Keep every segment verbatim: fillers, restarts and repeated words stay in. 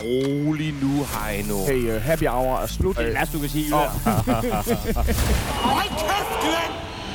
rolig nu, Heino. Hey, uh, happy hour er slut. Det er det værste, du kan sige. Oh. Hold kæft, Glenn!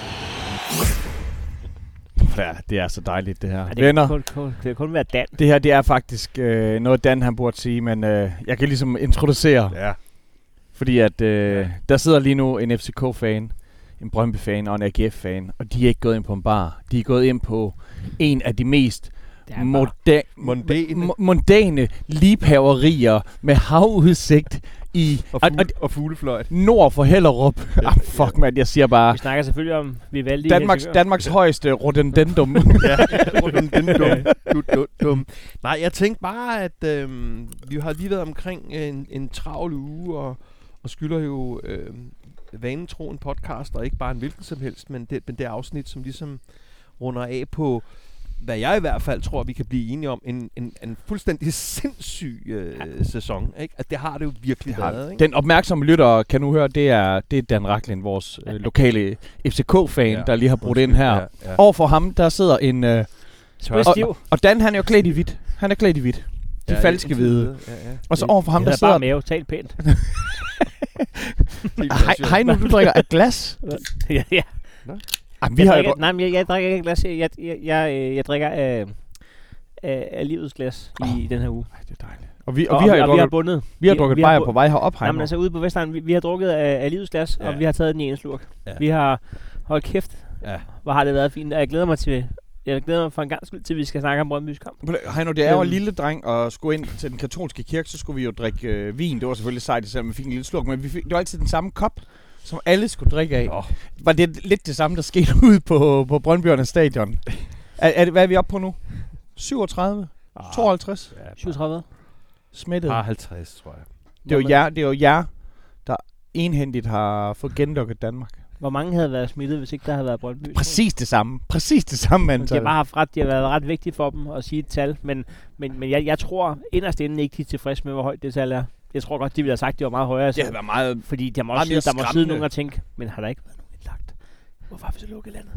Ja, det er så dejligt, det her. Ja, det Venner, kan kun, kun, det kan kun være Dan. det her det er faktisk øh, noget, Dan han burde sige, men øh, jeg kan ligesom introducere. Ja. Fordi at øh, ja. der sidder lige nu en F C K-fan, en Brøndby-fan og en A G F-fan, og de er ikke gået ind på en bar. De er gået ind på en af de mest moda- Mondæne. m- mondæne liebhaverier med havudsigt i Og, og, fugle, og, og fuglefløjt. nord for Hellerup. ah, fuck mand, jeg siger bare Vi snakker selvfølgelig om Vivaldi. Danmarks, Danmarks højeste rodendendum. Ja, rodendendum. Du, du, dum. Nej, jeg tænkte bare, at øhm, vi har lige været omkring en, en travl uge, og, og skylder jo øhm, vanetro en podcast, og ikke bare en hvilken som helst, men det, men det afsnit, som ligesom runder af på, hvad jeg i hvert fald tror, vi kan blive enige om, en, en, en fuldstændig sindssyg øh, ja. sæson. Ikke? At det har det jo virkelig det været. Ikke? Den opmærksomme lytter kan nu høre, det er, det er Dan Racklin, vores øh, lokale F C K-fan, ja. der lige har brudt ind her. Ja, ja. Overfor ham, der sidder en... Øh, og, og Dan, han er jo klædt i hvidt. Han er klædt i hvidt. De ja, falske hvide. Ja, ja. Og så overfor ham, der sidder... Det er bare mave, talt pænt. Hej nu, du drikker af glas? Ja, ja. Jamen, vi jeg har drikker, jo... nej, men jeg, jeg drikker ikke glas. Jeg, jeg, jeg, jeg, jeg drikker af, af, af livets glas oh. i den her uge. Ej, det er dejligt. Og vi, og, og, vi har og, jo og drukket, vi har bundet. Vi har drukket bajer på vej herop, Heino. Jamen altså ude på Vestegn, vi, vi har drukket af, af livets glas, ja. og vi har taget den i en slurk. Ja. Vi har holdt kæft. Ja. Hvor har det været fint. Og jeg glæder mig til... Jeg glæder mig for en gang skyld til, at vi skal snakke om Brøndbys kamp. Heino, det er jo en lille dreng, og skulle ind til den katolske kirke, så skulle vi jo drikke øh, vin. Det var selvfølgelig sejt, selvom vi fik en lille slurk, men vi fik, det var altid den samme kop, som alle skulle drikke af. Oh. Var det lidt det samme, der skete ude på, på Brøndbyernes stadion? er, er det, hvad er vi oppe på nu? syvogtredive? Ah. tooghalvtreds? Ja, syvogtredive? Smittet? Par halvtreds, tror jeg. Det er jo jer, det er jo jer der enhændigt har fået genlukket Danmark. Hvor mange havde været smittet, hvis ikke der havde været Brøndby? Præcis det samme. Præcis det samme antal. De har bare haft ret. Det har været ret vigtigt for dem at sige et tal, men, men, men jeg, jeg tror inderst inden ikke, de er tilfredse med, hvor højt det tal er. Jeg tror godt, de ville have sagt, at det var meget højere. Det havde været meget... Fordi der må, sidde, der må sidde nogen og tænke, men har der ikke været nogen indlagt? Hvorfor har vi så lukket landet?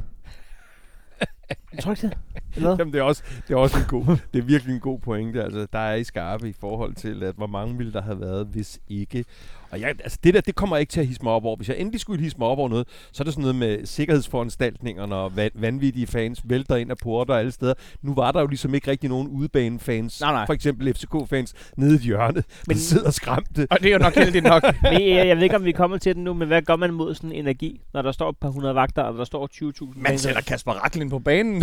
Jeg tror ikke det. Jamen, det er også, det er også en god, det er virkelig en god pointe. Altså, der er i skarpe i forhold til, at hvor mange ville der have været, hvis ikke. Og jeg, altså, det der, det kommer ikke til at hisse mig op over. Hvis jeg endelig skulle hisse mig op over noget, så er det sådan noget med sikkerhedsforanstaltningerne og van, vanvittige fans vælter ind af porter alle steder. Nu var der jo ligesom ikke rigtig nogen udebanefans, nej, nej. For eksempel F C K-fans, nede i hjørnet, men sidder skræmte. Og det er jo nok heldigt nok. men jeg, jeg ved ikke, om vi kommer til den nu, men hvad gør man mod sådan energi, når der står et par hundrede vagter, og der står tyve tusind? Man sætter Kasper Racklin på banen.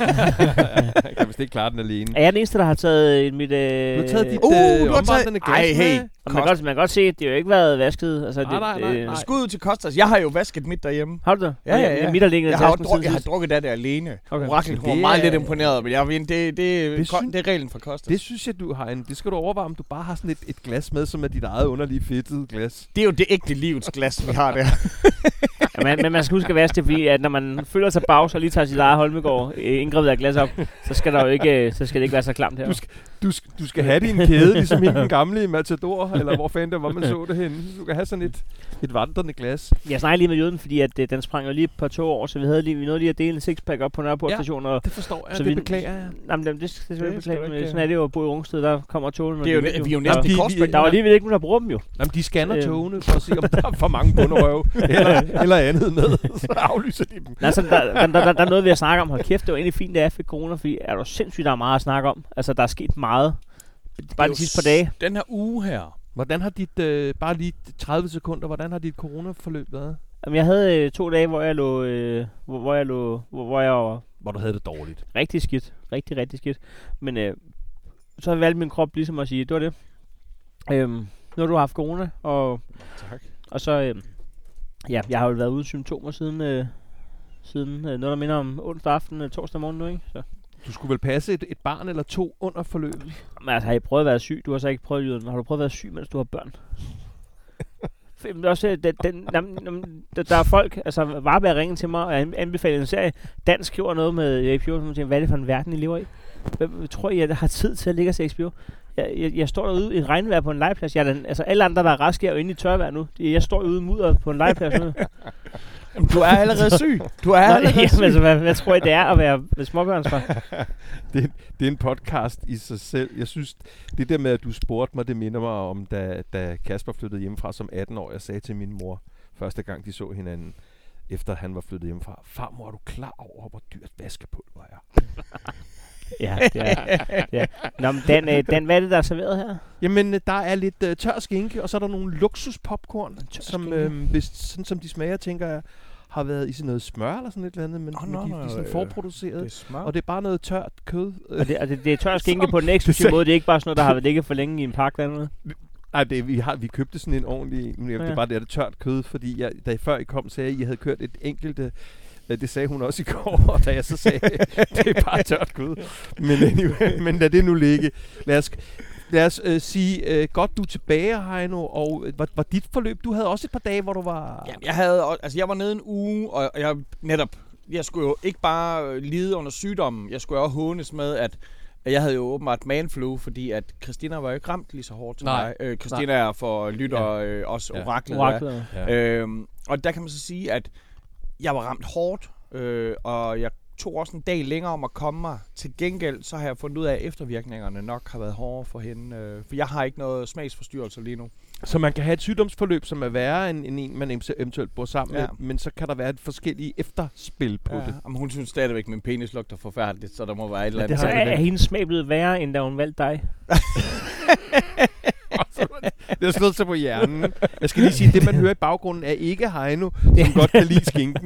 Jeg kan vist ikke klare den alene. Er jeg den eneste, der har taget mit... Øh, du har taget dit uh, øh, du har taget... Ej, hey. Man kan, godt, man kan godt se, at det jo ikke været vasket. Altså, nej, nej, nej, nej. Skud ud til Kostas. Jeg har jo vasket mit derhjemme. Har du det? Ja, ja, ja. Mit, jeg, jeg, har druk, jeg har drukket af det alene. Okay. Racklin var meget lidt imponeret, men jeg ved, det, det, det, det, synes, det er reglen for Kostas. Det synes jeg, du har en... Det skal du overveje, om du bare har sådan et, et glas med, som er dit eget underlige fedtede glas. Det er jo det ægte livets glas, vi har der. ja, men, men man skal huske at vaske det, fordi at når man føler sig bag, og lige tager sit eget Holmegård indgrebet af glas op, så skal der jo ikke, så skal det ikke være så klamt her. Du skal, du skal, du skal have din kæde, ligesom den gamle Matador, eller hvor fanden det var, man så det henne. Du kan have sådan et, et vandrende glas. Jeg snakker lige med jøden, fordi at, den sprang jo lige på to år, så vi havde lige, vi nåede lige at dele en sixpack op på Nørreport station. Ja, det forstår jeg, så det vi, beklager jeg. Jamen, det, det, det, det, det beklager jeg. Sådan er det jo at bo i Rungsted, der kommer togene. Det er jo, de, vi er jo næsten i Korsbæk. Der var alligevel ikke nogen, der bruger dem jo. Jamen, de scanner øhm. togene for at se, om der er for mange bunderøv eller, eller andet med. Så aflyser de dem. Altså, der, der, der, der er noget ved at snakke om. Hold kæft, det var egentlig fint, det er for corona, fordi er der sindssygt, der er meget at snakke om. Altså, der er sket meget. Bare de sidste par dage. Den her uge her. Hvordan har dit, øh, bare lige tredive sekunder, hvordan har dit coronaforløb været? Jamen, jeg havde øh, to dage, hvor jeg lå, øh, hvor, hvor jeg lå, hvor, hvor jeg var... Hvor du havde det dårligt. Rigtig skidt. Rigtig, rigtig skidt. Men øh, så har jeg valgt min krop ligesom at sige, det var det. Øhm, nu har du haft corona, og... Tak. Og så... Øh, ja, jeg har jo været uden symptomer siden... Øh, siden øh, noget, der minder om onsdag aften, øh, torsdag morgen nu, ikke? Så... Du skulle vel passe et, et barn eller to under forløbet? Men altså, har I prøvet at være syg? Du har så ikke prøvet jøden. Har du prøvet at være syg, mens du har børn? Men også, den, den, der, der er folk, altså Varberg ringer til mig og anbefaler en serie. Dansk skriver noget med H B O, som siger, hvad er det for en verden, I lever i? Hvem tror I, at jeg har tid til at ligge og se H B O? Jeg, jeg, jeg står derude i et regnvejr på en legeplads. Jeg er den, altså alle andre, der er raske, er jo inde i tørvejr nu. Jeg står ude i mudder på en legeplads nu. Du er allerede syg. Du er Nå, allerede jamen, syg. altså, hvad, hvad tror I, det er at være ved småbørnsfar? det, det er en podcast i sig selv. Jeg synes, det der med, at du spurgte mig, det minder mig om, da, da Kasper flyttede hjemmefra som atten år. Jeg sagde til min mor, første gang de så hinanden, efter han var flyttet hjemmefra, farmor, er du klar over, hvor dyrt vaskepulver er? Ja, det er, ja. Nå, men Dan, øh, Dan, hvad er det, der er serveret her? Jamen, øh, der er lidt øh, tør skinke, og så er der nogle luksuspopcorn, som, øh, hvis, sådan som de smager, tænker jeg, har været i sådan noget smør eller sådan et eller andet, men, Oh, men no, de, no, de er sådan øh, forproduceret. Det er smart. Og det er bare noget tørt kød. Og det, og det, det er tør skinke Som- på den eksklusive måde. Det er ikke bare sådan noget, der har været ligget for længe i en pakke eller noget. Nej, det, vi, har, vi købte sådan en ordentlig, men det er Ja. bare det, er det tørt kød, fordi jeg, da I før I kom, sagde I, at I havde kørt et enkelte. Det sagde hun også i går, og da jeg så sagde, det er bare tørt kød. Men, anyway, men lad det nu ligge. Lad os, lad os øh, sige, øh, godt du er tilbage, Heino, og øh, var, var dit forløb, du havde også et par dage, hvor du var... Jamen, jeg havde, også- altså jeg var nede en uge, og jeg netop, jeg skulle jo ikke bare øh, lide under sygdommen, jeg skulle jo også hånes med, at at jeg havde jo åbenbart manflu, fordi at Christina var jo ikke ramt lige så hårdt til Nej. mig. Øh, Christina er for lytter Ja. øh, også Ja. oraklet. Oraklet. Ja. Øhm, og der kan man så sige, at jeg var ramt hårdt, øh, og jeg tog også en dag længere om at komme mig. Til gengæld så har jeg fundet ud af, at eftervirkningerne nok har været hårde for hende. Øh, for jeg har ikke noget smagsforstyrrelse lige nu. Så man kan have et sygdomsforløb, som er værre end, end en, man eventuelt bor sammen Ja. med, men så kan der være et forskellige efterspil på Ja. det. Jamen, hun synes stadigvæk, at min penis lugter forfærdeligt, så der må være et eller Ja, det andet. Så har er, det. er hendes smag blevet værre, end da hun valgte dig? Det har slået sig på hjernen. Jeg skal lige sige, at det man hører i baggrunden er ikke Heino, som godt kan lide skinken.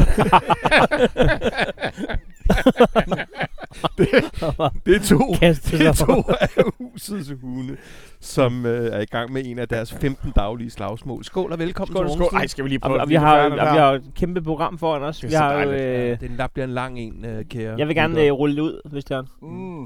det, det er to, Kastet det er sig to af husets hunde, som øh, er i gang med en af deres femten daglige slagsmål. Skål og velkommen Skål, til Skål. Morgenstund. Ej, skal vi lige Og, prøve og at vi har, blive og færdige vi der? har et kæmpe program foran os. Det er Vi så har jo, dejligt. øh, Den der bliver en lang en, øh, kære. jeg vil gerne lyttere. øh, rulle det ud, hvis det er. Mm. Vi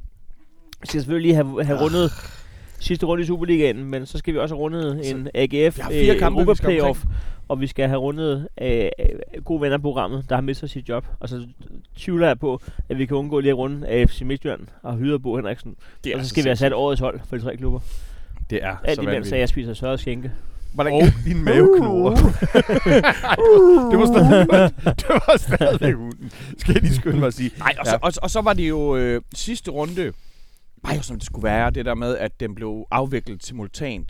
skal selvfølgelig have, have rundet sidste runde i Superligaen, men så skal vi også have rundet Så en A G F vi har fire øh, kampe, vi Europa skal Playoff, og vi skal have rundet øh, øh, gode venner-programmet, der har mistet sit job. Og så tvivler jeg på, at vi kan undgå lige at runde A F C Midtjylland og hyre Bo Henriksen. Det Og så skal vi have sat årets hold for de tre klubber. Det er Alt så imens, at vanvittigt. jeg spiser sørret skænke. Hvordan Og din maveknurrer. det var stadig, det var stadig hunden. Skal jeg lige skynde mig at sige. Nej, og, Ja. så, og, og så var det jo øh, sidste runde, var jo som det skulle være, det der med, at den blev afviklet simultant.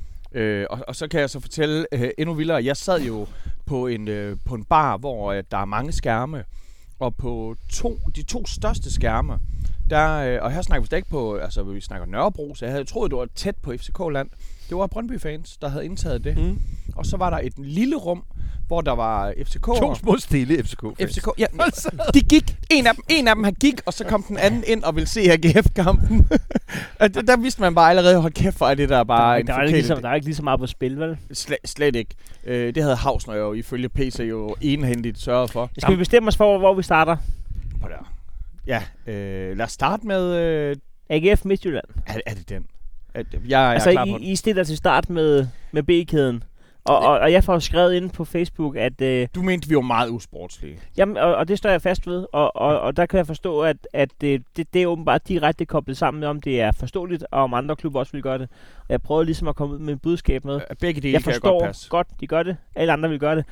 Øh, og, og så kan jeg så fortælle øh, endnu vildere, jeg sad jo på en, øh, på en bar, hvor øh, der er mange skærme, og på to, de to største skærme, der, øh, og her snakker vi slet ikke på, altså vi snakker Nørrebro, så jeg havde troet, det var tæt på F C K-land. Det var Brøndby-fans, der havde indtaget det. Mm. Og så var der et lille rum, hvor der var F C K'er. To små stille F C K-fans. F C K, ja, de gik. En af dem, en af dem han gik, og så kom den anden ind og ville se A G F-kampen. Og der, der vidste man bare allerede, hold kæft, for er det der bare Der, en der, er ikke forkert lige så, der er ikke lige så meget på spil, vel? Slet, slet ikke. Øh, det havde Hausner jo ifølge P C jo enhændigt sørget for. Skal vi bestemme os for, hvor vi starter? På der. Ja, øh, lad os starte med... Øh, A G F Midtjylland. er, er det den? Er, det- jeg, jeg Altså, er klar på den. I, I stiller til start med, med B-kæden. Og, og, og jeg får skrevet ind på Facebook, at... Øh, Du mente, vi var meget usportslige. jamen, og, og det står jeg fast ved. Og, og, og der kan jeg forstå, at, at det, det, det er åbenbart direkte koblet sammen med, om det er forståeligt, og om andre klubber også vil gøre det. Og jeg prøver ligesom at komme ud med et budskab med. Øh, Begge dele Jeg kan jeg forstår godt passe. godt, de gør det. Alle andre vil gøre det.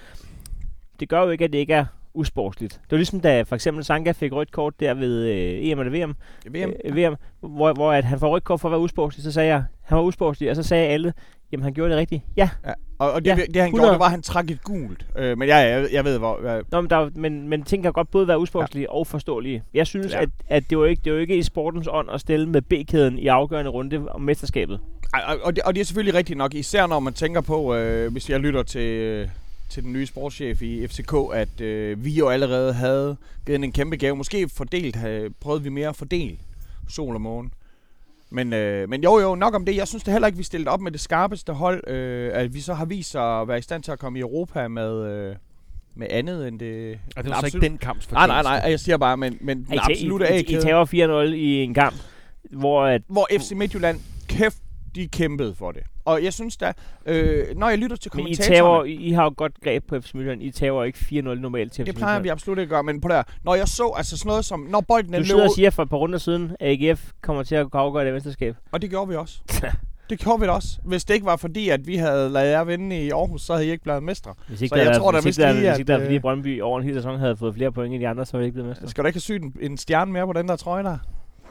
Det gør jo ikke, at det ikke er usportsligt. Det var ligesom, da for eksempel Sanka fik rødt kort der ved øh, E M eller V M. V M. Øh, V M, hvor, hvor at han får rødt kort for at være usportslig. Så sagde jeg, han var usportslig, og så sagde alle, jamen han gjorde det rigtigt. Ja, Ja. Og, og det, Ja, det han hundrede. gjorde, det var, at han trak et gult. Øh, men jeg, jeg, jeg ved, hvor... Jeg, Nå, men, der, er jo- men, men ting kan godt både være usportslige ja. og forståelige. Jeg synes, Ja. ja. at, at det, var ikke, det var ikke i sportens ånd at stille med B-kæden i afgørende runde om mesterskabet. Ej, og, og, det, og det er selvfølgelig rigtigt nok, især når man tænker på, øh, hvis jeg lytter til, øh, til den nye sportschef i F C K, at øh, vi jo allerede havde givet en kæmpe gave. Måske fordelt, havde, prøvede vi mere at fordele sol og måne. Men, øh, men jo jo, nok om det. Jeg synes det heller ikke, vi stillede op med det skarpeste hold. Øh, at vi så har vist sig at være i stand til at komme i Europa med, øh, med andet end det... Og det var så ikke den kamps Nej, nej, nej. Jeg siger bare, men, men den I, absolutte I, I, I A-kæde, tager fire nul i en kamp, hvor at, hvor F C Midtjylland, kæft, de kæmpede for det. Og jeg synes da, øh, når jeg lytter til men I, kommentatorerne... tager, I har jo godt greb på F C Midtjylland. I tager ikke fire nul normalt til F C Det plejer vi Midtjylland. absolut ikke at gøre, men på der, når jeg så altså sådan noget som, når bolden er Du sidder og løbet, siger for et par runder siden, at A G F kommer til at afgøre det mesterskab. og det gjorde vi også. Det gjorde vi da også. Hvis det ikke var fordi, at vi havde ladet jer vinde i Aarhus, så havde I ikke blevet mestre. Hvis ikke Så der, jeg der, tror da hvis vist ikke der, lige, hvis ikke der, at, fordi øh, Brøndby over en hel sæson havde fået flere point end de andre, så var det ikke blevet mestre. Skal du ikke have syet en, en stjerne mere på den der trøje der?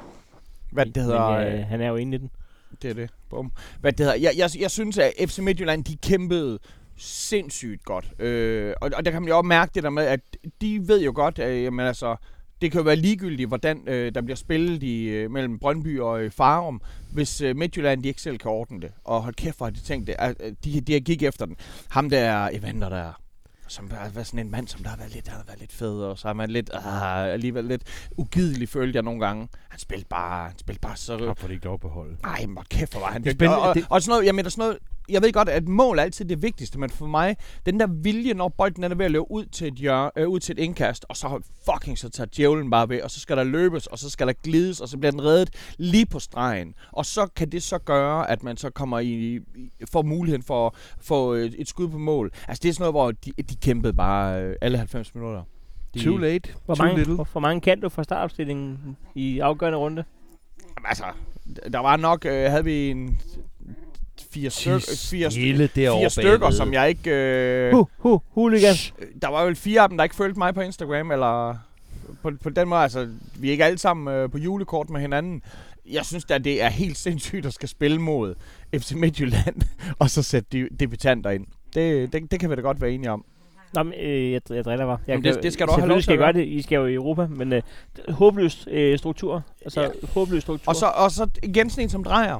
Hvad det hedder? Men, øh, han er jo inde i den. Det er det. Bum. Hvad det hedder? Jeg, jeg, jeg synes, at F C Midtjylland, de kæmpede sindssygt godt. Øh, og, og der kan man jo også mærke det der med, at de ved jo godt, at jamen, altså, det kan jo være ligegyldigt, hvordan øh, der bliver spillet i, øh, mellem Brøndby og øh, Farum, hvis øh, Midtjylland de ikke selv kan ordne det. Og hold kæft, hvor har de tænkt det. At, de, de gik efter den. Ham der Evander der, som har været sådan en mand, som der har været lidt, har været lidt fed, og så er man lidt, ah, alligevel lidt ugidelig, følte jeg nogle gange. Han spillede bare, han spillede bare så... Han får det ikke lov at beholde. Ej, hvor kæft, hvor var han. Det er spændende, og, og, det- og sådan noget, jeg mener sådan noget, jeg ved godt, at mål er altid det vigtigste, men for mig, den der vilje, når bolden er ved at løbe ud til et, hjør, øh, ud til et indkast, og så fucking så tager djævlen bare ved, og så skal der løbes, og så skal der glides, og så bliver den reddet lige på stregen. Og så kan det så gøre, at man så kommer i, i får muligheden for at få et, et skud på mål. Altså det er sådan noget, hvor de, de kæmpede bare øh, alle halvfems minutter. De, Too late, Hvor too mange, little. hvor, hvor mange kan du fra startopstillingen i afgørende runde? Jamen, altså, der var nok, øh, havde vi en fire, styk, fire, Stille derovre fire stykker, bagved. som jeg ikke... Øh, Hu, hu, hooligan. Der var vel fire af dem, der ikke følte mig på Instagram, eller på, på den måde, altså, vi er ikke alle sammen øh, på julekort med hinanden. Jeg synes da, det er helt sindssygt at skal spille mod F C Midtjylland, og så sætte de debutanter ind. Det, det, det kan vi da godt være enige om. Nå, men, øh, jeg, jeg driller bare. Jeg Jamen, det- det skal du også have lov til selvfølgelig at skal jeg gøre det. I skal jo i Europa, men øh, håbløs øh, struktur. Altså, Ja. håbløs struktur. Og så, og så igen sådan en som drejer.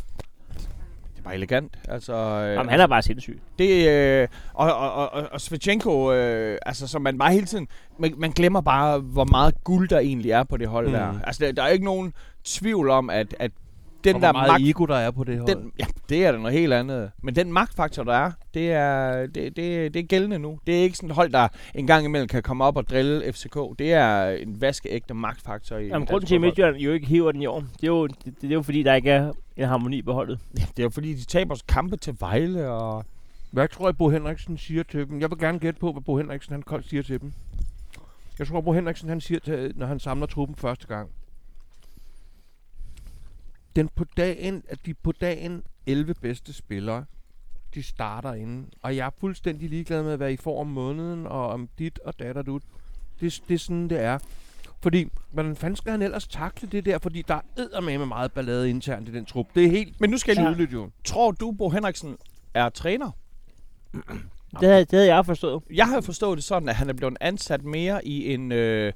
Det er bare elegant. Altså, øh, Jamen, han er bare sindssyg. Det, øh, og, og, og, og, og Svechenko, øh, altså som man bare hele tiden, man, man glemmer bare, hvor meget guld der egentlig er på det hold mm. der. Altså der, der er ikke nogen tvivl om, at, at den og der hvor meget magt, ego, der er på det hold. den, ja, det er da noget helt andet. Men den magtfaktor, der er, det er, det, det, det er gældende nu. Det er ikke sådan et hold, der en gang imellem kan komme op og drille F C K. Det er en vaskeægte magtfaktor i Jamen, grunden dansk til, at fodbold. Midtjylland jo ikke hiver den i år, det er jo, det, det er jo fordi, der ikke er en harmoni på holdet. Ja, det er jo fordi, de taber kampe til Vejle og... Hvad tror jeg, Bo Henriksen siger til dem? Jeg vil gerne gætte på, hvad Bo Henriksen han koldt siger til dem. Jeg tror, Bo Henriksen han siger, til, når han samler truppen første gang. Den på dagen, at de på dagen elleve bedste spillere, de starter inden. Og jeg er fuldstændig ligeglad med at være i form om måneden, og om dit og datter dut. Det, det er sådan, det er. Fordi, hvordan fanden skal han ellers takle det der? Fordi der er eddermame meget ballade internt i den trup. Det er helt Men nu skal jeg lige... tydeligt jo. Tror du, Bo Henriksen er træner? Det havde, det havde jeg forstået. Jeg har forstået det sådan, at han er blevet ansat mere i en øh,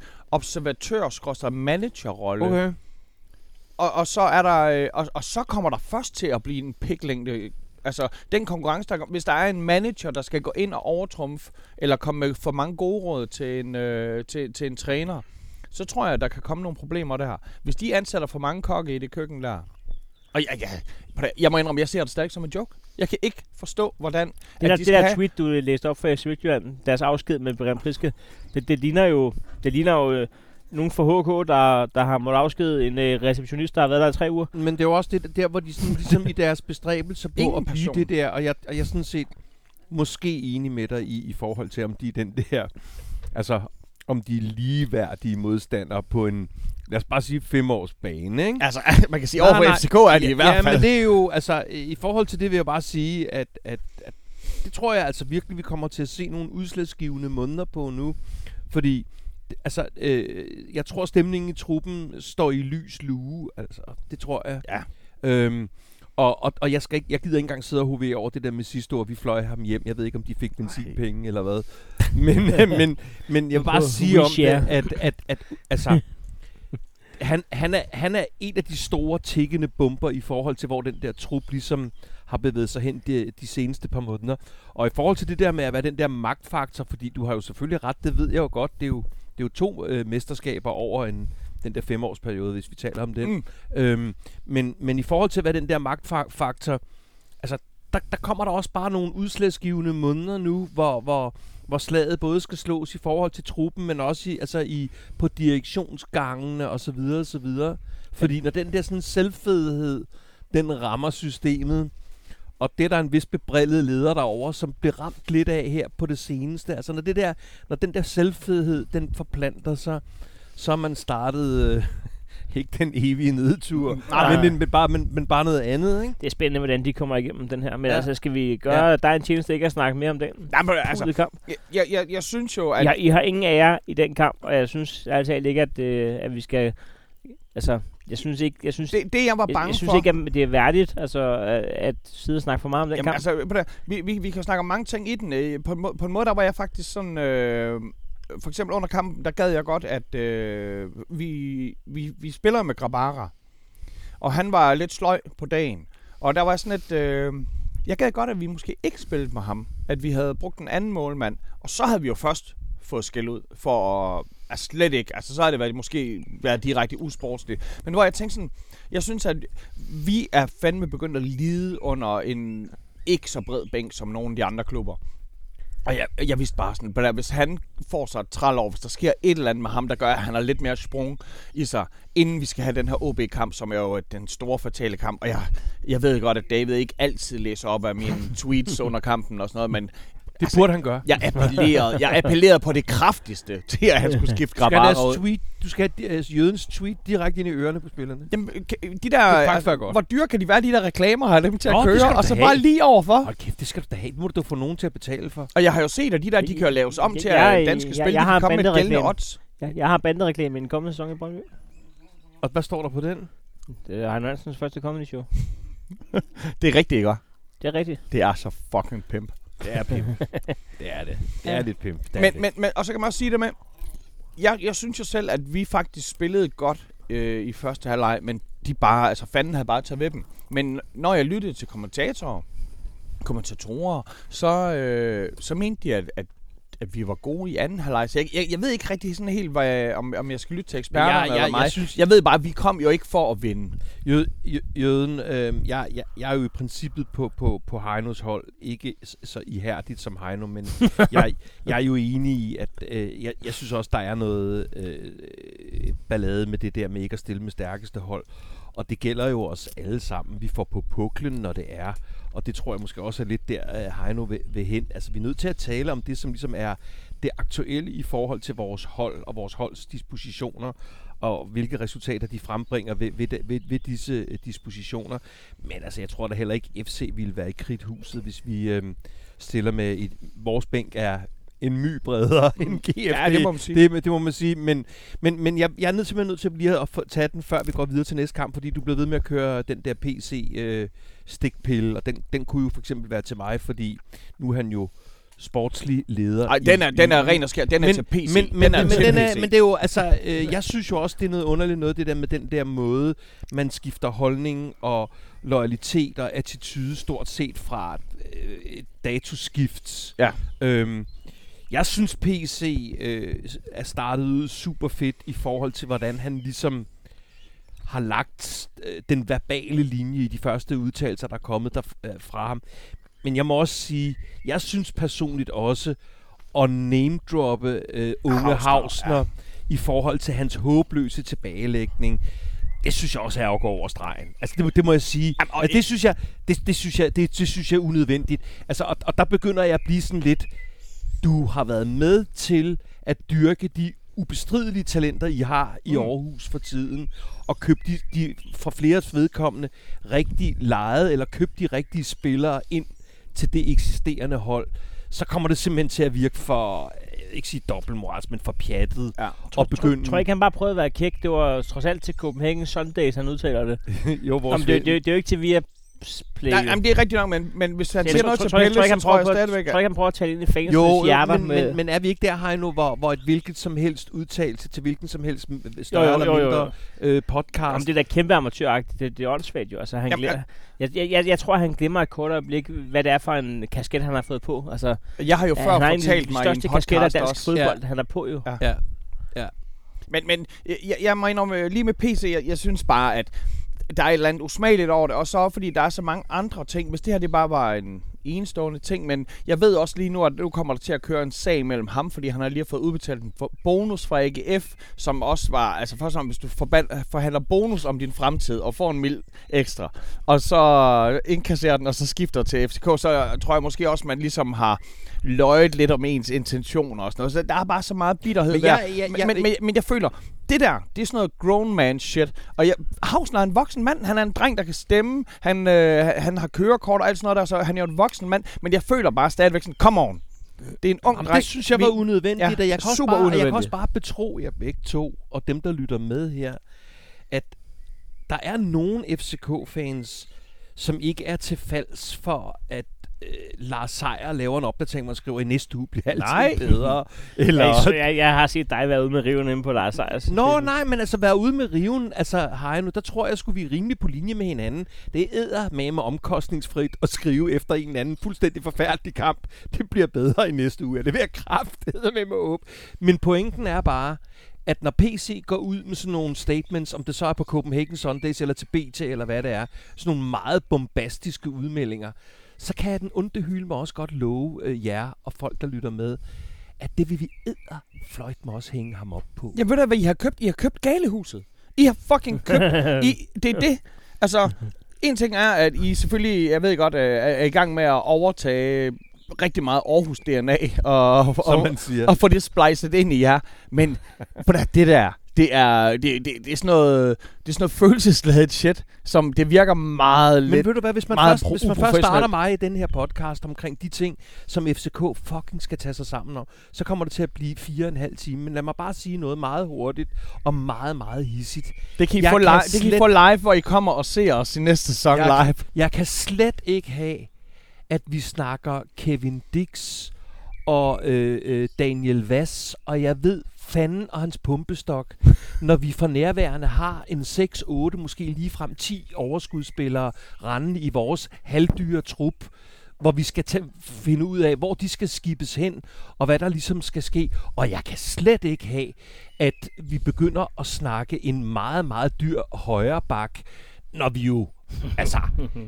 observatør-manager-rolle. Okay. Og, og, så er der, øh, og, og så kommer der først til at blive en piklængde. Altså, den konkurrence, der, hvis der er en manager, der skal gå ind og overtrumfe, eller komme med for mange gode råd til en, øh, til, til en træner, så tror jeg, at der kan komme nogle problemer der. Hvis de ansætter for mange kokke i det køkken der, og jeg, jeg, jeg må indrømme, jeg ser det stadig som en joke. Jeg kan ikke forstå, hvordan... Det at der, de det skal der have... tweet, du læste op for Svigtjylland, deres afsked med Brian Priske, det, det ligner jo, det ligner jo øh, nogen fra H K, der, der har måttet afskede en øh, receptionist, der har været der i tre uger. Men det er jo også det der, hvor de sådan, ligesom i deres bestræbelser på Ingen at blive passion. det der, og jeg, og jeg er sådan set måske enig med dig i, i forhold til, om de er den der, altså om de er ligeværdige modstandere på en, lad os bare sige, fem års bane, ikke? Altså, man kan sige, over for F C K er de ja, i hvert fald. Ja, men det er jo, altså, i forhold til det vil jeg bare sige, at, at, at det tror jeg altså virkelig, vi kommer til at se nogle udslagsgivende måneder på nu, fordi altså, øh, jeg tror, stemningen i truppen står i lys lue, altså, det tror jeg. Ja. Øhm, og, og, og jeg, skal ikke, jeg gider ikke engang sidde og hovere over det der med sidste år, vi fløj ham hjem. Jeg ved ikke, om de fik benzinpenge eller hvad. Men, men, men jeg vil bare sige om det, at, at, at, at altså, han, han, er, han er en af de store tikkende bomber i forhold til, hvor den der trup ligesom har bevæget sig hen de, de seneste par måneder. Og i forhold til det der med at være den der magtfaktor, fordi du har jo selvfølgelig ret, det ved jeg jo godt, det er jo, det er jo to øh, mesterskaber over en, den der femårsperiode, hvis vi taler om det. Mm. Øhm, men, men i forhold til, hvad den der magtfaktor, altså, der, der kommer der også bare nogle udslagsgivende måneder nu, hvor, hvor, hvor slaget både skal slås i forhold til truppen, men også i, altså i, på direktionsgangene og så videre og så videre. Fordi når den der sådan selvfedhed, den rammer systemet, og det er der en vis bebrillet leder derovre, som bliver ramt lidt af her på det seneste. Altså når, det der, når den der selvfedhed, den forplanter sig, så er man startet øh, ikke den evige nedtur, Nej. men, men, bare, men, men bare noget andet, ikke? Det er spændende, hvordan de kommer igennem den her. Men Ja. altså, skal vi gøre Ja. der er en tjeneste ikke at snakke mere om den? Nej, men altså, Ude kamp. jeg, jeg, jeg, jeg synes jo, at... I, har, I har ingen ære i den kamp, og jeg synes altså ikke, at, øh, at vi skal... Altså, jeg synes ikke... Jeg synes, Det, det jeg var jeg, bange jeg synes for... ikke, at det er værdigt altså, at, at sidde og snakke for meget om den Jamen, kamp. altså, på det, vi, vi, vi kan snakke om mange ting i den. Øh, På en, må, på en måde, der var jeg faktisk sådan... Øh, for eksempel under kampen, der gad jeg godt, at øh, vi, vi, vi spiller med Grabara. Og han var lidt sløj på dagen. Og der var sådan et... Øh, jeg gad godt, at vi måske ikke spillede med ham. At vi havde brugt en anden målmand. Og så havde vi jo først fået skæld ud for at... Altså slet ikke. Altså så havde det været, måske været direkte usportsligt. Men hvor jeg tænkte sådan... Jeg synes, at vi er fandme begyndt at lide under en ikke så bred bænk som nogle af de andre klubber. Og jeg, jeg vidste bare sådan, at hvis han får sig et træl over, hvis der sker et eller andet med ham, der gør, at han har lidt mere sprung i sig, inden vi skal have den her O B-kamp, som er jo den store fatale kamp. Og jeg, jeg ved godt, at David ikke altid læser op af mine tweets under kampen og sådan noget, men... Det altså, burde han gøre. Jeg appellerede, jeg appellerede på det kraftigste til, at han skulle skifte Grabara ud. Tweet, du skal have uh, jødens tweet direkte ind i ørerne på spillerne. Jamen, de der, altså, hvor dyre kan de være, de der reklamer, har dem til at Nå, køre, og så bare lige overfor. Hold kæft, det skal du da have. Det må du få nogen til at betale for. Og jeg har jo set, at de der, de kan jo laves om til, Jeg- at danske jeg- spil, jeg de har kan komme med bandereklame. gældende odds. Jeg, jeg har bandereklame i den kommende sæson i Brøndby. Og hvad står der på den? Det er Heino Hansens første comedy show. Det er rigtigt, ikke? Det er rigtigt. Det er så fucking pimp. Det er pimp. det er det. Det er lidt pimp. Det er Men, det. men, men, og så kan man også sige det med, jeg, jeg synes jo selv, at vi faktisk spillede godt øh, i første halvleg, men de bare, altså fanden havde bare taget ved dem. Men når jeg lyttede til kommentatorer, kommentatorer, så, øh, så mente de, at, at at vi var gode i anden halvleg. Så jeg, jeg, jeg ved ikke rigtig sådan helt, hvad jeg, om, om jeg skal lytte til eksperterne jeg, jeg, eller mig. Jeg, synes, jeg ved bare, at vi kom jo ikke for at vinde. Jød, jø, jøden, øh, jeg, jeg, jeg er jo i princippet på, på, på Heinos hold, ikke så ihærdigt som Heino, men jeg, jeg er jo enig i, at øh, jeg, jeg synes også, der er noget øh, ballade med det der med ikke at stille med stærkeste hold. Og det gælder jo os alle sammen. Vi får på puklen, når det er. Og det tror jeg måske også er lidt der, uh, Heino vil, vil hen. Altså, vi er nødt til at tale om det, som ligesom er det aktuelle i forhold til vores hold og vores holds dispositioner, og hvilke resultater de frembringer ved, ved, ved, ved disse uh, dispositioner. Men altså, jeg tror da heller ikke, F C ville være i kridthuset, hvis vi uh, stiller med et... Vores bænk er en my bredere end G F D. Ja, det må man sige. Det, det må man sige. Men, men, men jeg, jeg er nødt til, nødt til at lige at tage den, før vi går videre til næste kamp, fordi du blev ved med at køre den der P C-stikpille, øh, og den, den kunne jo for eksempel være til mig, fordi nu er han jo sportslig leder. Ej, den er, i, den er i, ren og skær. Den er men, til P C. Men, men, den er men, til den P er, C. men det er jo, altså, øh, jeg synes jo også, det er noget underligt noget, det der med den der måde, man skifter holdning og loyalitet og attitude stort set fra øh, et datoskift. Ja. Øhm, jeg synes, P C øh, er startet ud super fedt i forhold til, hvordan han ligesom har lagt øh, den verbale linje i de første udtalelser, der er kommet der, øh, fra ham. Men jeg må også sige, jeg synes personligt også at name-droppe øh, unge Hausner ja. i forhold til hans håbløse tilbagelægning. Det synes jeg også er at gå over stregen. Altså det, det må jeg sige. Jamen, altså, det synes jeg, det, det synes jeg, det, det synes jeg er unødvendigt. Altså og, og der begynder jeg at blive sådan lidt. Du har været med til at dyrke de ubestridelige talenter, I har i mm. Aarhus for tiden, og købt de, de fra fleres vedkommende rigtig lejet, eller købt de rigtige spillere ind til det eksisterende hold, så kommer det simpelthen til at virke for, ikke sige dobbeltmorals, men for pjattet. Ja. Og begynde... Tror, tror ikke, han bare prøvede at være kæk? Det var trods alt til Copenhagen Sundays, han udtaler det. jo, vores Jamen, det, det, det er jo ikke til via play. Nej, jamen, det er rigtigt nok, men, men hvis han jeg siger tror, noget tror, til Pelle, tror, så tror jeg stadigvæk... Jeg tror ikke, han prøver at tale ind i fans jo, hjerter. Men, med... men, men er vi ikke der, Heino, hvor, hvor et hvilket som helst udtalelse til hvilken som helst større jo, jo, jo, jo. eller mindre øh, podcast? Jamen, det er da kæmpe amatøragtigt. Det, det er åndssvagt jo. Altså, han jamen, glemmer, jeg, jeg, jeg, jeg tror, han glemmer et kort øjeblik, hvad det er for en kasket, han har fået på. Altså, jeg har jo før ja, fortalt mig i en podcast kasket af dansk også. fodbold, ja. han er på jo. Ja. Ja. Ja. Men, men jeg, jeg må indrømme, lige med P C, jeg, jeg synes bare, at der er et eller andet usmageligt over det, og så fordi der er så mange andre ting. Hvis det her det bare var en, enestående ting, men jeg ved også lige nu, at nu kommer der til at køre en sag mellem ham, fordi han har lige fået udbetalt en bonus fra A G F, som også var, altså først og fremmest, hvis du forhandler bonus om din fremtid og får en mil ekstra, og så indkasserer den, og så skifter til F C K, så tror jeg måske også, man ligesom har løjet lidt om ens intentioner og sådan noget. Så der er bare så meget bitterhed Men der. jeg- jeg- men, jeg- men, men, men jeg føler, det der, det er sådan noget grown man shit. Og jeg, Hausen er en voksen mand. Han er en dreng, der kan stemme. Han, øh, han har kørekort og alt sådan noget der, så han er jo en voksen mand. Men jeg føler bare stadigvæk sådan, come on. Det er en ung Jamen, dreng. det synes jeg var Vi- unødvendigt, Ja, og jeg kan, også super bare, jeg kan unødvendigt. også bare betro jer begge to, og dem, der lytter med her, at der er nogle F C K-fans, som ikke er til falds for, at øh, Lars Seier laver en opdatering, hvor han skriver, i næste uge bliver alting Nej. bedre. Eller... Ja, så jeg, jeg har set dig være ude med riven inde på Lars Seiers. Nå, nej, men altså være ude med riven, altså hej nu, der tror jeg, skulle vi er rimelig på linje med hinanden. Det æder med med omkostningsfrit at skrive efter en eller anden fuldstændig forfærdelig kamp. Det bliver bedre i næste uge. Det vil jeg kraftedeme med med åb. Men pointen er bare, at når P C går ud med sådan nogle statements, om det så er på Copenhagen Sundays eller til B T eller hvad det er, sådan nogle meget bombastiske udmeldinger, så kan jeg den onde hylde mig også godt love øh, jer og folk, der lytter med, at det vil vi æder fløjt med også hænge ham op på. Jeg ved da, hvad I har købt. I har købt Galehuset. I har fucking købt... I, det er det. Altså, en ting er, at I selvfølgelig, jeg ved godt, er, er i gang med at overtage rigtig meget Aarhus D N A og, Som og, man siger. og få det splicet ind i jer. Men på det, det der, det er, det, det, det er sådan noget, det er sådan noget følelsesladet shit, som det virker meget Men lidt. ved du hvad, hvis man, meget først, pro- hvis man først uprofessionelt. starter mig i den her podcast omkring de ting, som F C K fucking skal tage sig sammen om, så kommer det til at blive fire og en halv time. Men lad mig bare sige noget meget hurtigt og meget, meget hissigt. Det kan I Jeg få kan live, det kan I slet- få live, hvor I kommer og ser os i næste sæson Jeg- live. Jeg kan slet ikke have, at vi snakker Kevin Dix og øh, øh, Daniel Vass, og jeg ved fanden og hans pumpestok, når vi for nærværende har en seks otte, måske ligefrem ti overskudsspillere rendende i vores halvdyre trup, hvor vi skal tage, finde ud af, hvor de skal skibes hen, og hvad der ligesom skal ske. Og jeg kan slet ikke have, at vi begynder at snakke en meget, meget dyr højre bak, når vi jo, altså...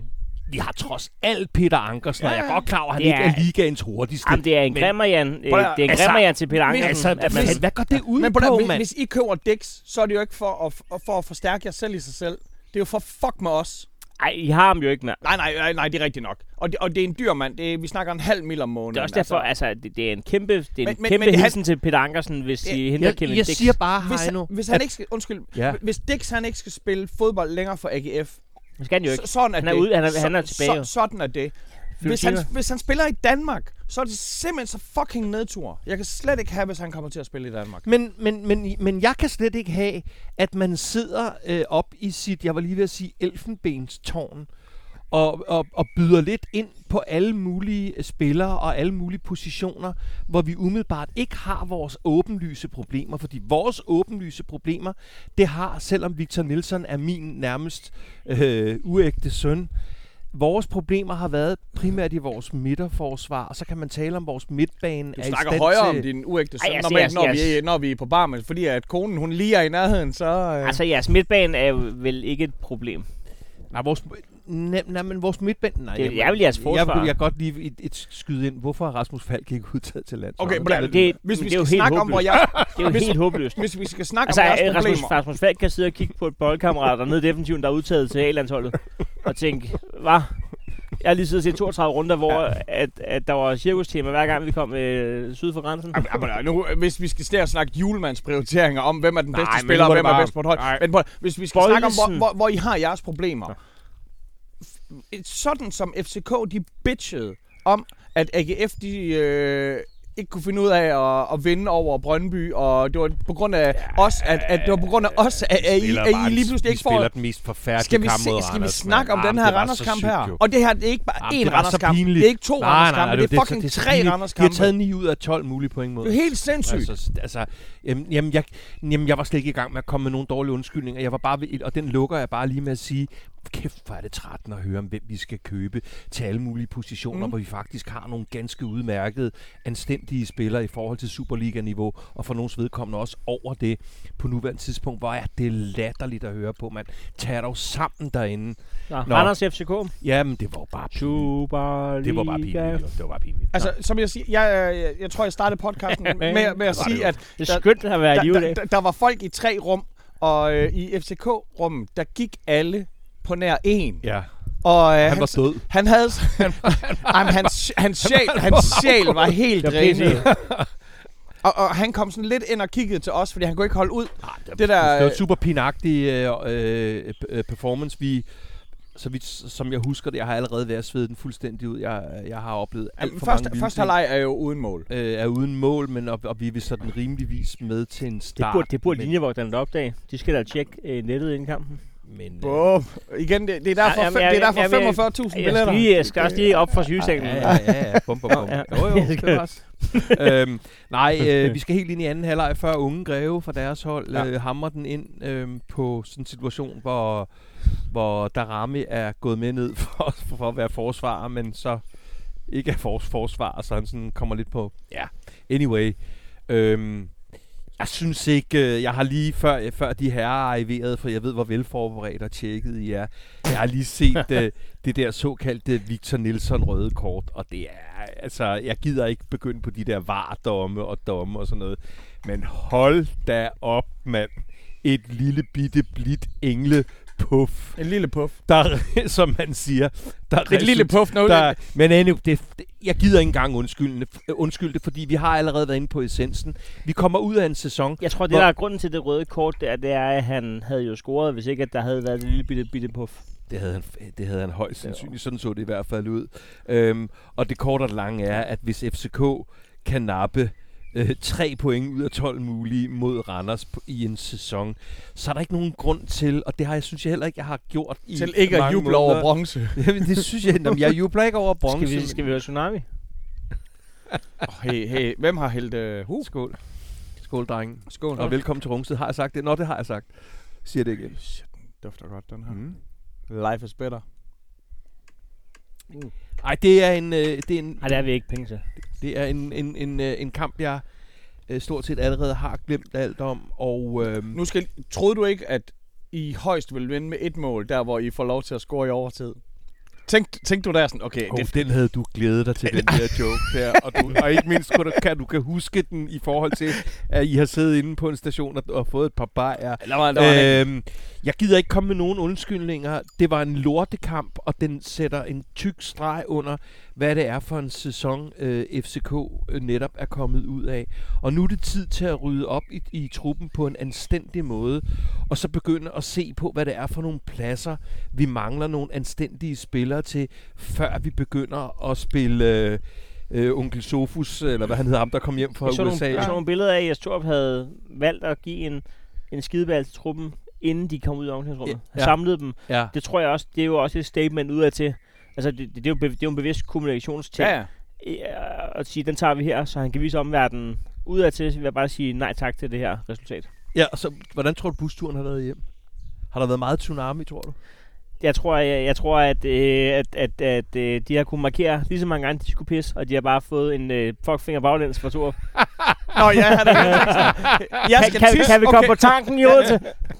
Vi har trods alt Peter Ankersen, og jeg er godt klar over, at han Det ikke er- er ligaens hurtigste. Jamen, det er en Men- grimmerjan. Øh, det Prøv er at- en altså- grimmerjan til Peter Ankersen. Altså, at man, hvad, hvad går det ud Men på, på hvis, mand? hvis I køber Dix, så er det jo ikke for at, for at forstærke jer selv i sig selv. Det er jo for fuck med os. ej, I har ham jo ikke mere. Nej, nej, nej, nej, det er rigtigt nok. Og det, og det er en dyr mand. Det er, vi snakker en halv mil om måneden. Det er også derfor, altså, det, det er en kæmpe, det er en Men- men- kæmpe men han- hilsen til Peter Ankersen, hvis I henter jeg, Kevin jeg Dix. siger bare, hvis, Heino, han, hvis han ikke skal, undskyld, Ja. hvis Dix han ikke skal spille fodbold længere for A G F, Det skal han jo ikke. så, sådan er Han er det. ude- han er- Så- han er tilbage jo. Så, sådan er det. Hvis han, Fiorentina. hvis han spiller i Danmark, så er det simpelthen så fucking nedtur. Jeg kan slet ikke have, hvis han kommer til at spille i Danmark. Men, men, men, men jeg kan slet ikke have, at man sidder øh, op i sit, jeg var lige ved at sige, elfenbenstårn, og, og, og byder lidt ind på alle mulige øh, spillere og alle mulige positioner, hvor vi umiddelbart ikke har vores åbenlyse problemer. Fordi vores åbenlyse problemer, det har, selvom Victor Nilsson er min nærmest øh, uægte søn, vores problemer har været primært i vores midterforsvar, og så kan man tale om vores midtbane. Du er i snakker stand højere til- om din uægte søn, Ej, altså, normalt, jeg- når, jeg- vi, er- når vi er på bar, men fordi at konen hun lige er i nærheden, så... Øh. Altså, jeres midtbane er jo vel ikke et problem. Nej, vores, nej, nej, men vores midtbane... Nej, Det er- jamen, jeg vil jeres forsvar. Jeg vil jeg godt lige et, et skyde ind. Hvorfor er Rasmus Falk ikke udtaget til landsholdet? Okay, men det- det, det- hvis vi det er jo skal helt snakke om, hvor håbløst. jeg... Det er jo Hvis- helt håbløst. Hvis vi skal snakke Altså, om jeres øh, Rasmus, problemer... Rasmus Falk kan sidde og kigge på et boldkammerat dernede i defensiven, der er udtaget til A-landsholdet, og tænke, hvad? Jeg har lige siddet og set toogtredive runder, hvor ja. at, at der var cirkustema hver gang, vi kom øh, syd for grænsen. Jamen, jamen, nu, hvis vi skal stå og snakke julemandsprioriteringer om, hvem er den bedste Nej, men spiller, nu og var hvem det er bare- bedst på et hold. Nej. Men prøv, hvis vi skal snakke om, Bollesen. hvor, hvor, hvor I har jeres problemer. Ja. Sådan som F C K, de bitchede om, at A G F, de... Øh, ikke kunne finde ud af at, at vinde over Brøndby, og det var på grund af ja, os, at, at det var på grund af os, at, at, I, at I lige pludselig ikke får... spiller den mest forfærdelige Skal vi, kamp se, mod skal vi Randers, snakke om mand. den Jamen, her det var så Randers-kamp sygt, her? jo. Og det her, det er ikke bare Jamen, én det var så Randers-kamp. pinligt. Det er ikke to Nej, nej, nej, Randers-kampe. Det er så- fucking så tre pinligt. De har Randers-kampe. taget ni ud af tolv mulige point mod. Det er helt sindssygt. Altså, altså jamen, jamen, jeg, jamen, jeg var slet ikke i gang med at komme med nogle dårlige undskyldninger. Jeg var bare ved, og den lukker jeg bare lige med at sige, kæft, hvor er det trættende at høre om, hvem vi skal købe til alle mulige positioner, mm. hvor vi faktisk har nogle ganske udmærkede, anstændige spillere i forhold til Superliga-niveau, og for nogens vedkommende også over det på nuværende tidspunkt. Hvor er det latterligt at høre på, man. Tager dog sammen derinde. Nå, Randers F C K? Jamen, det var bare Superliga. Det var bare pinligt. Det var bare pinligt. Altså, som jeg siger, jeg, jeg, jeg tror, jeg startede podcasten med, med at sige, at det er skønt at være i live i dag. Der, der var folk i tre rum, og øh, i F C K-rummet, der gik alle på nær en. Ja. Og, øh, han var død. Han havde... Han, han, hans, hans, sjæl, hans sjæl var helt drænet. Og, og han kom sådan lidt ind og kiggede til os, fordi han kunne ikke holde ud. Ah, det, det, der, det var super pinagtig øh, øh, performance. Vi, så vidt som jeg husker det, jeg har allerede været svedet den fuldstændig ud. Jeg, jeg har oplevet alt for første, mange Første halvleg er jo uden mål. Øh, er uden mål, men og, og vi er sådan rimeligvis med til en start. Det burde, det burde linjevogterne opdage. De skal da tjekke øh, nettet inden kampen. Men, Bum. Igen, det, det er derfor, ja, jamen, jeg, det er derfor femogfyrre tusind billetter. Jeg skal også lige op for sygesengen. Ja, ja, ja, ja. Bum, bum, bum. Ja. Jo, jo, det er øhm, nej, øh, vi skal helt ind i anden halvleg, før Unge Greve fra deres hold ja. øh, hamrer den ind øh, på sådan en situation, hvor, hvor Darami er gået med ned for, for at være forsvarer, men så ikke er for, forsvarer, så han sådan kommer lidt på, ja, anyway. Øhm, Jeg synes ikke, jeg har lige før, før de herrer arriverede, for jeg ved, hvor velforberedt og tjekket I er. Jeg har lige set uh, det der såkaldte Victor Nilsson røde kort, og det er, altså, jeg gider ikke begynde på de der vardomme og domme og sådan noget. Men hold da op, mand. Et lille bitte blidt engle puff. En lille puff. Der, som man siger. Der et result, lille puff. No, der, men endnu, det, det, jeg gider ikke engang undskylde, undskylde det, fordi vi har allerede været inde på essensen. Vi kommer ud af en sæson. Jeg tror, det hvor, der er grunden til det røde kort, det er, det er, at han havde jo scoret, hvis ikke at der havde været et lille bitte, bitte puff. Det havde han, det havde han højst sandsynligt. Sådan så det i hvert fald ud. Øhm, og det korte og lange er, at hvis F C K kan nappe Øh, tre point ud af tolv mulige mod Randers p- i en sæson, så er der ikke nogen grund til, og det har jeg synes jeg heller ikke, jeg har gjort i til ikke at juble over bronze. Det synes jeg, jamen, jeg jubler ikke over bronze. Skal vi, skal vi høre Tsunami? oh, hey, hey, hvem har hældt uh, Skål. Skål, drengen. Skål. Og velkommen til Rungsted. Har jeg sagt det? Nå, det har jeg sagt. Siger det igen. Shit, den dufter godt, den her. Mm. Life is better. Mm. Ej, det er en... Øh, det er en Ej, det er vi ikke penge til. Det er en, en, en, en, en kamp, jeg øh, stort set allerede har glemt alt om. Og, øh, nu skal, troede du ikke, at I højst ville vinde med et mål, der hvor I får lov til at score i overtid? Tænk, tænk du der sådan, okay... Oh, det, den havde du glædet dig til, den der joke der. Og, du, og ikke mindst, du, kan, du kan huske den i forhold til, at I har siddet inde på en station og, og fået et par bajer. Øhm, jeg gider ikke komme med nogen undskyldninger. Det var en lortekamp, og den sætter en tyk streg under, hvad det er for en sæson, øh, F C K øh, netop er kommet ud af. Og nu er det tid til at rydde op i, i truppen på en anstændig måde, og så begynde at se på, hvad det er for nogle pladser, vi mangler nogle anstændige spillere til, før vi begynder at spille øh, øh, onkel Sofus, eller hvad han hedder, ham der kom hjem fra jeg så U S A. Nogle, jeg så nogle billeder af, at Jes Torup havde valgt at give en, en skideball til truppen, inden de kom ud af omklædningsrummet. Han ja. samlede dem. Ja. Det tror jeg også, det er jo også et statement udad til. Altså, det, det, det, er jo be, det er jo en bevidst kommunikationsting. Ja, ja. At sige, den tager vi her, så han kan vise omverdenen udad til, så vil jeg bare sige nej tak til det her resultat. Ja, og så hvordan tror du, busturen har været hjem? Har der været meget tsunami, tror du? Jeg tror, jeg, jeg tror at, øh, at, at, at øh, de har kunnet markere lige så mange gange, de skulle pisse, og de har bare fået en øh, fuckfinger baglæns fra Torup. Nå ja, han er jeg skal kan, kan, kan vi komme okay. på tanken i Odense?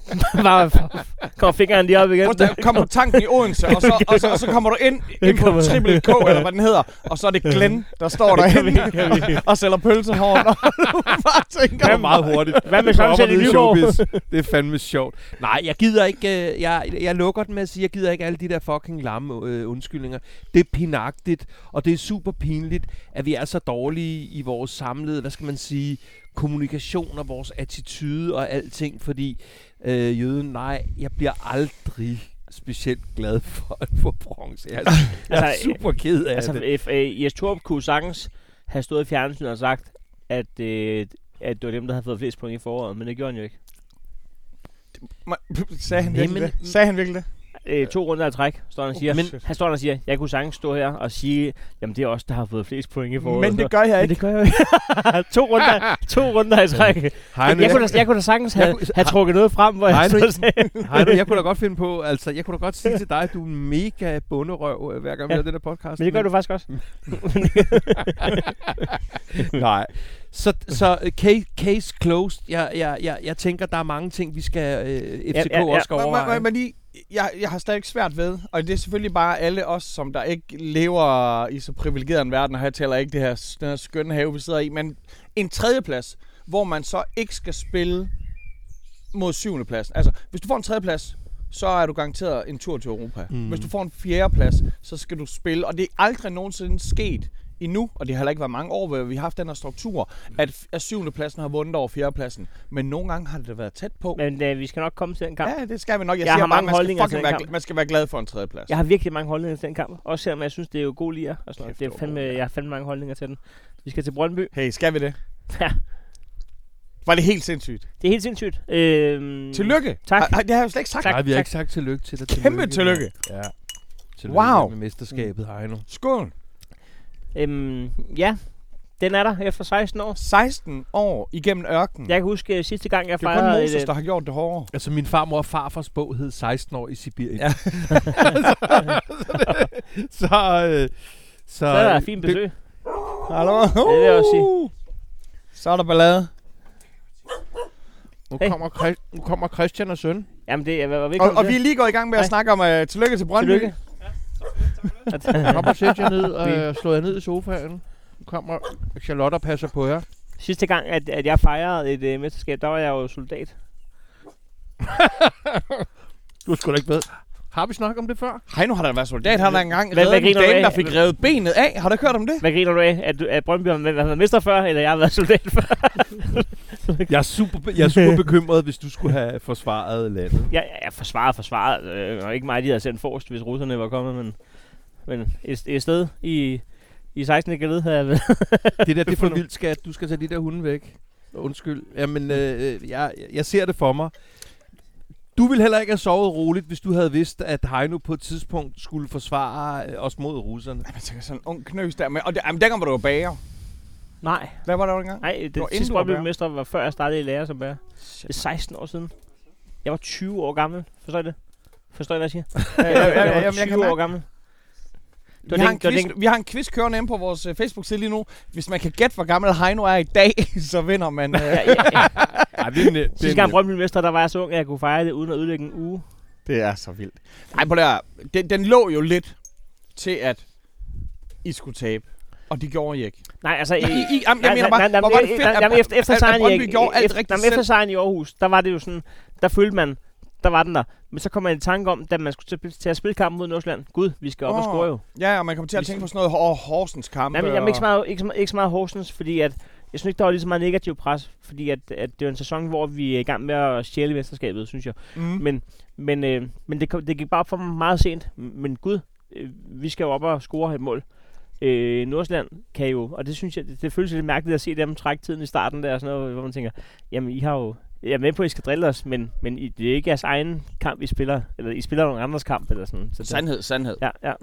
Kommer fingeren lige op igen. Kom på tanken i Odense, og så, og så, og så kommer du ind, ind på Triple K, eller hvad den hedder, og så er det Glenn, der står derinde og sælger pølsehorn, og du bare tænker... Det er meget hurtigt. Hvad med sådan i Nyborg? Det er fandme sjovt. Nej, jeg gider ikke... Jeg, jeg lukker den med at sige, jeg gider ikke alle de der fucking lamme øh, undskyldninger. Det er pinagtigt, og det er super pinligt, at vi er så dårlige i vores samlede, hvad skal man sige, kommunikation og vores attitude og alting, fordi øh, jøden, nej, jeg bliver aldrig specielt glad for at få bronze. Jeg er, jeg er altså, super ked af altså, det. Altså, Jes Torup kunne sagtens have stået i fjernsynet og sagt, at, øh, at det var dem, der havde fået flest point i foråret, men det gjorde han jo ikke. Sagde han virkelig det? Sagde han virkelig det? Øh, to runder af træk, står han og siger. Oh, Men shit. han står og siger, jeg kunne sagtens stå her og sige, jamen det er også der har fået flest point i foråret. Men det gør jeg Men ikke. det gør jeg ikke. to, runder, to runder i træk. Jeg, jeg, kunne da, jeg kunne da sagtens have, kunne- have trukket noget frem, hvor jeg Hej, stod nu- og sagde. Hej, du, jeg kunne da godt finde på, altså, jeg kunne da godt sige til dig, at du er en mega bunderøv, øh, hver gang vi Ja. har den der podcast. Men det gør du faktisk også. Nej. Så, så uh, case, case closed. Jeg, jeg, jeg, jeg tænker, der er mange ting, vi skal, øh, F C K Ja, ja, ja. også skal Men- overveje. men- Men lige, jeg, jeg har stadig svært ved, og det er selvfølgelig bare alle os, som der ikke lever i så privilegeret en verden, og her tæller ikke det her, den her skønne have, vi sidder i, men en tredjeplads, hvor man så ikke skal spille mod syvende plads. Altså, hvis du får en tredjeplads, så er du garanteret en tur til Europa. Mm. Mm. Hvis du får en fjerdeplads, så skal du spille, og det er aldrig nogensinde sket endnu, og det har heller ikke været mange år, hvor vi har haft den her struktur, at, at syvende pladsen har vundet over fjerdepladsen. Men nogle gange har det da været tæt på. Men øh, vi skal nok komme til den kamp. Ja, det skal vi nok. Jeg, Jeg siger har bare, mange man skal, holdninger til fucking den være, kamp. gl- man skal være glad for en tredjeplads. Jeg har virkelig mange holdninger til den kamp. Også selvom jeg synes, det er jo god lier. Og sådan noget. Kæft, Det er det var fandme, god. jeg har fandme mange holdninger til den. Vi skal til Brøndby. Hey, skal vi det? Ja, Var det helt sindssygt? det er helt sindssygt. Øhm, Tillykke. Tak. Ej, ej, det har jeg jo slet ikke sagt. Tak. Nej, vi har tak. ikke sagt tillykke til dig. Kæmpe tillykke. Ja. Tillykke Wow. med mesterskabet, Heino. Skål. Øhm, ja, den er der efter seksten år. seksten år igennem ørkenen. Jeg kan huske uh, sidste gang, jeg Det er kun fejrede Moses, et, der har gjort det hårdere. Altså, min farmor og farfars bog hed seksten år i Sibirien. Ja. så, øh, så, så er der et fint besøg. Hallo? vil jeg også sige. Så er der ballade. Nu Hey. kommer, Chris- nu kommer Christian og søn. Jamen, det er var Og, velkommen og vi er til. lige gået i gang med at Hej. snakke om uh, tillykke til Brøndby. Tillykke. Kom og sæt jer ned og øh, slå jer ned i sofaen. Nu kommer Charlotte og passer på jer. Sidste gang, at, at jeg fejrede et uh, mesterskab, der var jeg jo soldat. Du har sgu da ikke ved. Har vi snakket om det før? Hej, nu har der været soldat. Han har engang Hvad- hvad reddet en griner du dame, af? der fik revet benet af. Har du ikke hørt om det? Hvad griner du af? At, du, at Brøndby har været mester før, eller jeg har været soldat før? Jeg er super, be- jeg er super bekymret, hvis du skulle have forsvaret landet. Jeg, jeg forsvarede, forsvaret. Øh, og ikke mig, de havde sendt forrest, hvis russerne var kommet, men, men et, et sted i, i sekstende galed havde jeg været. Det der, det er for vildt, skat. Du skal tage de der hunde væk. Undskyld. Jamen, øh, jeg, jeg ser det for mig. Du ville heller ikke have sovet roligt, hvis du havde vidst, at Heino på et tidspunkt skulle forsvare øh, os mod russerne. Jeg tænker sådan en ung knøs der. Men, og det, jamen, dengang var du jo bager. Nej, Hvad var der dengang? nej, det var sidste inden du var Brøndby bager. mester var før jeg startede i lære som bager. Det er seksten år siden. Jeg var tyve år gammel. Forstår I det? Forstår I, hvad jeg siger? Ja, ja, ja, ja, jeg jamen, var jeg kan tyve år mærke. gammel. Vi var har, den- en det var quiz, den- vi har en quiz kørende inde på vores uh, Facebook-side lige nu. Hvis man kan gætte, hvor gammel Heino er i dag, så vinder man. Uh, Ja, ja, ja. Ej, det er net. Sidste gang Brøndby mester, der var jeg så ung, at jeg kunne fejre det uden at ødelægge en uge. det er så vildt. Nej, på det her. Den, den lå jo lidt til, at I skulle tabe. Og de gjorde I ikke. Nej, altså... I, I, jamen, jeg mener bare, nej, hvor var det fedt, at, jamen, efter, efter at, at sejren Brøndby i, gjorde alt efter, rigtigt jamen, efter selv. sejren i Aarhus, der var det jo sådan, der følte man, der var den der. Men så kom man i tanke om, da man skulle til, til at spille kampen mod Nordsjælland. Gud, vi skal op Åh, og score jo. Ja, og man kommer til at Vi- tænke på sådan noget Hor- Horsens kampe. Nej, men jeg ikke så meget, ikke så, meget- ikke så meget Horsens, fordi at, jeg synes ikke, der var lige så meget negativ pres, fordi at, at det var en sæson, hvor vi er i gang med at stjæle mesterskabet, synes jeg. Mm. Men, men, øh, men det, kom, det gik bare op for mig meget sent. Men gud, øh, vi skal jo op og score et mål. Øh, Nordsjælland kan jo, og det synes jeg, det, det føles lidt mærkeligt at se dem trække tiden i starten der, og sådan noget, hvor man tænker, jamen I har jo, jeg er med på, at I skal drille os, men, men I, det er ikke jeres egen kamp, I spiller, eller I spiller nogle andres kamp, eller sådan. Så det, Sandhed, sandhed. ja, ja.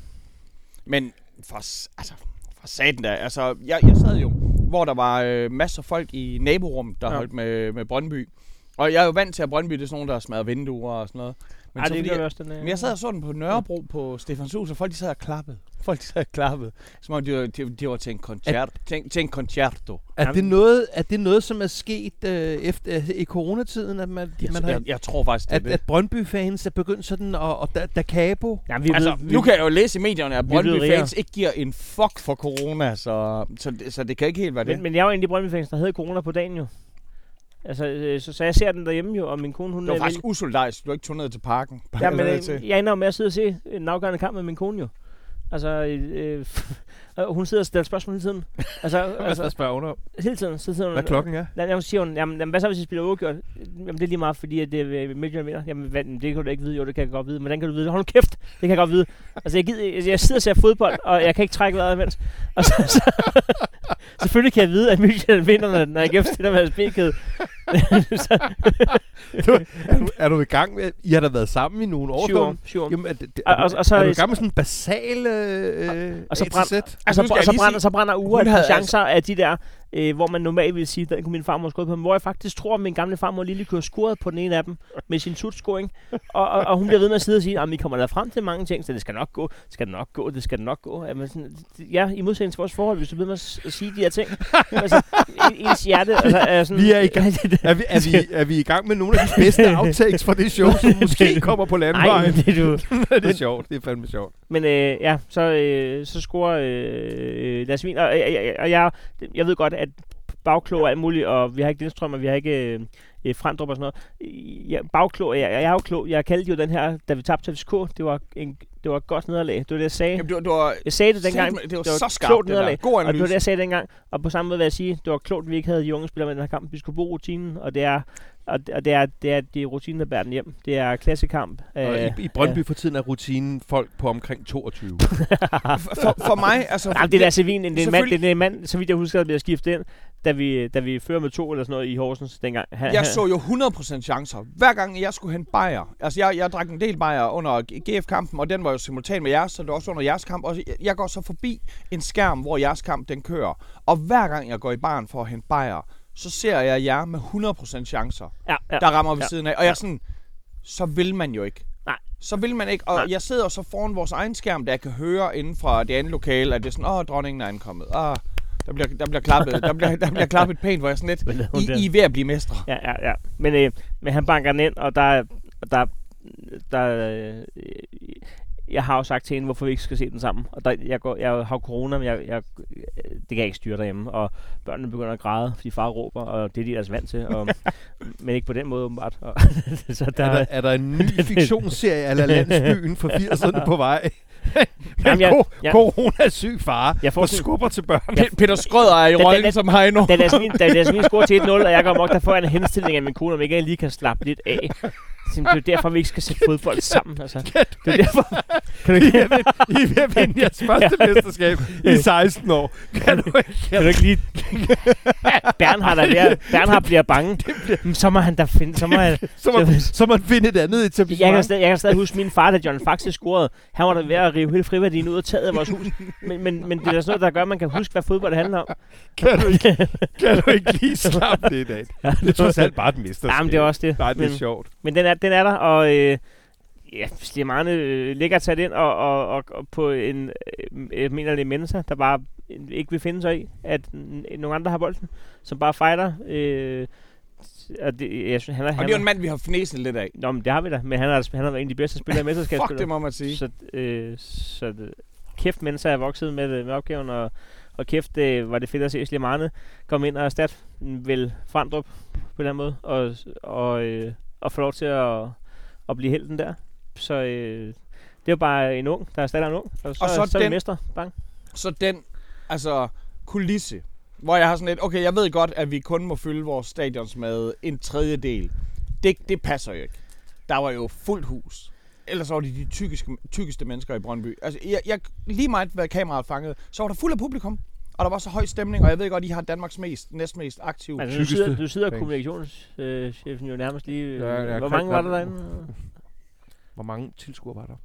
Men for, s- altså, for satan der, altså, jeg, jeg sad jo, hvor der var øh, masser af folk i naborummet, der Ja. ja. holdt med, med Brøndby. Og jeg er jo vant til, at Brøndby, det er sådan nogle, der smadrer vinduer og sådan noget. Men, Ej, så det fordi, gør vi jeg, også, den, øh, men jeg sad og så den på Nørrebro på Stefanshus, og folk de sad og klappede. Folk de sad og klappede. Som om de var, de, de var til en koncert. Til, til en concerto. Er det, noget, er det noget, som er sket øh, efter, øh, i coronatiden, at, man, Jeg, man har, jeg, jeg tror faktisk, det er at, det. at Brøndby-fans er begyndt sådan, og, og da, da Cabo... Jamen, vi er Altså, blevet, vi, nu kan jeg jo læse i medierne, at vi er blevet Brøndby-fans ikke giver en fuck for corona, så, så, det, så det kan ikke helt være det. men, men jeg var en af de Brøndby-fans, der havde corona på dagen jo. Altså, øh, så, så jeg ser den derhjemme jo, og min kone, hun det var er faktisk usolidarisk, du er ikke tog ned til parken. Ja, men Eller øh, til- jeg ender jo med at sidde og se en afgørende kamp med min kone jo. Altså, øh, Og hun sidder og stiller spørgsmål hele tiden. Altså, Hvad altså spørger hun om? hele tiden. Så sidder hun, Hvad klokken er? Jamen, siger hun, jamen, jamen, hvad så hvis I spiller uafgjort? Jamen, det er lige meget, fordi at det er Midtjylland vinder. Jamen, hvad, det kan du da ikke vide. Jo, det kan jeg godt vide. Men hvordan kan du vide det? Hold nu kæft, det kan jeg godt vide. Altså, jeg, gider, jeg sidder og ser fodbold, og jeg kan ikke trække vejret imens. Og så, så selvfølgelig kan jeg vide, at Midtjylland vinder, når jeg gennemstiller med spilkæde. er, du, er du i gang med... I har da været sammen i nogle år. Syv år. Syv år. Jamen, er, det, er, Og- og- og så- er du i gang med sådan en basal øh, Og så A til brænd- Z? Altså, Altså, nu skal og jeg så lige brænder, sige- så brænder uger Hun et havde par chancer af de der, øh, hvor man normalt ville sige, den kunne min farmor skåret på, men hvor jeg faktisk tror, at min gamle farmor lige kunne have scoret på den ene af dem med sin tutscoring. Og, og, og hun bliver ved med at sidde og sige, at vi kommer der frem til mange ting, så det skal nok gå, det skal nok gå, det skal nok gå. Jamen, sådan, ja, i modsætning til vores forhold, hvis du bliver med at s- at sige de her ting. Altså, en- ens hjerte altså, er sådan... Vi er i gang. Er vi, er, vi, er vi i gang med nogle af de bedste outtakes fra det show, som måske kommer på Nej, landevejen? det er du. Det er sjovt. Det er fandme sjovt. Men øh, ja, så, øh, så scorer øh, Lasse Wien, og, og, og, og jeg, jeg ved godt, at bagklog og alt muligt, og vi har ikke Lindstrøm, og vi har ikke øh, Frandrup og sådan noget. Jeg, bagklog, jeg, jeg er jo klog. Jeg kaldte jo den her, da vi tabte til F C K, det var, en, det var et godt nederlag. Det var det, jeg sagde. Jamen, det var, det var, Jeg sagde det dengang. det var, det var så et skarpt, klogt det der. nederlag. God Og det var analyse. det, jeg sagde dengang. Og på samme måde vil jeg sige, det var klogt, at vi ikke havde de unge spillere med den her kamp. Vi skulle bruge rutinen, og det er, og det, og det er, det er, det er rutinen, der bærer den hjem. Det er klassekamp. Og Øh, i, I Brøndby for tiden er rutinen folk på omkring toogtyve. for, for mig, altså... Nej, det er Lasse Wien, det er en mand, Selvfølgelig- det er en mand, så vidt jeg husker, der bliver skiftet ind, da vi, da vi fører med to eller sådan noget i Horsens dengang. Han, Jeg så jo hundrede procent chancer. Hver gang jeg skulle hente bajer. Altså, jeg, jeg drak en del bajer under G F-kampen, og den var jo simultan med jeres, så det var også under jeres kamp. Og jeg, jeg går så forbi en skærm, hvor jeres kamp den kører. Og hver gang jeg går i baren for at hente bajer, så ser jeg jer med hundrede procent chancer, ja, ja. der rammer ved ja. siden af. Og jeg er sådan, så vil man jo ikke. Nej. Så vil man ikke. Og Nej. jeg sidder så foran vores egen skærm, der jeg kan høre inden fra det andet lokale, at det er sådan, åh, dronningen er ankommet. Åh, der bliver, der bliver klappet, der bliver, der bliver klappet pænt, hvor jeg er sådan lidt, Hvad lavede hun I, der? I er ved at blive mestre. Ja, ja, ja. Men, øh, men han banker den ind, og der, der, der øh, jeg har jo sagt til hende, hvorfor vi ikke skal se den sammen. Og der, jeg, går, jeg har corona, men jeg, jeg, det kan jeg ikke styre derhjemme. Og børnene begynder at græde, fordi far råber, og det er de ellers vant til. Og, men ikke på den måde, åbenbart. Og, så der, Er der, er der en ny fiktionsserie eller Landsbyen fra firserne på vej? Jamen, jeg- Ko- jeg- Corona-syg far, Jeg får der sådan- skubber til børn. Pe- Peter Skrøder er i Da- da- rollen da- som Heino. da Lasse Wien, da Lasse Wien scorer til et nul, og jeg går amok, der får jeg en henstilling af min kone, om ikke jeg lige kan slappe lidt af. Så det er jo derfor, vi ikke skal sætte fodbold sammen. Altså. Det er derfor. Kan du I ikke, er ved- I er ved at vinde jeres første mesterskab i seksten år. Kan du ikke? kan du ikke lige... Bernhard, er ved at- Bernhard bliver bange. Men så må han da finde... Så må han, Så må, så må man finde et andet jeg, kan etablissement. stadig, jeg kan stadig huske min far, da John faktisk scorede. Han var der ved at rive hele friværdien ud af taget af vores hus. Men, men, men det er da sådan noget, der gør, at man kan huske, hvad fodbold handler om. Kan du ikke, kan du ikke lige slappe det i dag? Det er trods alt bare et mesterskab. Jamen, det er også det. Nej, det er Men- sjovt. Men den er, den er der, og øh, ja, Slimane øh, ligger sat ind og, og, og, og på en, øh, jeg mener det er Mensa, der bare ikke vil finde sig i, at n- nogle andre har bolden, som bare fighter. Øh, og det, jeg synes, han er, Og han det er jo er, en mand, vi har fnæset lidt af. Nå, men det har vi da, men han er, han er en af de bedste spillere i Fuck, det mesterskabsspillere. må man sige. Så, øh, så det, kæft, Mensa er vokset med, med opgaven, og, og kæft, øh, var det fedt at se Slimane komme ind og erstatte vel Frandrup på en eller anden måde, og, og, øh, og få lov til at, at blive helten der. Så øh, det er jo bare en ung, der erstatter en ung, og så, Og så så, så er vi den- mester. Bang. Så den, altså, kulisse, hvor jeg har sådan lidt, okay, jeg ved godt, at vi kun må fylde vores stadions med en tredjedel. Det, det passer jo ikke. Der var jo fuldt hus. Ellers var det de tykkeste, tykkeste mennesker i Brøndby. Altså, jeg, jeg, lige meget hvad kameraet fangede, så var der fuld af publikum. Og der var så høj stemning, og jeg ved godt, I har Danmarks mest, næstmest aktive. Altså, nu tykkeste sidder, du sidder fans. kommunikationschefen jo nærmest lige... Ja, ja, hvor klar- mange var der klar- derinde? Hvor mange tilskuere var der?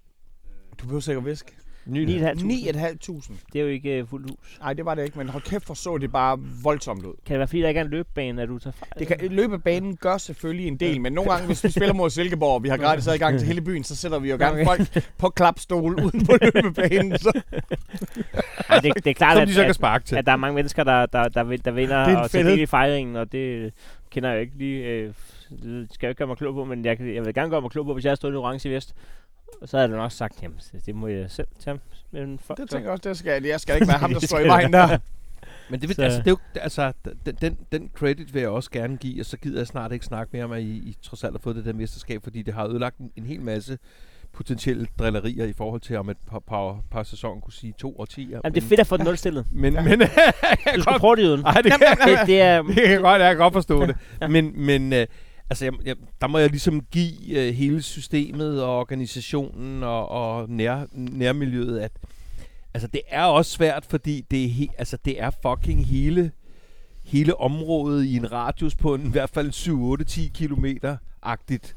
Du behøver sikkert viske. ni tusind fem hundrede. ni tusind fem hundrede. Det er jo ikke uh, fuldt hus. Nej, det var det ikke, men hold kæft, for så det bare voldsomt ud. Kan det være, fordi der ikke er en løbebane, at du tager fejl? Det kan, løbebanen gør selvfølgelig en del, men nogle gange, hvis vi spiller mod Silkeborg, og vi har gratis adgang til hele byen, så sætter vi jo gerne folk på klapstol uden på løbebanen. Så. Ej, det, det er klart, Som at, de så kan at, sparke til. at der er mange mennesker, der, der, der, vil- der vinder Det er en og tager fælde. del i fejringen, og det kender jeg jo ikke lige. Øh, det skal jeg ikke gøre mig klog på, men jeg, kan- jeg vil gerne gøre mig klog på, hvis jeg har stået i en orange vest. Så havde du nok sagt, jamen, det må jeg selv tage. Men for, Det tænker jeg også, det skal jeg. Jeg skal ikke være ham, der står i vejen der. Men det, vil, Så- altså, det er jo, altså, den, den, den credit vil jeg også gerne give, og så gider jeg snart ikke snakke mere om, at I, I trods alt har fået det der mesterskab, fordi det har ødelagt en, en hel masse potentielle drillerier i forhold til, om et par, par, par sæsoner kunne sige to årtier. Jamen, det er fedt at få den nulstillet. Men, ja. men du skal prøve det uden. Nej, det, det, det er... det kan godt, jeg kan godt forstå det. ja. Men, men øh, altså, jeg, jeg, der må jeg ligesom give øh, hele systemet og organisationen og, og nær, nærmiljøet, at altså, det er også svært, fordi det er, he, altså, det er fucking hele, hele området i en radius på en, i hvert fald syv otte ti kilometer-agtigt,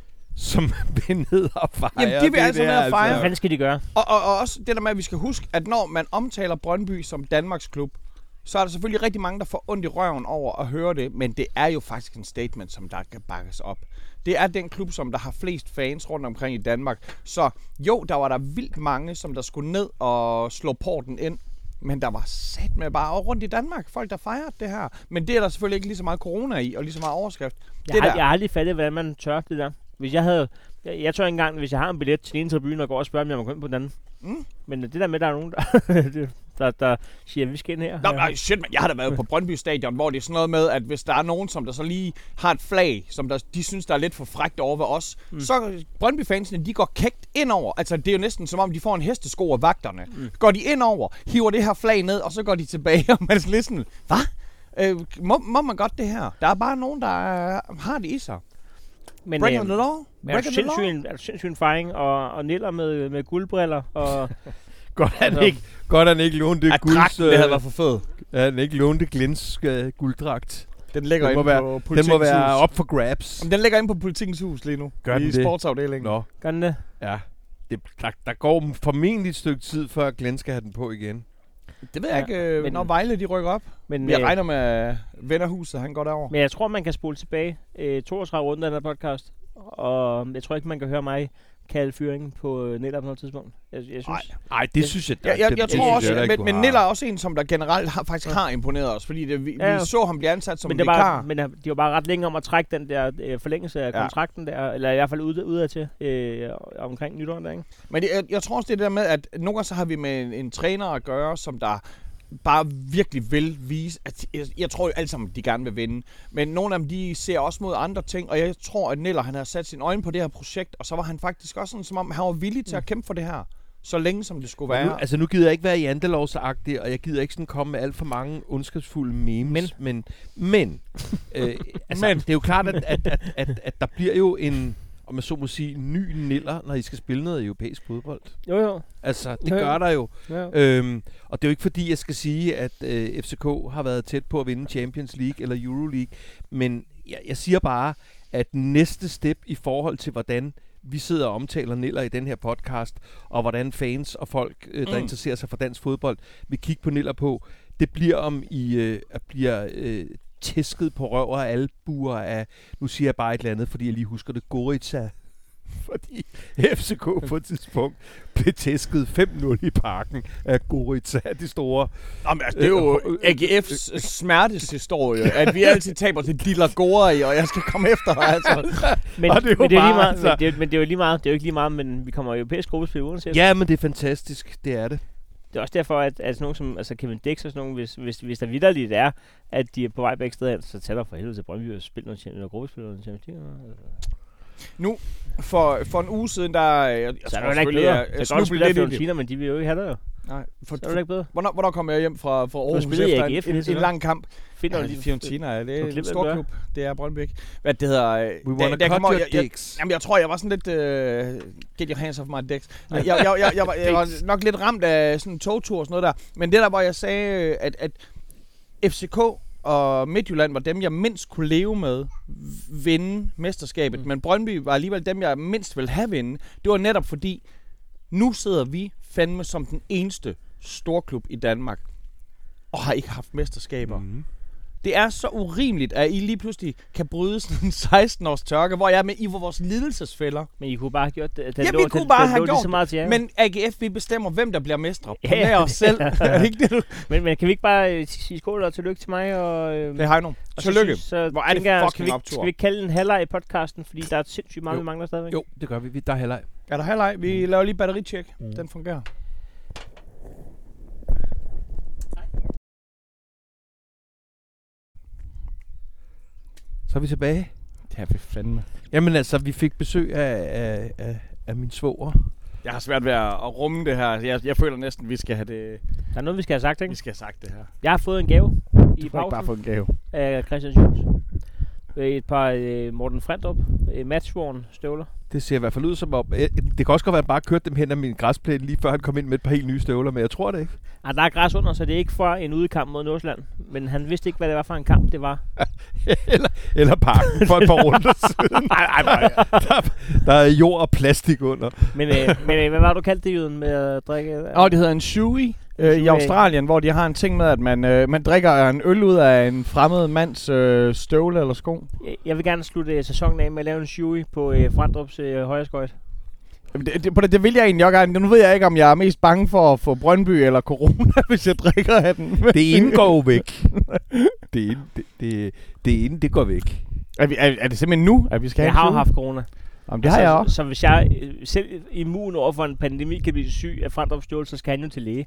som vil ned og fejre. Jamen, de vil altså ned og fejre. Hvad skal de gøre? Og, og, og også det der med, at vi skal huske, at når man omtaler Brøndby som Danmarks klub, så er der selvfølgelig rigtig mange, der får ondt i røven over at høre det, men det er jo faktisk en statement, som der kan bakkes op. Det er den klub, som der har flest fans rundt omkring i Danmark. Så jo, der var der vildt mange, som der skulle ned og slå porten ind, men der var sat med bare rundt i Danmark, folk der fejrede det her. Men det er der selvfølgelig ikke lige så meget corona i, og lige så meget overskrift. Jeg, det har, der. jeg har aldrig fattet, hvordan man tør det der. Hvis jeg havde... Jeg, jeg tør ikke engang, hvis jeg har en billet til den ene tribune, og går og spørger, om jeg må gå ind på den anden. Mm. Men det der med, der er nogen, der, der, der siger, at vi skal ind her. Nå, nej, shit, man. Jeg har da været på Brøndby Stadion, hvor det er sådan noget med, at hvis der er nogen, som der så lige har et flag, som der, de synes, der er lidt for frækt over ved os, mm. så Brøndby-fansene, de går kægt ind over. Altså, det er jo næsten som om, de får en hestesko af vagterne. Mm. Går de ind over, hiver det her flag ned, og så går de tilbage, og man er sådan lidt sådan, hvad? Øh, må, må man godt det her? Der er bare nogen, der er, har det i sig. Men, Breaking øh, the law? Er du sindssygt en, sindssyg en fejring, og, og Niller med, med guldbriller, og... godt han ikke, godt han ikke lånte at gulds... dragten, det havde været for fed. Ja, han ikke lånte Glins uh, gulddragt. Den ligger inde være, på Politikens Den må være hus. op for grabs. Den ligger inde på Politikens hus lige nu. Gør i den sportsafdelingen. Nå. Gør den det? Ja. Det, der, der går formentlig et stykke tid, før Glenn skal have den på igen. Det ved jeg ja, ikke, men, når Vejle de rykker op. Men jeg øh, regner med, at Vennerhuset, han går derover. Men jeg tror, man kan spole tilbage øh, toogtredive runder af den her podcast. Og jeg tror ikke, man kan høre mig kalde fyringen på øh, Niller på noget tidspunkt. Jeg, jeg synes... Nej, det synes jeg... Jeg, jeg, jeg, jeg tror også, jeg, men, men Niller er også en, som der generelt har, faktisk har imponeret os. Fordi det, vi, ja, vi så ham blive ansat som men det vikar. Var, men de var bare ret længe om at trække den der øh, forlængelse af kontrakten ja. der. Eller i hvert fald ud, udad til øh, omkring nytåret der, ikke? Men det, jeg, jeg tror også, det er det der med, at nogle gange så har vi med en, en træner at gøre, som der... bare virkelig vil vise, at jeg, jeg tror jo alle sammen, de gerne vil vinde. Men nogle af dem, de ser også mod andre ting, og jeg tror, at Niller, han har sat sine øjne på det her projekt, og så var han faktisk også sådan, som om han var villig til at kæmpe for det her, så længe som det skulle være. Nu, altså nu gider jeg ikke være jantelovsagtig, og jeg gider ikke sådan komme med alt for mange ondskabsfulde memes, men, men, men, øh, altså, men. det er jo klart, at, at, at, at, at der bliver jo en... og man så må sige, ny Niller, når I skal spille noget europæisk fodbold. Jo, jo. Altså, det jo, jo. gør der jo. jo. Øhm, og det er jo ikke fordi, jeg skal sige, at øh, F C K har været tæt på at vinde Champions League eller Euro League, men jeg, jeg siger bare, at næste step i forhold til, hvordan vi sidder og omtaler Niller i den her podcast, og hvordan fans og folk, øh, der mm. interesserer sig for dansk fodbold, vil kigge på Niller på, det bliver om I øh, bliver... Øh, tæsket på røv og albuer af, nu siger jeg bare et eller andet, fordi jeg lige husker det, Gorica. Fordi F C K på et tidspunkt blev tæsket fem nul i parken af Gorica, det store... Jamen, altså, det er jo A G F's smerteshistorie, at vi altid taber til Diller Gori, og jeg skal komme efter dig, altså. Men, og det er jo men, det er bare, lige meget, altså. men, det, men det er jo lige meget, det er jo ikke lige meget, men vi kommer jo europæisk gruppespil uanset. Ja, men det er fantastisk, det er det. Det er også derfor, at, at sådan nogen som altså Kevin Dix og sådan nogen, hvis, hvis, hvis der vitterligt er, at de er på vej begge steder hen, så tæller for helvede til Brøndby og spille noget, noget gruppespil eller noget Champions League. Nu, for, for en uge siden, der... Jeg, jeg så tror er det ikke bedre. Det er godt spille af lidt Fiorentina, men de vil jo ikke have det jo. Nej, for, så er det ikke bedre. Hvornår, hvornår kommer jeg hjem fra, fra Aarhus efter en, en, en lang kamp? Finder ja, lige Fiorentina, ja, det er en stor klub. Det er Brøndby ikke. Hvad det hedder... We wanna der, cut your your jeg, dicks. Jeg, jamen, jeg tror, jeg var sådan lidt... Uh, get your hands off my dicks. jeg, jeg, jeg, jeg, jeg, var, jeg var nok lidt ramt af sådan en togtur og sådan noget der. Men det der, hvor jeg sagde, at, at F C K og Midtjylland var dem, jeg mindst kunne leve med vinde mesterskabet. Mm. Men Brøndby var alligevel dem, jeg mindst ville have vinde. Det var netop fordi, nu sidder vi fandme som den eneste storklub i Danmark og har ikke haft mesterskaber. Mm. Det er så urimeligt, at I lige pludselig kan bryde sådan en seksten års tørke, hvor jeg er med i vores lidelsesfælder. Men I kunne bare have gjort det. Den ja, lå, vi kunne den, bare den have lå gjort så meget til jer. Men A G F, vi bestemmer, hvem der bliver mestre. På ja, nær os selv. Er det ikke det, du... men, men kan vi ikke bare øh, sige skål og tillykke til mig? Og, øh, det har jeg nu. Tillykke. Så, så hvor er det jeg, fucking skal vi, optur. skal vi ikke kalde en halvleg i podcasten, fordi der er sindssygt meget, jo. vi mangler stadigvæk? Jo, det gør vi. Der er halvleg. Er der halvleg? Vi mm. laver lige batteritjek. Mm. Den fungerer. Så er vi tilbage. Det er vi fandme. Jamen altså, vi fik besøg af, af, af, af min svoger. Jeg har svært ved at, at rumme det her. Jeg, jeg føler næsten, at vi skal have det. Der er noget, vi skal have sagt, ikke? Vi skal have sagt det her. Jeg har fået en gave Du i får ikke bare pausen få en gave. af Christian Schultz. Et par øh, Morten Frendrup øh, matchworn støvler. Det ser i hvert fald ud som om... Øh, det kan også godt være, at han bare kørte dem hen af min græsplæne, lige før han kom ind med et par helt nye støvler, men jeg tror det ikke. Ah, der er græs under, så det er ikke for en udekamp mod Nordsjælland. Men han vidste ikke, hvad det var for en kamp, det var. eller, eller parken for et par runder siden. Nej, nej, nej. Der, der er jord og plastik under. Men, øh, men øh, hvad var du kaldt det, Jyden, med at drikke? Åh, oh, det hedder en shui øh, i Australien, hvor de har en ting med, at man, øh, man drikker en øl ud af en fremmed mands øh, støvle eller sko. Jeg, jeg vil gerne slutte øh, sæsonen af med at lave en shui på øh, Frendrups øh, højre skøjt. Det, det, det, det vil jeg egentlig også gerne. Nu ved jeg ikke, om jeg er mest bange for at få Brøndby eller corona, hvis jeg drikker af den. Det ene går jo væk. Det ene, det, det, det ene, det går væk. Er, vi, er, er det simpelthen nu, at vi skal Jeg have har en jo shui? haft corona. Jamen, det har jeg også. Så, så hvis jeg øh, selv immun over for en pandemi kan blive syg af Frendrups støvle, så skal han jo til læge.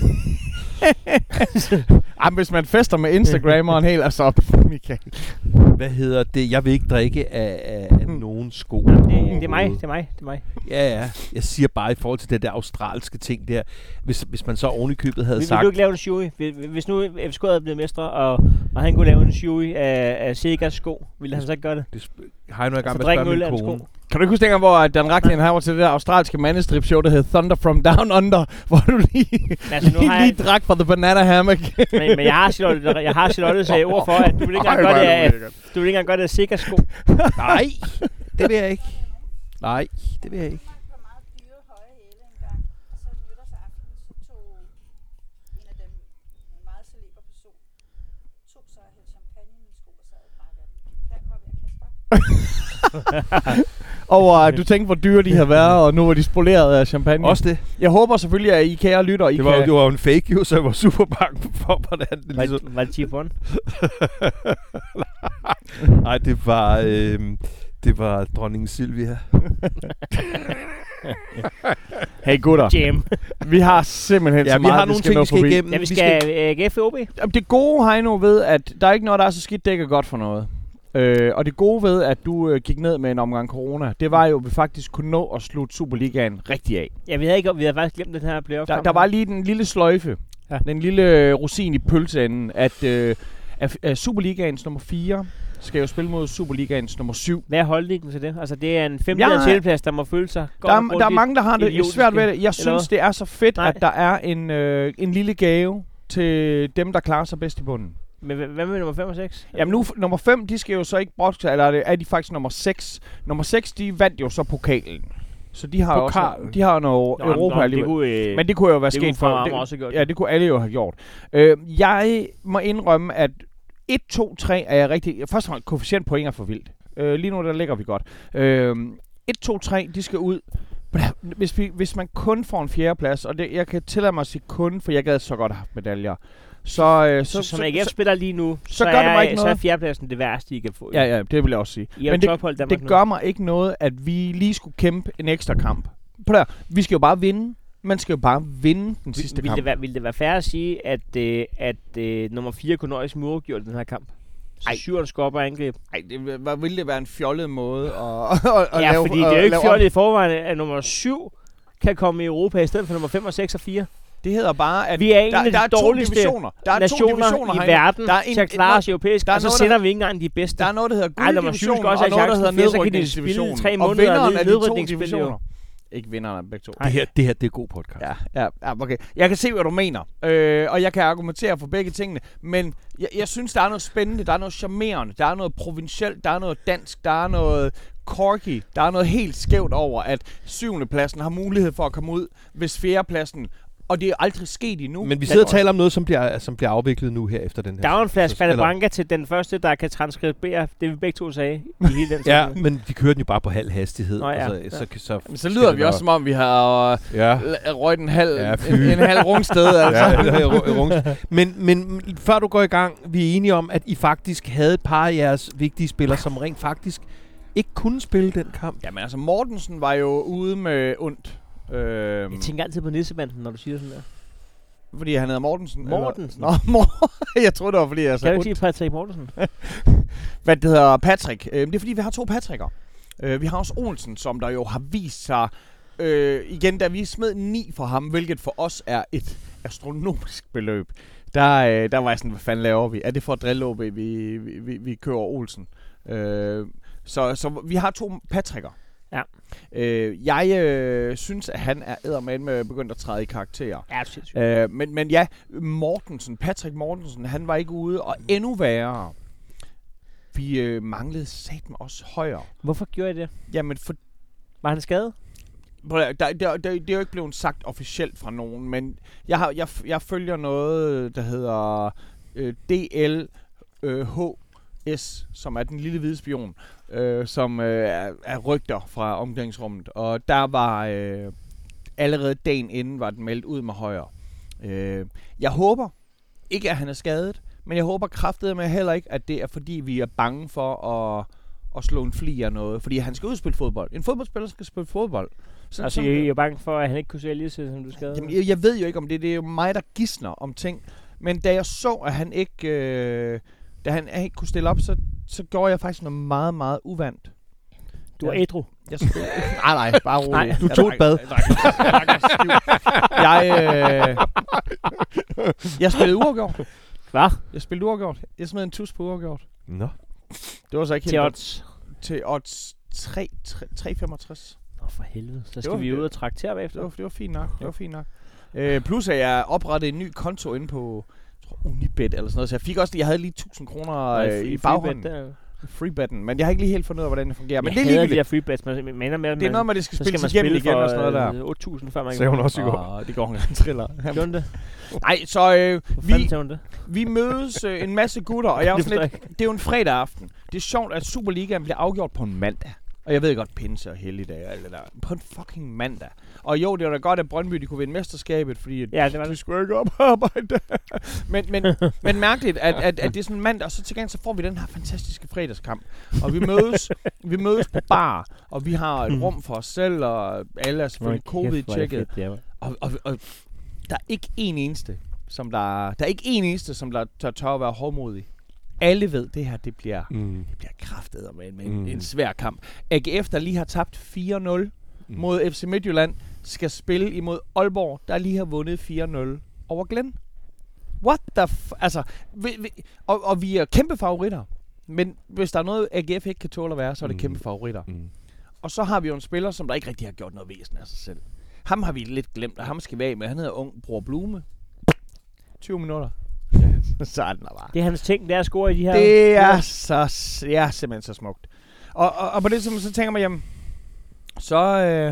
Jamen, hvis man fester med Instagrammeren helt, altså, Michael. Hvad hedder det? Jeg vil ikke drikke af, af, af nogen sko. Det, det er mig, det er mig, det er mig. Ja, ja. Jeg siger bare i forhold til det der australske ting der. Hvis, hvis man så oven i købet havde Vil, sagt... vil du ikke lave en shui? Hvis nu F C K havde blevet mestre, og, og han kunne lave en shui af, af Segas sko, ville han så ikke gøre det? Det sp- har jeg nu i gang Altså med at drikke spørge øl min af en kone. sko? Kan du ikke huske dengang, hvor Dan Racklin her var til det der australske mandestrip-show, der hed Thunder from Down Under, hvor du lige, Altså, nu lige, har jeg- lige drak fra The Banana Hammock? Men, men jeg har Charlotte, jeg har Charlottes øh, ord for, at du vil ikke engang gøre det af, du vil ikke engang gøre det af Segas sko. Nej, det vil jeg ikke. Nej, det vil jeg ikke. Et par meget dyre høje hæle engang, og så nytårsaften, så tog en af dem, en meget celeber person, tog så og hældte champagne i mine sko og sad og drak af dem. Den var ved at kaste op. Over at du tænkte, hvor dyre de havde været, og nu var de spoleret af champagne. Også det. Jeg håber selvfølgelig, at I kære lytter, I Det var, kan... det var jo en fake jo, så jeg var super bange for, hvordan det Var, ligesom... det- var det Chipon? Nej, det var... Øh, det var dronning Silvia. Hey gutter, Jam. vi har simpelthen Ja, så vi meget, har nogle ting, nå vi skal forbi. igennem. Ja, vi skal øh, G F O B. Jamen, det gode, Heino, ved, at der er ikke noget, der er så skidt, det ikke er godt for noget. Øh, og det gode ved, at du øh, gik ned med en omgang corona, det var jo, at vi faktisk kunne nå at slutte Superligaen rigtig af. Ja, vi havde, ikke, vi havde faktisk glemt den her playoff. Der, der var lige den lille sløjfe, Ja. ja. den lille øh, rosin i pølseenden, at, øh, at, at Superligaens nummer fire skal jo spille mod Superligaens nummer syv. Hvad er holdningen til det? Altså, det er en femte Ja, ja, tilplads, der må føle sig godt Der og er, der er grundigt mange, der har det idiotiske, svært ved det. Jeg eller synes, hvad? det er så fedt, Nej. at der er en, øh, en lille gave til dem, der klarer sig bedst i bunden. Men hvad med nummer fem og seks? Jamen nu, nummer fem, de skal jo så ikke brokse, eller er, det, er de faktisk nummer seks. Nummer seks, de vandt jo så pokalen. Så de har jo også, Pokalen? de har noget Nå, Europa nå, alligevel. det kunne, øh, Men det kunne jo være det kunne sket for... Fremad også have gjort. Ja, det kunne alle jo have gjort. Øh, jeg må indrømme, at et, to, tre er jeg rigtig... Først og fremmest, koefficientpoint er for vildt. Øh, lige nu, der ligger vi godt. Øh, et, to, tre, de skal ud. Hvis, vi, hvis man kun får en fjerdeplads, og det, jeg kan tillade mig at sige kun, for jeg gad så godt have haft medaljer. Så, øh, Så, så, så, som A G F spiller lige nu, så, så så, gør det er, mig ikke så er noget. fjerdepladsen det værste, I kan få. Ja, ja, det vil jeg også sige. I er Men jo det, tophold Danmark det gør mig ikke noget, at vi lige skulle kæmpe en ekstra kamp. På der, vi skal jo bare vinde. Man skal jo bare vinde den sidste Vil kamp. det, være, vil det være fair at sige, at, øh, at øh, nummer fire kunne nøjes med uafgjort i den her kamp? Så Ej. syveren skal op og angreb. Ej, det vil, hvad ville det være en fjollet måde at, at, at Ja, lave, fordi det at er jo ikke lave om? fjollet i forvejen, at nummer syv kan komme i Europa i stedet for nummer fem og seks og fire. Det hedder bare, at Vi er en der, af de der er to dårligste divisioner. Der er to nationer divisioner i herinde. verden Der er en- til at klare os europæisk, der er og så noget, der- sender vi ikke engang de bedste. Der er noget, der hedder Ej, nummer syv skal gulddivisionen, også og have noget, der chancen, hedder for så kan de nedrykningsdivisionen. spille tre Og måneder vinderen ned- af de to nedrykningsspil, jo. divisioner. Ikke vinderen af begge to. Det her, det her, det er god podcast. Ja, ja, ja, okay. Jeg kan se, hvad du mener, øh, og jeg kan argumentere for begge tingene, men jeg, jeg synes, der er noget spændende, der er noget charmerende, der er noget provincielt, der er noget dansk, der er noget corky, der er noget helt skævt over, at syvende pladsen har mulighed for at komme ud, hvis fjerdepladsen, og det er aldrig sket endnu. Men vi sidder og taler om noget, som bliver, som bliver afviklet nu her efter den her. Der er jo en flaske Eller- Branca til den første, der kan transkribere det, vi begge to sagde i hele den Ja, sætning. men de kører den jo bare på halv hastighed. Nå, ja. og så, så, så, så, Men så lyder vi også, som om vi har øh, Ja. l- røget en halv, Ja, ja, fy. en, en halv rungsted. Altså. Ja, det har jeg ru- rungs. men, men før du går i gang, vi er enige om, at I faktisk havde et par af jeres vigtige spillere, som rent faktisk ikke kunne spille den kamp. Jamen altså, Mortensen var jo ude med ondt. Øhm, Jeg tænker altid på nissebanden, når du siger sådan der. fordi han hedder Mortensen. Mortensen? Eller? Nå, Mor- jeg troede, det var, fordi jeg Kan sagde du ondt. ikke sige Patrick Mortensen? Hvad det hedder Patrick. Øhm, det er, fordi vi har to Patricker. Uh, vi har også Olsen, som der jo har vist sig... Uh, igen, da vi smed ni for ham, hvilket for os er et astronomisk beløb, der, uh, der var jeg sådan, hvad fanden laver vi? Er det for at drille O B, vi, vi, vi, vi kører Olsen? Uh, så, så vi har to Patricker. Ja. Øh, jeg øh, synes, at han er eddermame begyndt at træde i karakter. Ja, det synes øh, men, men ja, Mortensen, Patrick Mortensen, han var ikke ude, og endnu værre. Vi øh, manglede satme også højere. Hvorfor gjorde I det? Jamen, for... Var han skadet? Der, der, der, det er jo ikke blevet sagt officielt fra nogen, men jeg, har, jeg, jeg følger noget, der hedder øh, D L H S, som er den lille hvide spion, øh, som øh, er, er rygter fra omklædningsrummet. Og der var øh, allerede dagen inden, var den meldt ud med højre. Øh, jeg håber ikke, at han er skadet, men jeg håber kraftedeme heller ikke, at det er fordi, vi er bange for at, at slå en fli af noget. Fordi han skal ud og spille fodbold. En fodboldspiller skal spille fodbold. Så, altså, jeg, jeg er bange for, at han ikke kunne se lige som du skadede? Jamen, jeg, jeg ved jo ikke om det. Det er jo mig, der gisner om ting. Men da jeg så, at han ikke... Øh, Da han ikke kunne stille op, så, så gjorde jeg faktisk noget meget, meget uvandt. Du var ædru? Jeg spil- nej, nej, bare roligt. Nej, du tog et bad. Jeg, øh, jeg spillede uafgjort. Hvad? Jeg spillede uafgjort. Jeg smed en tus på uafgjort. Nå. Det var så ikke helt... Til odds? Til odds tre komma femogtres. Nå, for helvede. Så skal var, vi ud og traktere bagefter. Det var, det var fint nok. Det var fint nok. Øh, plus at jeg oprettede en ny konto inde på... Unibet eller sådan noget, så jeg fik også, jeg havde lige tusind kroner øh, i baghånden. Freebetten, men jeg har ikke lige helt fundet ud af, hvordan det fungerer. Men jeg det er lige de her freebets, man mener med, det er noget med, at det skal spilles skal igennem igen for, og sådan noget der. otte tusind før man sagde hun også i går. Åh, det går hun en triller. Gjorde det? Nej, så øh, vi, det? vi mødes øh, en masse gutter, og jeg er sådan lidt, det er jo en fredag aften. Det er sjovt, at Superligaen bliver afgjort på en mandag. Og jeg ved godt, pinse og helligdag og alt det der. På en fucking mandag. Og jo, det var da godt, at Brøndby de kunne vinde mesterskabet, fordi ja, det var de det. skulle ikke op og arbejde. men, men, men mærkeligt, at, at, at det er sådan en mandag, og så til gengæld så får vi den her fantastiske fredagskamp. Og vi mødes, vi mødes på bar, og vi har et rum for os selv, og alle er selvfølgelig covid-tjekket. Og, og, og der er ikke en eneste, som der, der er ikke en eneste, som der tør, tør at være hårdmodig. Alle ved, det her, det bliver, mm. det bliver kraftet med, med mm. en, en svær kamp. A G F, der lige har tabt fire nul mm. mod F C Midtjylland, skal spille imod Aalborg, der lige har vundet fire nul over Glenn. What the f... Altså, vi, vi, og, og vi er kæmpe favoritter. Men hvis der er noget, A G F ikke kan tåle at være, så er det mm. kæmpe favoritter. Mm. Og så har vi jo en spiller, som der ikke rigtig har gjort noget væsen af sig selv. Ham har vi lidt glemt, og ham skal vi af med. Han hedder Ung Bror Blume. tyve minutter. Sådan der bare. Det er hans ting, det er at score i de her... Det er så... Ja, simpelthen så smukt. Og, og, og på det så tænker man, jamen... Så... Øh,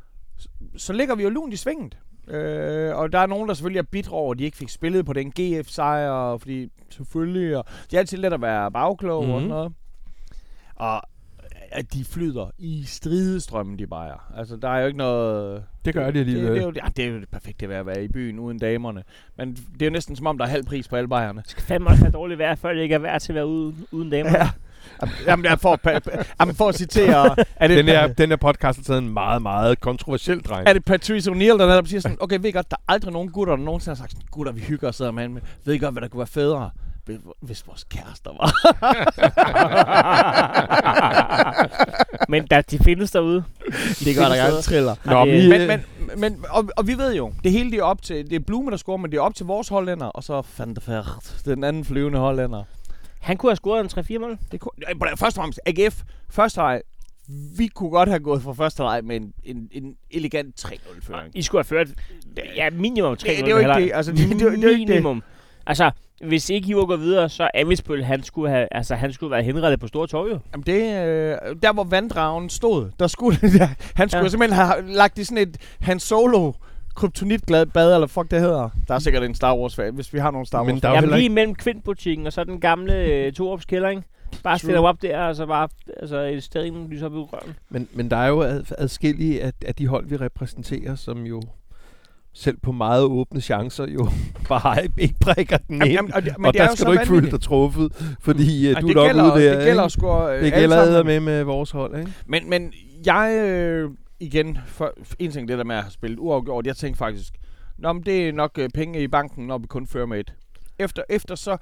så ligger vi jo lunt i svinget. Øh, og der er nogen, der selvfølgelig er bitre over, at de ikke fik spillet på den G F-sejr, fordi selvfølgelig... Og det er altid let at være bagklog mm-hmm. og sådan noget. Og at de flyder i stridestrømmen, de bajer. Altså, der er jo ikke noget... Det gør de alligevel. Det, det, er jo, ja, det er jo det perfekte ved at være i byen uden damerne. Men det er jo næsten som om, der er halv pris på alle bajerne. Det skal fandme også være dårligt vejr, før det ikke er værd til at være uden, uden damerne. Ja. Jamen, jeg får, jamen, for at citere... Er det, den, her, den her podcast har taget en meget, meget kontroversiel dreng. Er det Patrice O'Neill, der netop siger sådan, okay, ved I godt, der er aldrig nogen gutter, der nogensinde har sagt sådan, gutter, vi hygger og sidder med, men ved I godt, hvad der kunne være federe? Hvis vores kærester var. Men der, de findes derude. Det gør der gerne triller. Nå, det, men, men, men, og, og vi ved jo, det hele det er op til, det er Blume, der scorer, men det er op til vores hollænder, og så Van der Vaart, den anden flyvende hollænder. Han kunne have scoret en tre fire mål. Det kunne, først og fremmest, A G F, første leg, vi kunne godt have gået fra første leg med en, en, en elegant tre nul føring. I skulle have ført, ja, minimum tre nul. Det, det er jo ikke det, altså, det, det, det, det, det minimum. Altså, hvis ikke I var gået videre, så Amitsbøl, han skulle have, altså han skulle være henrettet på Store Torv. Jamen det, øh, der hvor vanddragen stod, der skulle der, han skulle ja. simpelthen have lagt i sådan et Han Solo kryptonitglad bad, eller fuck det hedder. Der er sikkert en Star Wars fan, hvis vi har nogle Star Wars. Jamen lige mellem Kvindbutikken og så den gamle øh, Torups kælder, ikke? Bare stille op der, og så bare altså, et sted lyser op i røven. Men, men der er jo ad, adskillige af, af de hold, vi repræsenterer, som jo selv på meget åbne chancer jo bare ikke brækker den ind. Jamen, og, det, og der skal du ikke føle dig truffet, fordi uh, du er nok gælder, ude der. Det gælder sgu øh, det gælder med med vores hold, ikke? Men, men jeg, øh, igen, for, en ting det der med at have spillet uafgjort, jeg tænkte faktisk, nå, men det er nok øh, penge i banken, når vi kun fører med et. Efter, efter så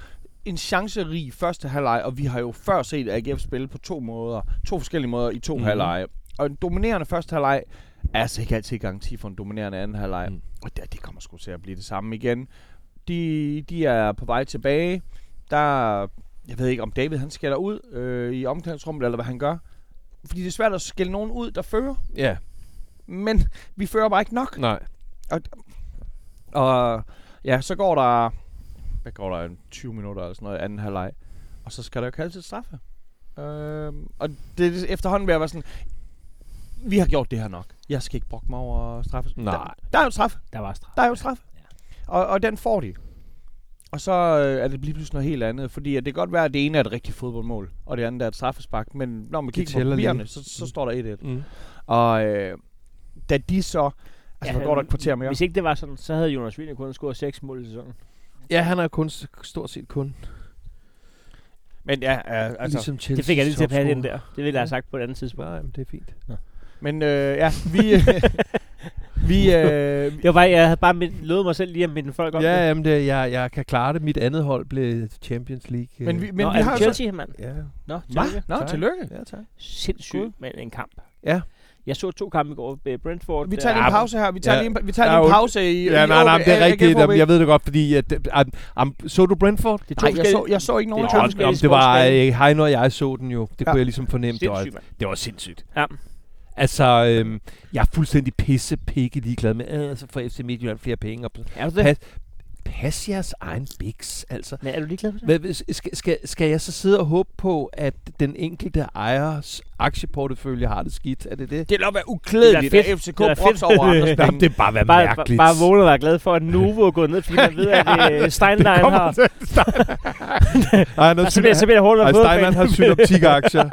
en chancerig første halvleg, og vi har jo før set A G F spille på to måder, to forskellige måder i to mm-hmm. halvleje. Og en dominerende første halvleg er altså ikke altid garanti for en dominerende anden halvleg. Mm. Og det, det kommer sgu til at blive det samme igen. De, de er på vej tilbage. Der, jeg ved ikke, om David han skælder ud øh, i omklædningsrummet, eller hvad han gør. Fordi det er svært at skælde nogen ud, der fører. Ja. Yeah. Men vi fører bare ikke nok. Nej. Og, og ja, så går der, hvad går der, tyve minutter eller sådan noget i anden halvleg. Og så skal der jo kalde til straffe. Øh, og det efterhånden vil jeg være sådan, vi har gjort det her nok. Jeg skal ikke brokke mig over straffe. Nej. Der, der er jo straffe. Der var straffe. Der er jo straffe. Ja. Og, og den får de. Og så øh, er det lige pludselig noget helt andet. Fordi at det kan godt være, at det ene er et rigtigt fodboldmål, og det andet er et straffespark. Men når man kigger på papirerne, så, så mm. står der et et. Mm. Og øh, da de så... Altså, ja, går der et kvarter mere. Hvis ikke det var sådan, så havde Jonas Wiener kun scoret seks mål i sæsonen. Ja, han har kun stort set kun. Men ja, øh, altså... Ligesom det fik jeg lige til at passe ind der. Det ville jeg have sagt på et andet tidspunkt. Nej, men det er fint. Nå. Men øh, ja, vi... vi øh, det var bare, jeg havde bare med, lovet mig selv lige at minde folk om ja, det. Ja, jamen det, jeg, jeg kan klare det. Mit andet hold blev Champions League. Men vi, men Nå, vi har Chelsea, mand. Ja. Nå, tillykke. Nå, tillykke. Ja, tak. Sindssygt med en kamp. Ja. Jeg så to kampe i går ved Brentford. Vi tager lige en pause her. Vi tager ja. lige en, vi tager lige en pause i... Ja, i nej, nej, det er rigtigt. Jamen, jeg ved det godt, fordi... At, um, um, så du Brentford? Det nej, jeg så, jeg så ikke nogen af to forskellige. Det var Heino og jeg så den jo. Det ja. kunne jeg ligesom fornemme. Det var, det var sindssygt. Ja. Altså, øhm, jeg er fuldstændig pisse pikke ligeglad med, altså for F C Midtjylland flere penge. Og er du det? Pas, pas jeres egen biks, altså. Men er du ligeglad med det? Skal, skal, skal jeg så sidde og håbe på, at den enkelte ejers aktieportefølje har det skidt? Er det det? Det vil være uklædeligt, at F C K broks over andres penge. Det er bare være bare, mærkeligt. Bare vågne og være glad for, at Novo er gået ned, fordi man ved, at uh, Steinlein har... Nej, så bliver så bliver hårdt at få. Steinlein har synoptik-aktier.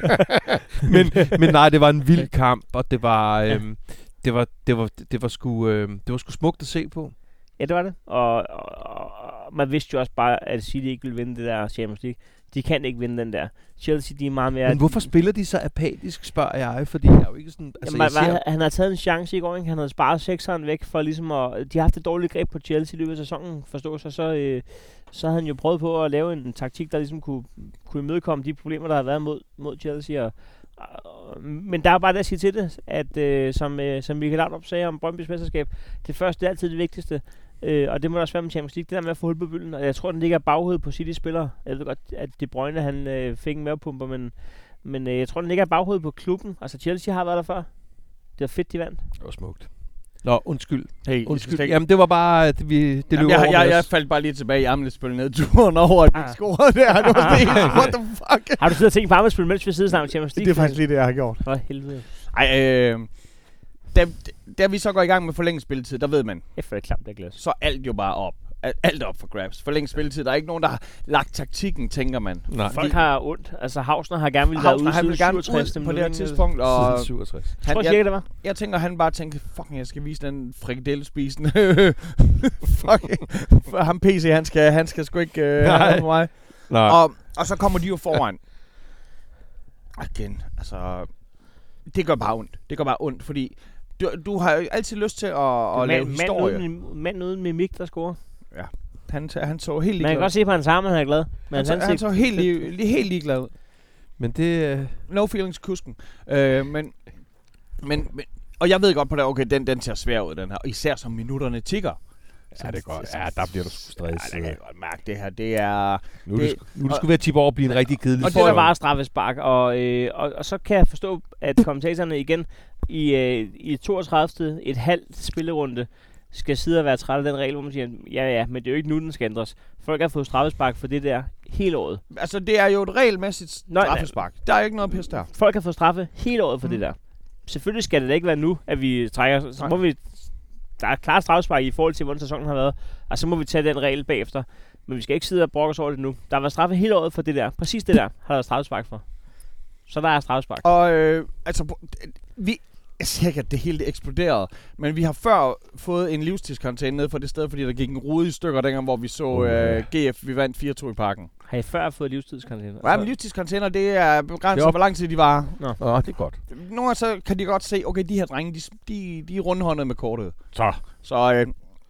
men, men nej, det var en vild kamp, og det var, øhm, det var, det var, det var sgu, øhm, det var sgu smukt at se på. Ja, det var det. Og, og, og man vidste jo også bare, at City ikke ville vinde det der Champions League. De kan ikke vinde den der. Chelsea, de er meget mere... Men hvorfor spiller de så apatisk, spørger jeg? Fordi jeg er jo ikke sådan... Altså, jamen, jeg ser... Han har taget en chance i går, ikke? Han havde sparet sekseren væk for ligesom at... De har haft et dårligt greb på Chelsea i løbet af sæsonen, forstår sig. Så, øh, så havde han jo prøvet på at lave en taktik, der ligesom kunne, kunne imødekomme de problemer, der har været mod, mod Chelsea. Og, og, men der er bare det at sige til det, at øh, som, øh, som Michael Laudrup sagde om Brøndbys mesterskab, det første er altid det vigtigste. Øh, og det må der også være med Champions League, det der med at få hul på bylden. Og jeg tror, den ligger i baghovedet på City-spillere. Jeg ved godt, at De Bruyne, han øh, fik en mavepumper, men, men øh, jeg tror, den ligger i baghovedet på klubben. Altså, Chelsea har været der før. Det var fedt, de vandt. Det var smukt. Nå, undskyld. Hey, undskyld. Jamen, det var bare, at vi... Det Jamen, jeg, jeg, jeg faldt bare lige tilbage i Amnesbøl ned turen over, at vi ah. scorede der. Det var sådan helt, what the fuck? Har du siddet og tænkt på Amnesbøl, mens vi sidder sammen med Champions League? Det er faktisk lige det, jeg har gjort. For helvede. Ej, øh... Da, da vi så går i gang med forlænget spilletid, der ved man... Efter det klamt, det glas. Så alt jo bare op. Alt op for grabs. Forlænget spilletid. Der er ikke nogen, der har lagt taktikken, tænker man. Nej. Folk har ondt. Altså, Hausner har gerne ville være ude siden syvogtres på det her tidspunkt. Og syvogtres. Han, tror jeg, jeg, det var. Jeg tænker, han bare tænker, fucking, jeg skal vise den frikadellespisen. Fucking. Ham P C, han skal, han skal sgu ikke øh, have mig. Nej. Og, og så kommer de jo foran. Igen, altså... Det gør bare ondt. Det gør bare ondt, fordi... Du, du har jo altid lyst til at, at man, lave historie. Mand uden, mand uden mimik, der scorer. Ja. Han, han så helt ligeglad. Man kan godt se på hans arm, at han er glad. Men han, han, han så helt, li, helt ligeglad ud. Men det... Uh... No feelings kusken. Uh, men, men, men... Og jeg ved godt på det, okay, den, den ser svær ud, den her. Især som minutterne tikker. Ja, det er godt. Ja, der bliver du sgu stresset. Ja, det kan jeg godt mærke, det her. Det er... Nu er det, det, nu skulle være at tippe over at blive en rigtig kedelig. Og det er bare straffespark. Og, øh, og, og så kan jeg forstå, at kommentatorerne igen i, øh, i toogtredivte et halvt spillerunde skal sidde og være træt af den regel, hvor man siger, ja ja, men det er jo ikke nu, den skal ændres. Folk har fået straffespark for det der hele året. Altså, det er jo et regelmæssigt straffespark. Der er ikke noget pis der. Folk har fået straffe hele året for mm. det der. Selvfølgelig skal det da ikke være nu, at vi trækker... Så må vi... Der er klart straffespark i forhold til, hvordan sæsonen har været. Og så må vi tage den regel bagefter. Men vi skal ikke sidde og brokke os over det nu. Der har været straffe hele året for det der. Præcis det der har der været straffespark for. Så der er straffespark. Og øh, altså, vi... Jeg siger ikke, at det hele eksploderede. Men vi har før fået en livstidskarantæne ned for det sted, fordi der gik en rude i stykker dengang, hvor vi så uh, G F. Vi vandt fire to i parken. Har I før fået livstidskarantæne? Ja, men livstidskarantæner, det er begrænset, hvor lang tid de var. Nå, Nå det er godt. Nogle gange så kan de godt se, okay, de her drenge, de, de, de er rundhåndede med kortet. Så. Så, øh,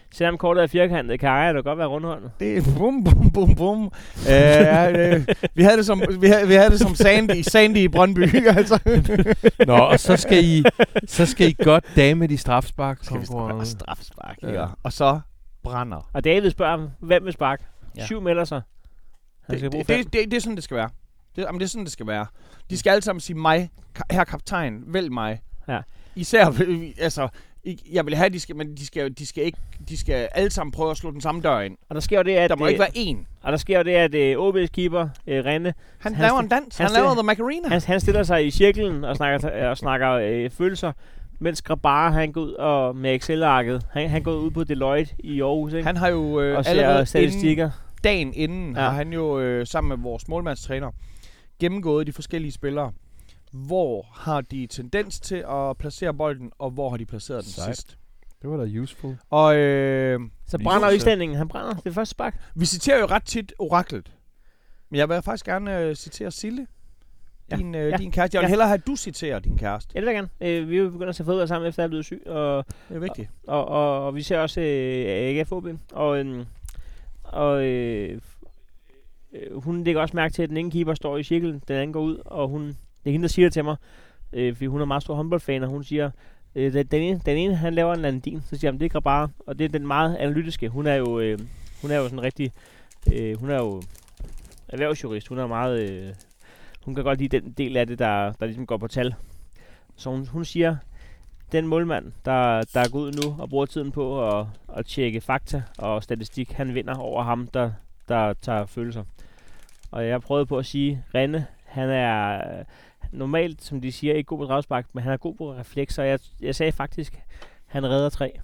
Selvom kortet er firkantet, kan ejeren godt være rundhåndet. Det er bum, bum, bum, bum. uh, uh, vi, havde det som, vi, havde, vi havde det som Sandy, Sandy i Brøndby, altså. Nå, og så skal I, så skal I godt dame de strafspark. Skal vi konkurrence. strafspark, Ja. ja. Og så brænder. Og David spørger ham, hvem vil sparke? Ja. Syv melder sig. Han skal Det, bruge det, fem. det, det, det er sådan, det skal være. Det, jamen, det er sådan, det skal være. De skal alle sammen sige mig, ka- herre kaptajn, vælg mig. Ja. Især, øh, altså, I- jeg vil have, de skal, men de skal, de skal ikke, de skal alle sammen prøve at slå den samme dør ind. Og der sker jo det, at, Der må øh, ikke være én. og der sker jo det, at øh, O B's keeper, øh, Rene, Han, han laver sti- en dans. han Han, laver sti- The Macarena. han, han stiller sig i cirklen og snakker, og snakker øh, følelser, mens Grabara, han går ud og med Excel-arket. Han, han går ud på Deloitte i Aarhus, ikke? Han har jo øh, og ser allerede inden, statistikker. dagen inden, Ja. ja. har han jo øh, sammen med vores målmandstræner gennemgået de forskellige spillere. Hvor har de tendens til at placere bolden, og hvor har de placeret den Sejt. sidst. Det var da useful. Og øh, Så Lige brænder så- islændingen. Han brænder det første spark. vi citerer jo ret tit oraklet. Men jeg vil faktisk gerne øh, citere Sille, Ja. din, øh, Ja. din kæreste. Jeg vil Ja. hellere have, at du citerer din kæreste. Ja, det vil jeg gerne. Øh, vi er jo begyndt at se fodbold sammen, efter jeg er blevet syg. Og, Det er vigtigt. og, og, og vi ser også øh, A G F O B. Og, øhm, og øh, øh, hun lægger også mærke til, at den ene keeper står i cirklen, den anden går ud. Og hun, det er hende, der siger det til mig. Øh, fordi hun er meget stor håndboldfan, og hun siger, øh, den, den, ene, den ene, han laver en landin. Så siger han, det er Grabara. Og det er den meget analytiske. Hun er jo, øh, hun er jo sådan rigtig... Øh, hun er jo erhvervsjurist. Hun er meget... Øh, hun kan godt lide den del af det, der, der ligesom går på tal. Så hun, hun siger, den målmand, der, der er gået ud nu og bruger tiden på at, at tjekke fakta og statistik, han vinder over ham, der, der tager følelser. Og jeg prøvede på at sige, Rene, han er øh, normalt, som de siger, ikke god på dragspark, men han er god på reflekser. Jeg, jeg sagde faktisk, han redder tre.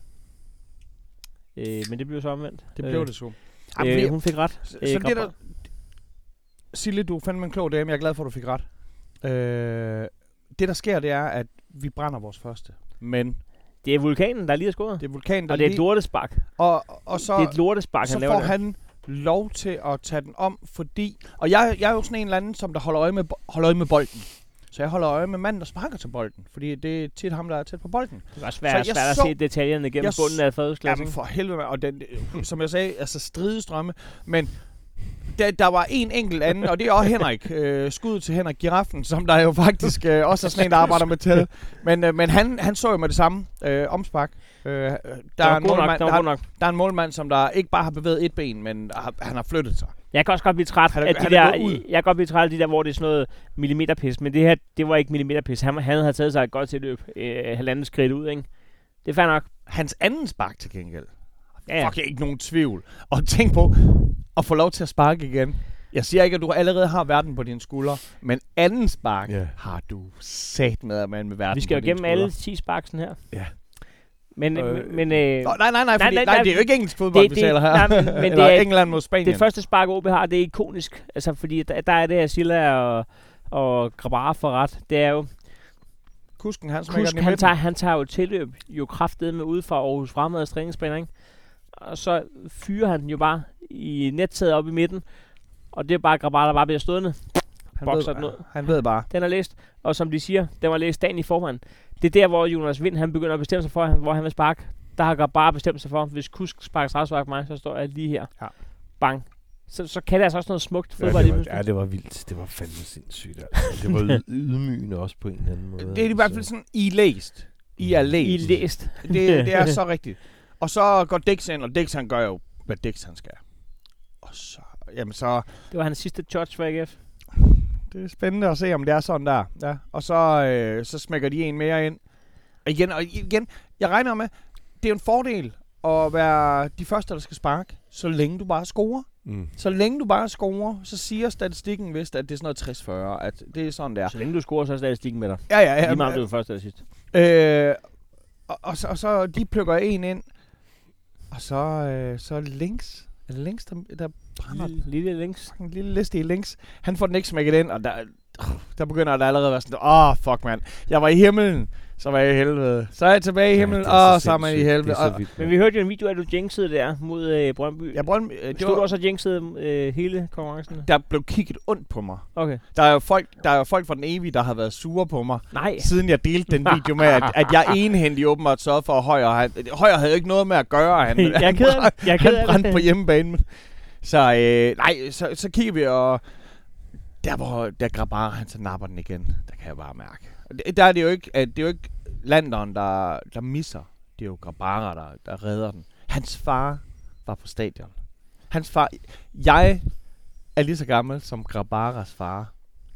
Øh, men det blev så omvendt. Det blev det så. Øh, hun fik ret. Så, Øh, så det der... Grabara. Sille, du er fandme en klog dame. Jeg er glad for, at du fik ret. Øh, det, der sker, det er, at vi brænder vores første. Men Det er vulkanen, der lige har scoret. det er vulkanen, der Og det er et lige... lortespark. Og, og så, Det er et lortespark, så han laver får der. han lov til at tage den om, fordi... Og jeg, jeg er jo sådan en eller anden, som der holder øje med, bo- holder øje med bolden. Så jeg holder øje med manden, der sparker til bolden. Fordi det er tit ham, der er tæt på bolden. Det var svært, Så jeg svært at så- se detaljerne gennem jeg s- bunden af fadelsklassen. Jamen for helvede, mand. Og den, som jeg sagde, altså stridestrømme. Men der, der var en enkelt anden, og det er også Henrik. Øh, skud til Henrik Giraffen, som der jo faktisk øh, også er sådan en, der arbejder med tal. Men, øh, men han, han så jo med det samme øh, omspark. Øh, der, Der er var en god nok, målmand, der der, var god har, nok. der er en målmand, som der ikke bare har bevæget et ben, men har, han har flyttet sig. Jeg kan også godt blive træt Han er- af de han er der, gået ud. jeg kan godt blive træt af de der, hvor det er sådan noget millimeterpis, men det her, det var ikke millimeterpis. Han, han havde taget sig et godt tilløb, øh, halvandet skridt ud, ikke? Det er fair nok. Hans anden spark til gengæld. Ja, ja. Fuck, ikke nogen tvivl. Og tænk på at få lov til at sparke igen. Jeg siger ikke, at du allerede har verden på dine skuldre, men anden spark Ja. har du sat med, at man med verden Vi skal på jo dine gennem skuldre. alle ti sparksen her. Ja. Men, Øh, øh, men øh, Nå, nej, nej, nej, fordi, nej, nej, nej, det er jo ikke engelsk fodbold, det- vi det- taler her. nej, men- men Eller det er- England mod Spanien. det første spark, O B har, det er ikonisk. Altså, fordi der, der er det her Silla og, og Grabara for ret. Det er jo, Kusken, han smækker Kusk, den i han midten. tager, han tager jo tilløb, jo kraftedet med ude fra Aarhus Fremad træningsbaner, ikke? Og så fyrer han den jo bare i nettaget op i midten. Og det er bare Grabara, der bare bliver stående. Han bokser ved, den ud. han ved bare. Den er læst, og som de siger, den var læst dagen i forvejen. Det er der, hvor Jonas Vind, han begynder at bestemme sig for, hvor han vil sparke. Der har Grabara bestemt sig for, hvis Kusk sparker strafspark mig, så står jeg lige her. Ja. Bang. Så, så kan det altså også noget smukt Ja, fodbold det lige var, pludselig. ja, det var vildt. Det var fandme sindssygt. Altså. Det var yd- ydmygende også på en eller anden måde. Det er i hvert fald altså. sådan, I er læst. I er læst. I læst. det, det er så rigtigt. Og så går Dix ind, og Dix han gør jo, hvad Dix han skal. Og så, jamen så, Det var hans sidste touch for A G F. det er spændende at se, om det er sådan der. Ja. Og så, øh, så smækker de en mere ind. Og igen, og igen, jeg regner med, det er jo en fordel at være de første, der skal sparke, så længe du bare scorer. Mm. Så længe du bare scorer, så siger statistikken vist, at det er sådan noget tres fyrre, at det er sådan der. Så længe du scorer, så er statistikken med dig. Ja, ja, ja. Lige meget om det var første eller sidste. Øh, og, og, så, og så de plukker en ind, og så, øh, så links, er det links, der, der brænder Lille, lille links. en lille liste i links. Han får den ikke smækket ind, og der, der begynder der allerede at være sådan, åh, oh, fuck, mand. Jeg var i himlen, så var jeg i helvede. Så er jeg tilbage i himlen, og ja, så, så er man i helvede. Og, men vi hørte jo en video, at du jinxede der mod øh, Brøndby. Ja, Brøndby. Øh, Stod du også og jinxede øh, hele konkurrencen? Der blev kigget ondt på mig. Okay. Der er jo folk, der er jo folk fra den evige, der har været sure på mig. Nej. Siden jeg delte den video med, at, at jeg enhændigt åbenbart sørgede for, at Højer, han, Højer havde jo ikke noget med at gøre. Han, jeg er ked af det. Jeg er ked af han brændte på hjemmebanen. Så øh, nej, så, så kigger vi, og der hvor der Grabara, han så napper den igen. Der kan jeg bare mærke. Der er det jo ikke, at det er jo ikke Landeren, der, der misser. Det er jo Grabara, der, der redder den. Hans far var på stadion. Hans far... Jeg er lige så gammel som Grabaras far.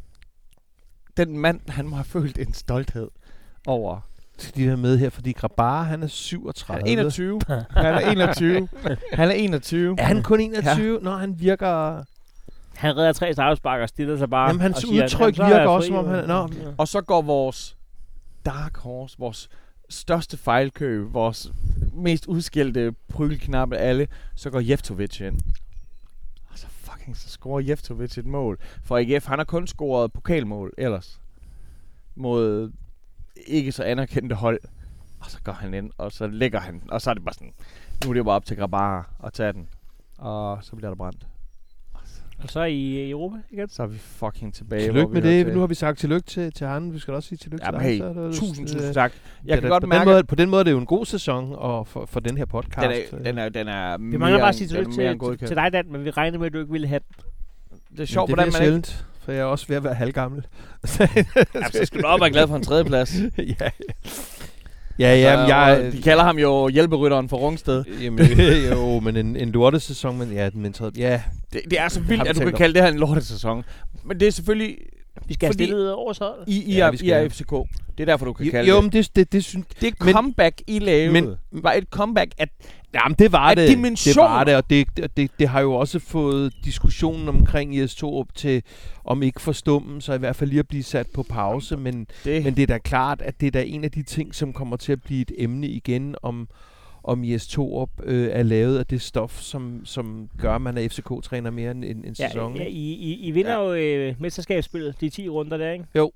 Den mand, han må have følt en stolthed over... Skal de være med her, fordi Grabara, han er syvogtredive. Han er enogtyve. Han er enogtyve. Han er enogtyve. Er han kun enogtyve? Ja. Nå, han virker... Han redder tre straffespark og stiller sig bare... Jamen, hans siger, udtryk han, virker også, som om han... Nå. Og så går vores dark horse, vores største fejlkøb, vores mest udskældte prygelknappe af alle, så går Jeftovic ind. Og så fucking, så scorer Jeftovic et mål. For A G F, han har kun scoret pokalmål ellers. Mod ikke så anerkendte hold. Og så går han ind, og så lægger han. Og så er det bare sådan, nu er det bare op til Grabara at tage den. Og så bliver der brændt. Og så i Europa igen. Så er vi fucking tilbage. Tillykke med det. Til. Nu har vi sagt tillykke til, til han. Vi skal også sige tillykke ja, til hey, dig. Så tusind, tusind tak. Jeg kan det, godt på mærke... Den måde, på den måde er det jo en god sæson og for, for den her podcast. Den er, den er, den er vi mangler bare at sige tillykke til, til, til dig, Dan, men vi regner med, at du ikke ville have den. Det er sjovt, hvordan man sjældent, ikke... for jeg er også ved at være halvgammel. ja, så skal du op og være glad for en tredjeplads. ja. Ja, ja, men jeg... De kalder ham jo hjælperytteren for Rungsted. Jamen, jo, men en, en lortesæson, men ja, men tredje... Ja. Det, det er så vildt, at du kan kalde det her en lortesæson. Men det er selvfølgelig... Vi skal have stillet årets hold. I, I, ja, I er F C K. Det er derfor, du kan jo, kalde jo, det. Men det, det, det, synes, det er et men, comeback, I lavede. Men, var et comeback at... Jamen, det var det. Dimension. Det var det, og det, det, det, det har jo også fået diskussionen omkring I S to op til, om ikke forstummen, så i hvert fald lige at blive sat på pause. Men det. men det er da klart, at det er da en af de ting, som kommer til at blive et emne igen, om, om I S to op øh, er lavet af det stof, som, som gør, at man er F C K-træner mere end en, en ja, sæson. Ja, I, I, I vinder ja. jo øh, mesterskabsspillet, de ti runder der, ikke? Jo.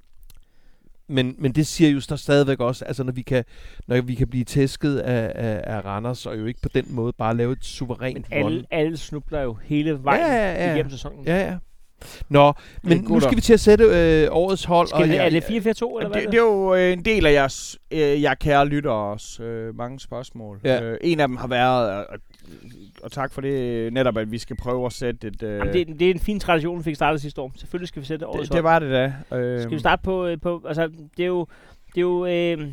Men, men det siger jo stadigvæk også, altså når vi kan, når vi kan blive tæsket af, af, af Randers, og jo ikke på den måde bare lave et suverænt alle, vold. alle snubler jo hele vejen ja, ja, ja. igennem sæsonen. Ja, ja. Nå, men nu skal vi til at sætte øh, årets hold. Skal vi, og, er det fire fire to, eller det, hvad? Det er jo øh, en del af jeres, øh, jeg kære lytteres øh, mange spørgsmål. Ja. Øh, en af dem har været, og, og tak for det, netop at vi skal prøve at sætte et... Øh, Jamen, det, det er en fin tradition, vi fik startet sidste år. Selvfølgelig skal vi sætte årets det, det var det da. Øh, skal vi starte på, på... Altså, det er jo... Det er jo øh,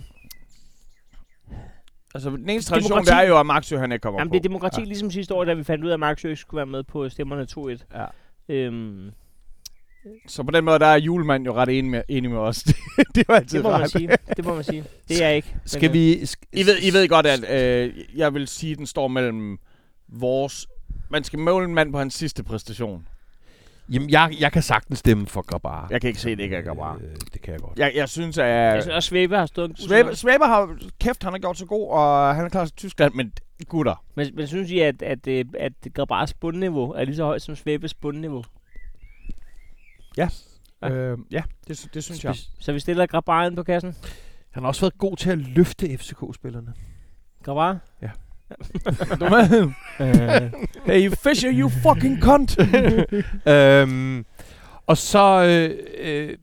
altså, den eneste tradition, det er jo, at Maxø han ikke kommer jamen, på. det er demokrati, ja. ligesom sidste år, da vi fandt ud af, at Maxø ikke skulle være med på stemmerne to et. Ja. Øhm, så på den måde, der er Julemand jo ret enig med, enig med os. det er jo altid det må ret. man sige. Det må man sige. Det er jeg ikke. Skal vi... Sk- I, ved, I ved godt, at øh, jeg vil sige, at den står mellem vores... Man skal måle en mand på hans sidste præstation. Jamen, jeg, jeg kan sagtens stemme for Grabara. Jeg kan ikke se, at det ikke er Grabara. Øh, det kan jeg godt. Jeg, jeg synes, at... Jeg synes også, Svæbe har stået en god Svæbe, Svæbe har... Kæft, han har gjort så god, og han er klar til Tyskland, men gutter. Men, men synes I, at, at, at, at Grabaras bundniveau er lige så højt som Svæbes bundniveau? Ja. Ja, øh, ja det, det synes jeg. Så vi stiller Grabara ind på kassen? Han har også været god til at løfte F C K-spillerne. Grabara? Ja. Du med? Hey, Fischer, you fucking cunt! øhm, og så... Øh, øh,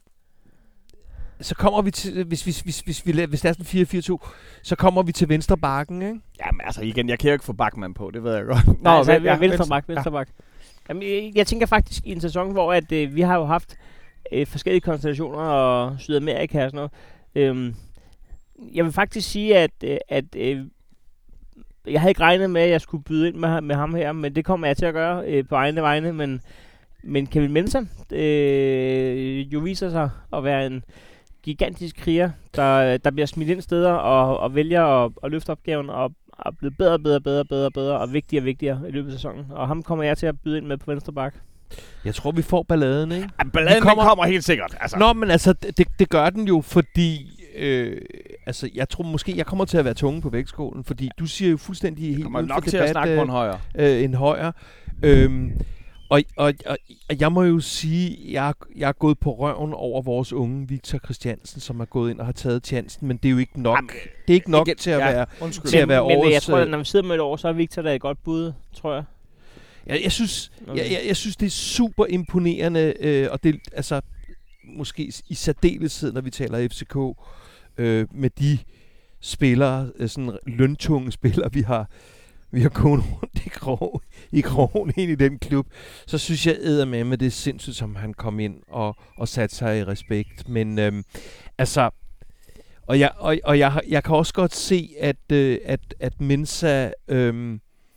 så kommer vi til... Hvis, hvis, hvis, hvis, vi, hvis det er sådan fire fire to, så kommer vi til venstre bakken, ikke? Jamen altså, igen, jeg kan jo ikke få Bachmann på, det ved jeg godt. Nå, Nej, altså, ja, venstre bak, venstre bak. Ja. Jamen, jeg, jeg tænker faktisk i en sæson, hvor at, øh, vi har jo haft øh, forskellige konstellationer og Sydamerika og sådan noget. Øhm, jeg vil faktisk sige, at, øh, at øh, jeg havde ikke regnet med, at jeg skulle byde ind med, med ham her, men det kommer jeg til at gøre øh, på egne vegne. Men, men Kevin Mensah øh, jo viser sig at være en gigantisk kriger, der, der bliver smidt ind steder og, og vælger at, at løfte opgaven og er blevet bedre, bedre, bedre, bedre, bedre og vigtigere og vigtigere i løbet af sæsonen. Og ham kommer jeg til at byde ind med på venstre bak. Jeg tror, vi får balladen, ikke? Ja, balladen kommer, kommer helt sikkert. Altså. Nå, men altså, det, det gør den jo, fordi... Øh, altså, jeg tror måske, jeg kommer til at være tunge på vægtskålen, fordi du siger jo fuldstændig helt kommer uden nok for til debat, at snakke øh, på en højre. Øh, en højre. Øhm, Og, og, og, og jeg må jo sige, jeg, jeg er gået på røven over vores unge Victor Christiansen, som er gået ind og har taget chancen, men det er jo ikke nok. Jamen, det er ikke nok igen, til at ja, være, undskyld. til at være men, årets... Men jeg tror, at når vi sidder med et år, så er Victor da et godt bud, tror jeg. Jeg, jeg, synes, jeg, jeg, jeg synes, det er super imponerende, øh, og det altså måske i særdeleshed, når vi taler F C K, øh, med de spillere, øh, sådan løntunge spillere, vi har, vi har gået rundt i krogen, i krogen ind i den klub, så synes jeg eddermame med det er sindssygt, som han kom ind og, og satte sig i respekt. Men øh, altså, og jeg, og, og jeg, jeg kan også godt se, at, øh, at, at Mensa... Øh,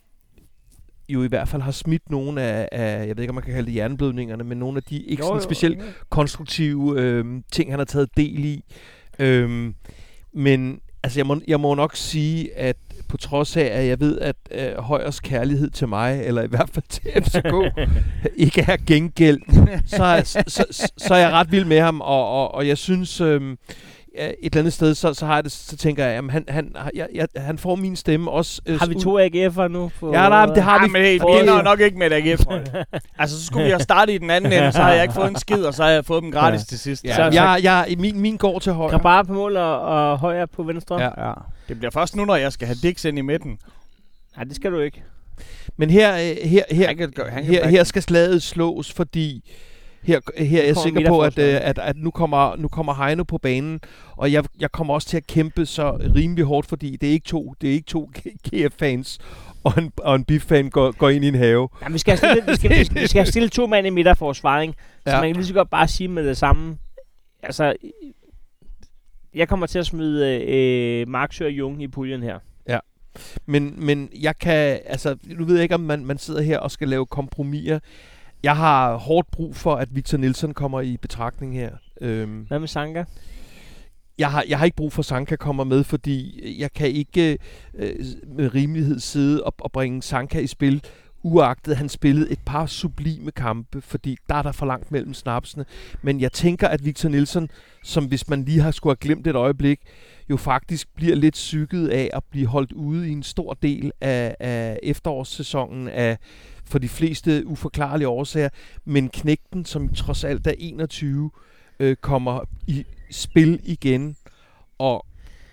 jo i hvert fald har smidt nogle af, af, jeg ved ikke om man kan kalde det hjerneblødningerne, men nogle af de ikke jo, sådan jo, specielt jo. konstruktive øh, ting, han har taget del i. Øh, men altså jeg må, jeg må nok sige, at på trods af, at jeg ved, at øh, Højers kærlighed til mig, eller i hvert fald til F C K, ikke er gengældt, så, er, så, så, så er jeg ret vild med ham, og, og, og jeg synes... Øh, et eller andet sted, så, så har jeg det, så tænker jeg, at han, han, jeg, jeg, han får min stemme også. Øh, har vi to A G F'er nu? På, ja, nej, det har ja, vi. Men hey, det ender nok ikke med et A G F. Altså, så skulle vi have startet i den anden ende, så har jeg ikke fået en skid, og så har jeg fået dem gratis ja. til sidst. Ja, så, jeg, jeg, min, min går til højre. Kan bare på mål og, og højre på venstre. Ja. Ja. Det bliver først nu, når jeg skal have Dix ind i midten. Nej, det skal du ikke. Men her, øh, her, her, Han kan, han kan her, her skal slaget slås, fordi... Her, her er jeg sikker på, at, øh, at, at nu, kommer, nu kommer Heino på banen, og jeg, jeg kommer også til at kæmpe så rimelig hårdt, fordi det er ikke to, det er ikke to K F-fans og en, og en B I F-fan går, går ind i en have. Ja, vi skal have stillet, vi skal, vi skal, vi skal have stillet to mand i midterforsvar, ikke? Så Ja. man kan lige så godt bare sige med det samme. Altså, jeg kommer til at smide øh, Marksø og Jung i puljen her. Ja. Men, men jeg kan, altså, nu ved jeg ikke, om man, man sidder her og skal lave kompromiser. Jeg har hårdt brug for, at Victor Nilsson kommer i betragtning her. Øhm, Hvad med Sanka? jeg, har, jeg har ikke brug for, at Sanka kommer med, fordi jeg kan ikke øh, med rimelighed sidde og, og bringe Sanka i spil, uagtet han spillede et par sublime kampe, fordi der er der for langt mellem snapsene. Men jeg tænker, at Victor Nilsson, som hvis man lige har skulle have glemt et øjeblik, jo faktisk bliver lidt psyket af at blive holdt ude i en stor del af, af efterårssæsonen af for de fleste uforklarlige årsager, men knægten, som trods alt er enogtyve, øh, kommer i spil igen og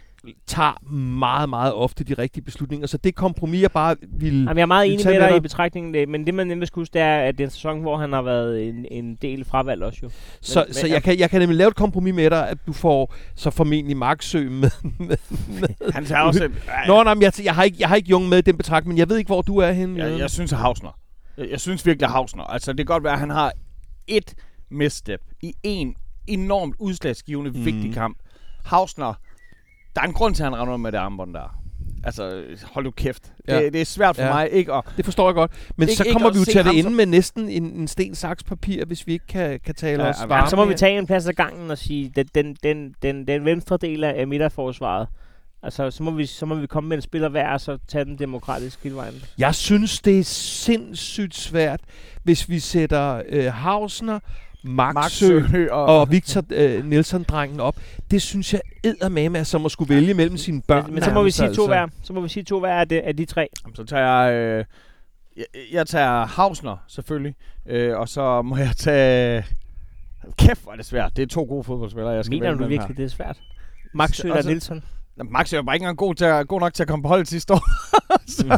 tager meget, meget ofte de rigtige beslutninger. Så det kompromis, jeg bare vil... Jamen, jeg er meget enig tage med med dig dig. i betragtningen, men det man nemlig skal huske, det er, at det er en sæson, hvor han har været en, en del fravalg også jo. Så, Men- så men- jeg, kan, jeg kan nemlig lave et kompromis med dig, at du får så formentlig Marksø med. med, med. Han tager også... Nå, nej, men jeg, jeg, har ikke, jeg har ikke Jung med i den betragtning, men jeg ved ikke, hvor du er henne. Jeg, jeg synes, at Hausner. Jeg, jeg synes virkelig, at Hausner. Altså, det kan godt være, at han har et misstep i en enormt udslagsgivende, Mhm. mm. vigtig kamp. Hausner, der er en grund til, at han render med det armbånd der. Altså, hold du kæft. Ja. Det, det er svært for Ja. mig ikke at... Det forstår jeg godt. Men Ikke- så ikke kommer at vi jo se til at det ham ende som- med næsten en, en sten, saks, papir, hvis vi ikke kan, kan tale Ja, os ja, varme. Så må vi her. tage en plads af gangen og sige, den, den, den, den, den venstre del af midterforsvaret. Altså, så må, vi, så må vi komme med en spiller hver, og så tage den demokratiske hele vejen. Jeg synes, det er sindssygt svært, hvis vi sætter øh, Hausner, Marksø og... og Victor øh, Nielsen-drengen op. Det synes jeg eddermame er som at skulle vælge mellem sine børn. Men, men så må vi nærmest, sige to altså. hver. Så må vi sige to hver af de, af de tre. Jamen, så tager jeg... Øh, jeg, jeg tager Hausner, selvfølgelig. Øh, og så må jeg tage... Kæft, hvor er det svært. Det er to gode fodboldspillere, jeg skal Mener vælge du mellem virkelig, det er svært? Max eller Altså- Nielsen? her. Max er jo bare ikke engang god, til at, god nok til at komme på holdet sidste år. Så,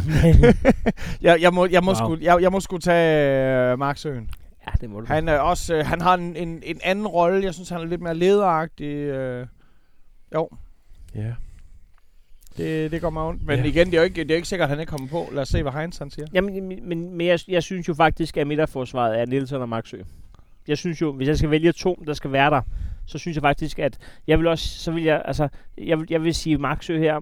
jeg, jeg, må, jeg, må Wow. sgu, jeg, jeg må sgu tage uh, Marksøen. Ja, det må du. Han, er også, øh, han har en, en, en anden rolle. Jeg synes, han er lidt mere lederagtig. Øh. Jo, Ja. det, det går mig ondt. Men Ja. igen, det er jo ikke, det er ikke sikkert, at han ikke kommer på. Lad os se, hvad Heinz han siger. Jamen, men, men, men jeg, jeg synes jo faktisk, at midterforsvaret er Nielsen og Maxø. Jeg synes jo, hvis jeg skal vælge to, der skal være der, så synes jeg faktisk, at jeg vil også, så vil jeg, altså, jeg vil, jeg vil sige Maxø her,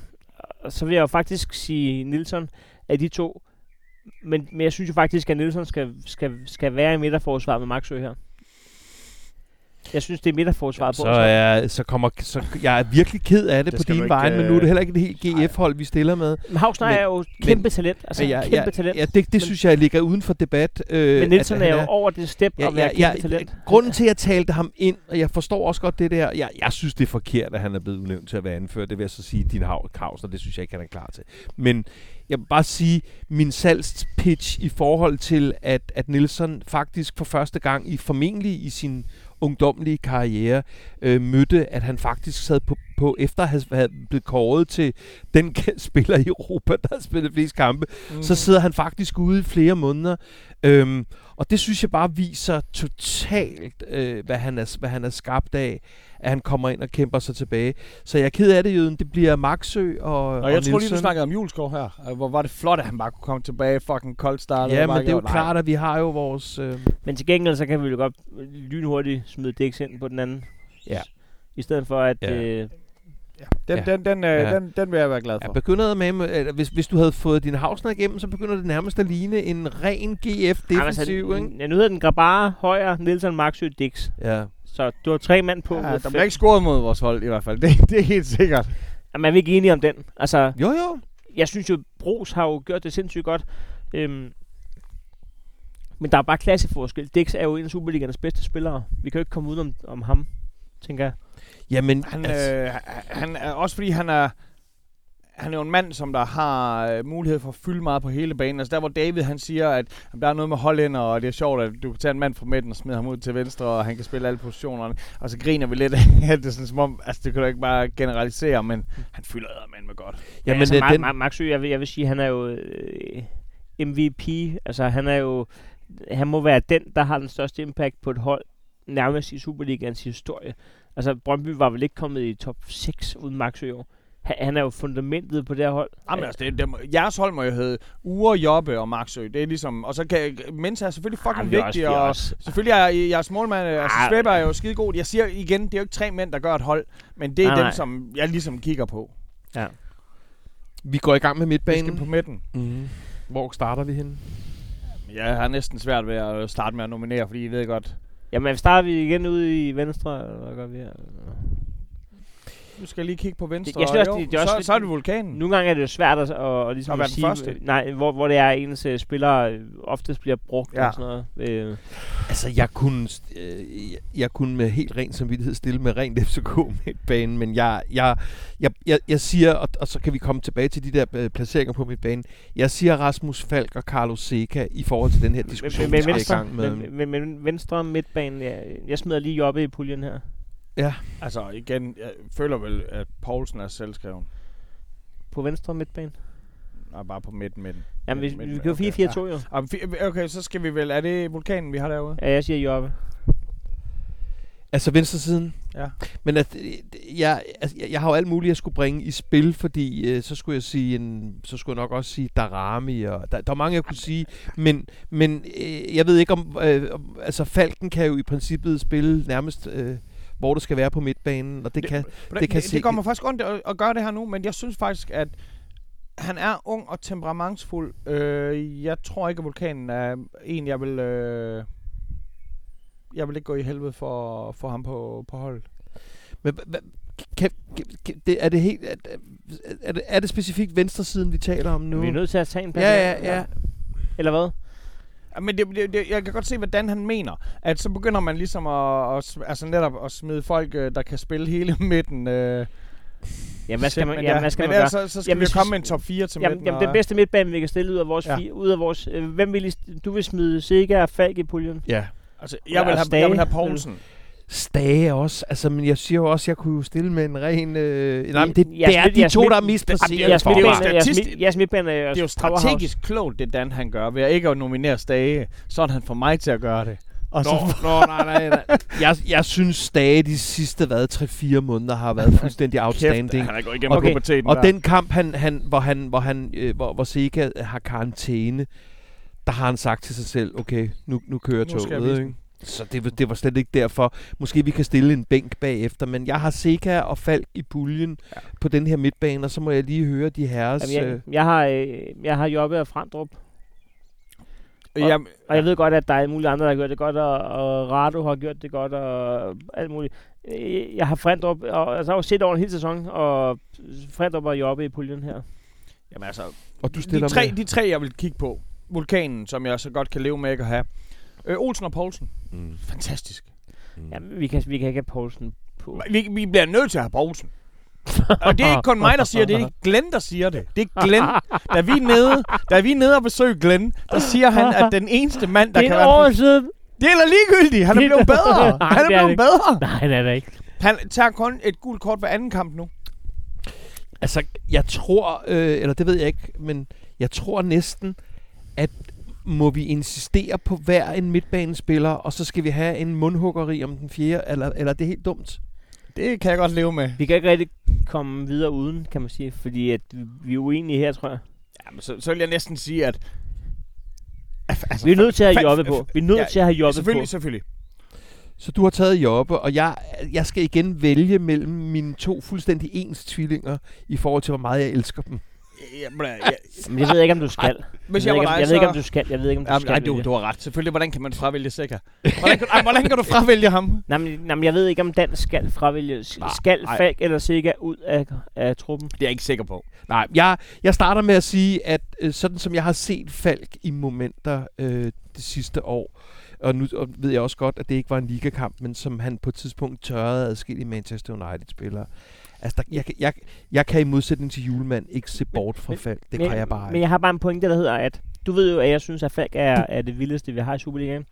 og så vil jeg jo faktisk sige Nielsen af de to, men, men jeg synes jo faktisk, at Nielsen skal, skal, skal være i midterforsvaret med Maxø her. Jeg synes, det er midterforsvaret på. Så, er, så kommer, så jeg er virkelig ked af det, Det på skal din du vej, ikke, men nu er det heller ikke et helt G F-hold, vi stiller med. Men Hausner Men- er jo kæmpe men- talent. Altså, ja, kæmpe ja, talent. Ja, det, det Men- synes jeg ligger uden for debat. Øh, Men Nielsen at er han jo over det step Ja, at være ja, kæmpe ja, talent. grunden til, at jeg talte ham ind, og jeg forstår også godt det der, jeg, jeg synes, det er forkert, at han er blevet udnævnt til at være anført. Det vil jeg så sige, din Hausner, det synes jeg ikke, han er klar til. Men jeg vil bare sige, min salgspitch i forhold til, at, at Nielsen faktisk for første gang, i formentlig i sin ungdomlige karriere, øh, mødte, at han faktisk sad på, på efter at have, have blevet kåret til den spiller i Europa, der har spillet flest kampe, mm. så sidder han faktisk ude i flere måneder. Øhm, og det synes jeg bare viser totalt, øh, hvad, han er, hvad han er skabt af, at han kommer ind og kæmper sig tilbage. Så jeg er ked af det, Jøden. Det bliver Maxø og, og Og jeg tror lige, Nielsen. du snakkede om Juleskov her. Hvor var det flot, at han bare kunne komme tilbage. Fucking koldt start. Ja, men det er jo klart, at vi har jo vores... Øh, Men til gengæld, så kan vi jo godt lynhurtigt smide Dix ind på den anden. Ja. I stedet for, at... Ja. Øh, Den, Ja. den, den, øh, Ja. den, den vil jeg være glad for. jeg begynder med, med at hvis, hvis du havde fået din Hausner igennem, så begynder det nærmest at ligne en ren G F-defensiv, ikke? Ja, nu hedder den Grabara, Højer, Nielsen, Maxø, Dix. Ja. Så du har tre mand på. Ja, mod der fem. bliver ikke scoret mod vores hold i hvert fald. Det, det er helt sikkert. Jamen, er vi ikke enige om den? Altså, Jo, jo. jeg synes jo, Bros har jo gjort det sindssygt godt. Øhm, men der er bare klasseforskel. Dix er jo en af Superligaens bedste spillere. Vi kan jo ikke komme ud om, om ham, tænker jeg. Jamen, Han, altså, øh, han er også fordi han er han er jo en mand, som der har øh, mulighed for at fylde meget på hele banen. Altså der, hvor David han siger, at der er noget med hollænder, og det er sjovt, at du kan tage en mand fra midten og smide ham ud til venstre, og han kan spille alle positionerne. Og så griner vi lidt af det, sådan som om, altså det kan du ikke bare generalisere, men han fylder eddermand med godt. Ja, jamen, altså, det, Ma- den, Ma- Maxø, jeg vil, jeg vil sige, han er jo øh, M V P. Altså, han er jo... Han må være den, der har den største impact på et hold, nærmest i Superligaens historie. Altså, Brøndby var vel ikke kommet i top seks uden Maxø i år. Han, han er jo fundamentet på det her hold. Jamen altså, det, det, må- jeres hold må jo hedde Ure, Jobbe og Maxø. Det er ligesom... Og så kan... Mensa er selvfølgelig fucking Jamen, vi er også- vigtig, vi er og også- selvfølgelig er jeres målmand... Altså, Ah. Svebber er jo skide god. Jeg siger igen, det er jo ikke tre mænd, der gør et hold, men det er Nej, dem, nej. som jeg ligesom kigger på. Ja. vi går i gang med Vi midtbanen. skal på midten. Mm. Hvor starter vi henne? Jeg har næsten svært ved at starte med at nominere, fordi I ved godt... Jamen, starter vi igen ude i venstre, eller hvad gør vi her? Du skal lige kigge på venstre. Jeg synes også, jo, det- det er også så, lidt- så er det vulkanen. Nogle gange er det jo svært at, at, at, ligesom At at være den sige, første. nej, hvor, hvor det er, ens uh, spillere øh, oftest bliver brugt Ja. og sådan noget. Øh, Altså, jeg kunne, øh, jeg, jeg kunne med helt ren samvittighed stille med rent F C K midtbanen, men jeg, jeg, jeg, jeg, jeg siger, og, og så kan vi komme tilbage til de der øh, placeringer på midtbanen, jeg siger Rasmus Falk og Carlos Seca i forhold til den her diskussion, men, vi men, skal i venstre, gang med. men, men, men venstre midtbanen, ja, jeg smider lige oppe i puljen her. Ja, Altså igen, jeg føler vel, at Poulsen er selvskreven. På venstre midtbanen. Nej, bare på midten midten. Jamen, vi, Midten, vi midten, kan jo okay, fire fire to jo. Ah, fi- Okay, så skal vi vel... Er det vulkanen, vi har derude? Ja, jeg siger Jobbe. altså venstre siden. Ja. Men at, øh, jeg, altså, jeg, jeg har jo alt muligt, jeg skulle bringe i spil, fordi øh, så skulle jeg sige en, så skulle jeg nok også sige Darami, og der, der er mange, jeg kunne sige, men, men øh, jeg ved ikke om, øh, om, altså Falken kan jo i princippet spille nærmest, øh, hvor det skal være på midtbanen, og det, det kan, Det, det kan det, se- det kommer faktisk ondt at, at gøre det her nu, men jeg synes faktisk, at han er ung og temperamentsfuld. Øh, jeg tror ikke, at vulkanen er en, jeg vil... Øh, jeg vil ikke gå i helvede for at få ham på, på hold. Men hva- hva- kan, kan, det, er det helt, er, er, det, er det specifikt venstre siden, vi taler om nu? Vi er nødt til at tage en plads. Ja, her. ja, ja. Eller hvad? Ja, men det, det, det, jeg kan godt se, hvordan han mener. At så begynder man ligesom at, at, sm- altså netop at smide folk, øh, der kan spille hele midten. Øh, Jamen, hvad skal man, men jamen, ja, hvad skal men man gøre? ellers så, så skal Jamen, vi hvis jo komme vi- med en top fire til Jamen, midten. jamen den og- bedste midtbane, vi kan stille ud af vores Ja. fire, ud af vores... Øh, hvem vil I, st- du vil smide Sega og Falk i puljen? Ja. Altså, jeg vil og have, Stage. jeg vil have Poulsen. Stage også. Altså, men jeg siger jo også, jeg kunne jo stille med en ren... Øh, nej, men det, Jeres det er midt- de jeres to, midt- der er mest placeret Jeres for det er jo mig. midtbane, jeres, statistisk- midt- jeres midtbane er Det er jo powerhouse. strategisk klogt, det Dan han gør, ved at ikke at nominere Stage. Så han får mig til at gøre det. Og så Nå, nå, nej, nej, nej. Jeg, jeg synes Stage de sidste, hvad, tre fire måneder har været fuldstændig outstanding. han er gået igennem Okay, puberteten Og der. den kamp, han, han, hvor, han, hvor, han, øh, hvor, hvor Sega har karantæne, der har han sagt til sig selv, okay, nu, nu kører Nu skal jeg toget, vise ikke? Så det, var- det var slet ikke derfor. Måske vi kan stille en bænk bagefter, men jeg har Sega og Falk i puljen ja. på den her midtbane, og så må jeg lige høre de herres... Jamen, jeg, jeg, har, øh, jeg har Jobbe og Frandrup. Og, Jamen, og jeg ved godt, at der er mulige andre, der har gjort det godt, og, og Rado har gjort det godt, og alt muligt. Jeg har Frendrup, og altså, jeg har set over en hel sæson, og Frendrup var jo oppe i puljen her. Jamen altså, Og du stiller de tre, med. de tre, jeg vil kigge på. Vulkanen, som jeg så godt kan leve med ikke at have. Øh, Olsen og Poulsen. Mm. Fantastisk. Mm. Jamen, vi kan, vi kan ikke have Poulsen på. Vi, vi bliver nødt til at have Poulsen. Og det er ikke kun mig, der siger det. Det er ikke Glenn, der siger det. Det er Glenn. Da vi er nede, da vi er nede og besøger Glenn, der siger han, at den eneste mand, der det kan er et være... år siden. Det er da ligegyldigt. Han er blevet bedre. Nej, Han er det er blevet det bedre. Nej, det er det ikke. Han tager kun et gult kort hver anden kamp nu. Altså, jeg tror, øh, eller det ved jeg ikke, men jeg tror næsten, at må vi insistere på hver en midtbanespiller, og så skal vi have en mundhuggeri om den fjerde, eller, eller det er helt dumt. Det kan jeg godt leve med. Vi kan ikke rigtig komme videre uden, kan man sige, fordi at vi, vi er uenige her, tror jeg. Jamen, så, så vil jeg næsten sige, at... Altså, Vi er nødt til at have fa- Jobbe på. Vi er nødt ja, til at have Jobbe selvfølgelig, på. selvfølgelig. Så du har taget Jobbe, og jeg, jeg skal igen vælge mellem mine to fuldstændig ens tvillinger, i forhold til, hvor meget jeg elsker dem. Jamen, jeg, Men jeg ved ikke, om du skal. hvis jeg, jeg ved var ikke, om, dig, jeg ved ikke, så... om du skal. Jeg ved ikke, om du Jamen, skal. nej, du, vælge. du har ret. Selvfølgelig, hvordan kan man fravælge Sikker? Hvordan kan, ej, hvordan kan du fravælge ham? Nej, men, nej, men jeg ved ikke, om Dan skal fravælge. Nej, Skal nej. Falk eller Sikker ud af, af truppen? Det er jeg ikke sikker på. Nej, jeg, jeg starter med at sige, at øh, sådan som jeg har set Falk i momenter øh, det sidste år, og nu og ved jeg også godt, at det ikke var en ligakamp, men som han på et tidspunkt tørrede adskillige Manchester United-spillere. Altså, der, jeg, jeg, jeg kan i modsætning til Julemand ikke se bort fra men- Falk. Det men, kan jeg bare Men ikke. jeg har bare en pointe, der hedder, at du ved jo, at jeg synes, at Falk er, er det vildeste, vi har i Superligaen.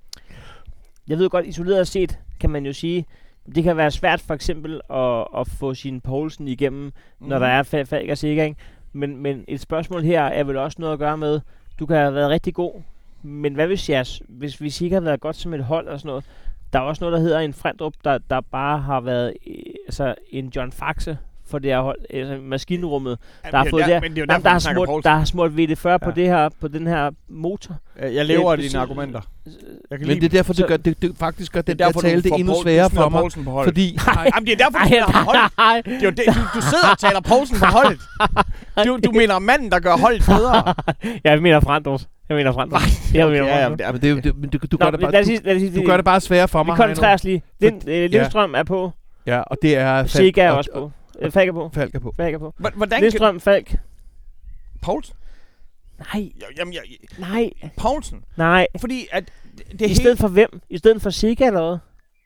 Jeg ved godt, isoleret set, kan man jo sige, det kan være svært for eksempel at, at få sin Poulsen igennem, mm. når der er Fa- Falk og Sikker, ikke? Men, men et spørgsmål her er vel også noget at gøre med, du kan have været rigtig god, men hvad hvis jeg, hvis vi ikke har været godt som et hold og sådan noget, der er også noget, der hedder en Frendrup, der, der bare har været øh, altså en John Faxe for det her hold, altså maskinrummet, der har fået der, men det er jo der, derfor, der, har vi snakker smurt, Poulsen. der har smurt V D fyrre ja. på, Ja. det her, på den her motor. Jeg lever af Det- dine så- argumenter. Jeg kan Men det er derfor, så- det, gør, det, det faktisk gør det er den der derfor, tale du det får endnu Poul- sværere du smider for mig. Poulsen på holdet. Fordi Jamen, det er derfor, du smider ham på holdet. Det er jo det, du, du sidder og taler Poulsen på holdet. Du, du mener manden, der gør holdet bedre. Jeg mener Frandrup. Jeg mener Frandrup. Jeg mener Ja, ja, Frandrup. det er, men det, er jo- det, men du, du, Nå, gør det bare, lad os du, sige- lad os sige- du gør det bare sværere for Vi mig. Heino. koncentrerer os lige. Lind, øh, Lindstrøm er på. Ja, og det er Falk. Sikker er og- også på. Øh, Falk er på. Falk er på. Falk er på. H- Hvordan kan... Lindstrøm, Falk. Poulsen? Nej, Jamen, jeg, nej, Poulsen. nej. Fordi at det, det I er helt... stedet for hvem? I stedet for Sikker eller hvad?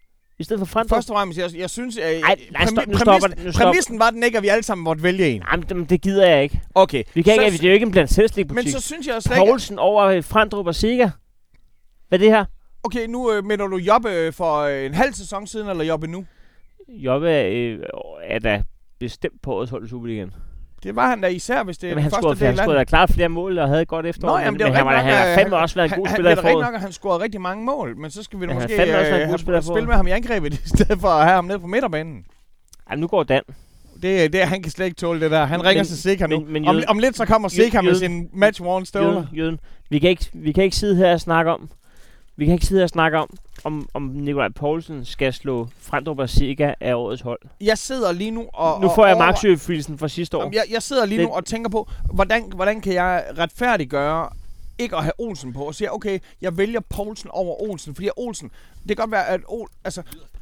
I stedet for Frandrup? Først og fremmest, jeg, jeg synes, at Ej, nej, stop, nu stopper det. Nu stopper- præmissen var den ikke, at vi alle sammen måtte vælge en. Jamen, det, det gider jeg ikke. Okay. Vi kan så, ikke, det er jo ikke en blandt selvslik men butik. så synes jeg slet ikke... Poulsen over øh, Frandrup og Sikker. Hvad er det her? Okay, nu øh, mener du Jobbe øh, for øh, en halv sæson siden, eller Jobbe nu? Jobbe øh, er da bestemt på årets hold i Superligaen. Det var han da især, hvis det er Jamen, den han første scorede, del han af scorede den. da klart flere mål og havde et godt efterår. Nå, men, jamen, det er men jo han, var, rigtig han nok, har at fandme han- også været en god han, spiller i han, det er rigtig foråret. nok, at han scorede rigtig mange mål, men så skal vi da Men han måske har fandme også været en øh, god spiller have- for- spille med ham i angrebet, i stedet for at have ham nede på midterbanen. Ej, nu går Dan. Det, det, han kan slet ikke tåle det der. Han Men- ringer til Sikker nu. men- men om, jøden- om lidt så kommer Sikker med jøden- sin match-worn støvler. Jøden, jøden. Vi kan ikke, vi kan ikke sidde her og snakke om, vi kan ikke sidde her og snakke om, om, om Nikolaj Poulsen skal slå Frandrup og Sikker af årets hold. Jeg sidder lige nu og... Nu og får jeg over- Maxø-filsen fra sidste år. Jamen, jeg, jeg sidder lige Det- nu og tænker på, hvordan, hvordan kan jeg retfærdiggøre ikke at have Olsen på, og siger, okay, jeg vælger Poulsen over Olsen, fordi Olsen, det kan godt være, at Ol, altså...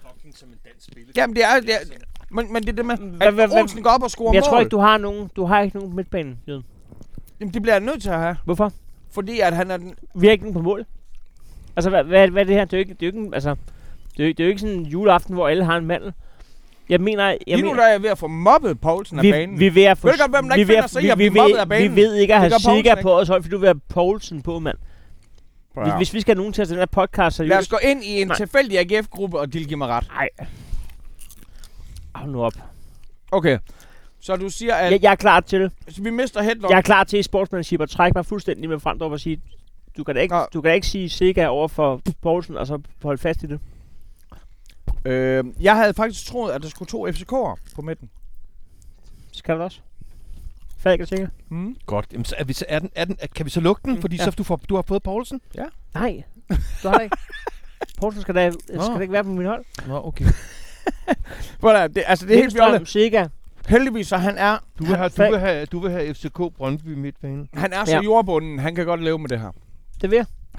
Jamen, det er, det er men, men det er det med, Hvad- at hvad- hvad- Olsen går op og scorer Men jeg mål. tror ikke, du har nogen, du har ikke nogen midtbane, Jøden. Jamen, det bliver jeg nødt til at have, Hvorfor? fordi at han er den... Vi har ikke nogen på mål. Altså, hvad, hvad, hvad er det her? Det er jo ikke, det er jo ikke, en- altså, det er, jo, det er jo ikke sådan en juleaften, hvor alle har en mandel. Jeg mener, jeg Lige nu mener, der er jeg ved at få mobbet Poulsen af vi, banen. vi er ved at få... Ved du godt, hvem der vi ikke er ved finder at- sig i vi- at vi blive ved- mobbet af banen? Vi ved ikke at Det have gør Poulsen Sikker ikke. på os hold, fordi du vil have Poulsen på, mand. Ja. Hvis, hvis vi skal have nogen til at tage den her podcast Lad os seriøst... gå ind i en Nej. tilfældig A G F-gruppe, og de giver mig ret. Nej. Hold nu op. Okay. Så du siger, at Jeg, jeg er klar til... vi mister Hedlund. Jeg er klar til i sportsmanship at trække mig fuldstændig med Frandrup og sige... Du kan da ikke, Nå. du kan da ikke sige Sikker over for Poulsen, og så holde fast i det. Øh, jeg havde faktisk troet, at der skulle to F C K'er på midten. Skal du også? Falk er sikker? Mm. Godt. Jamen, så er vi, så er den, er den, er, kan vi så lukke den? Mm, Fordi ja. så du, får, du har fået Poulsen? Nej, du har det ikke. Poulsen skal da, skal Nå. da ikke være på min hold. Nå, okay. Hvordan, det, altså det er helt Lindstrøm, fjollet. Sikker. Heldigvis, så han er, Du vil have, du Falk. vil have, du vil have F C K Brøndby midtbane. han er så Ja. jordbunden. Han kan godt leve med det her. Det vil jeg.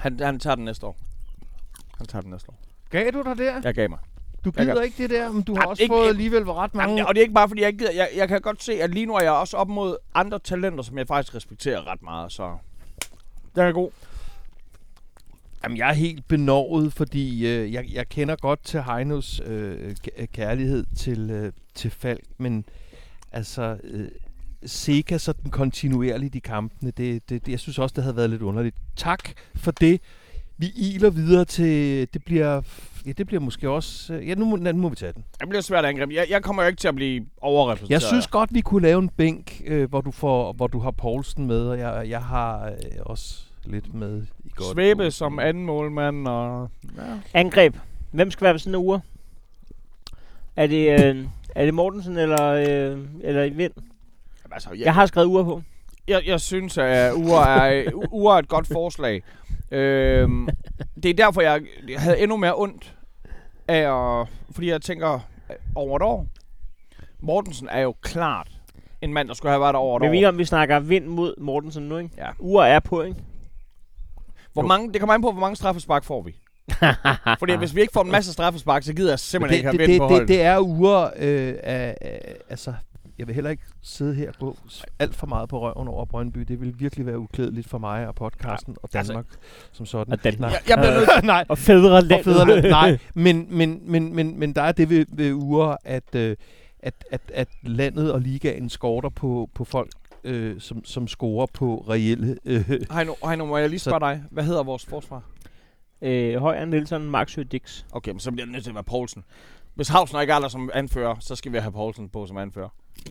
Han, han tager den næste år. Han tager den næste år. Gav du dig der? Jeg gav mig. Du gider ikke det der, men du har Jamen, også ikke- fået alligevel ret mange... Jamen, og det er ikke bare, fordi jeg ikke gider. Jeg, jeg kan godt se, at lige nu er jeg også op mod andre talenter, som jeg faktisk respekterer ret meget, så... Den er god. Jamen, jeg er helt benovet, fordi øh, jeg, jeg kender godt til Heinos øh, k- kærlighed til, øh, til Falk, men altså... Øh, Sega sådan kontinuerligt i kampene, det, det, det, jeg synes også, det havde været lidt underligt. Tak for det. Vi iler videre til... Det bliver... Ja, det bliver måske også... Ja, nu må, nu må vi tage den. Det bliver svært at angribe. Jeg, jeg kommer jo ikke til at blive overrepræsenteret. Jeg synes godt, vi kunne lave en bænk, øh, hvor, du får, hvor du har Poulsen med, og jeg, jeg har øh, også lidt med i godt. Svæbe som anden målmand og... Ja. Angreb. Hvem skal være ved sådan en uge? Er det, øh, er det Mortensen eller, øh, eller Vind? Jamen, altså, jeg, Jeg har skrevet uger på. jeg, jeg synes, at Ure er, Ure er et godt forslag. Øhm, det er derfor, jeg, jeg havde endnu mere ondt af at... Fordi jeg tænker, over et år. Mortensen er jo klart en mand, der skulle have været der over et Men år. vi om vi snakker Vind mod Mortensen nu, ikke? Ja. Uger er på, ikke? Hvor mange, det kommer an på, hvor mange straffespark får vi. Fordi hvis vi ikke får en masse straffespark, så gider jeg simpelthen det, ikke have det, Vind på det, holdet. det, det er uger øh, af, af... Altså, jeg vil heller ikke sidde her og gå s- alt for meget på røven over Brøndby. Det vil virkelig være uklædeligt for mig og podcasten og altså- Danmark som sådan. Og Danmark. Jeg, jeg bliver nødt Nej, Og fædrelandet. og fædrelandet. Nej, men, men, men, men, men der er det ved, ved uger, at, øh, at, at, at landet og ligaen skorter på, på folk, øh, som, som scorer på reelle... Øh, Heino, Heino, må jeg lige Så- spørge dig. Hvad hedder vores forsvar? Øh, Højer Nielsen, Maxø Dix. Okay, men så bliver det nødt til at være Poulsen. Hvis Hausner ikke er der som anfører, så skal vi have Poulsen på som anfører.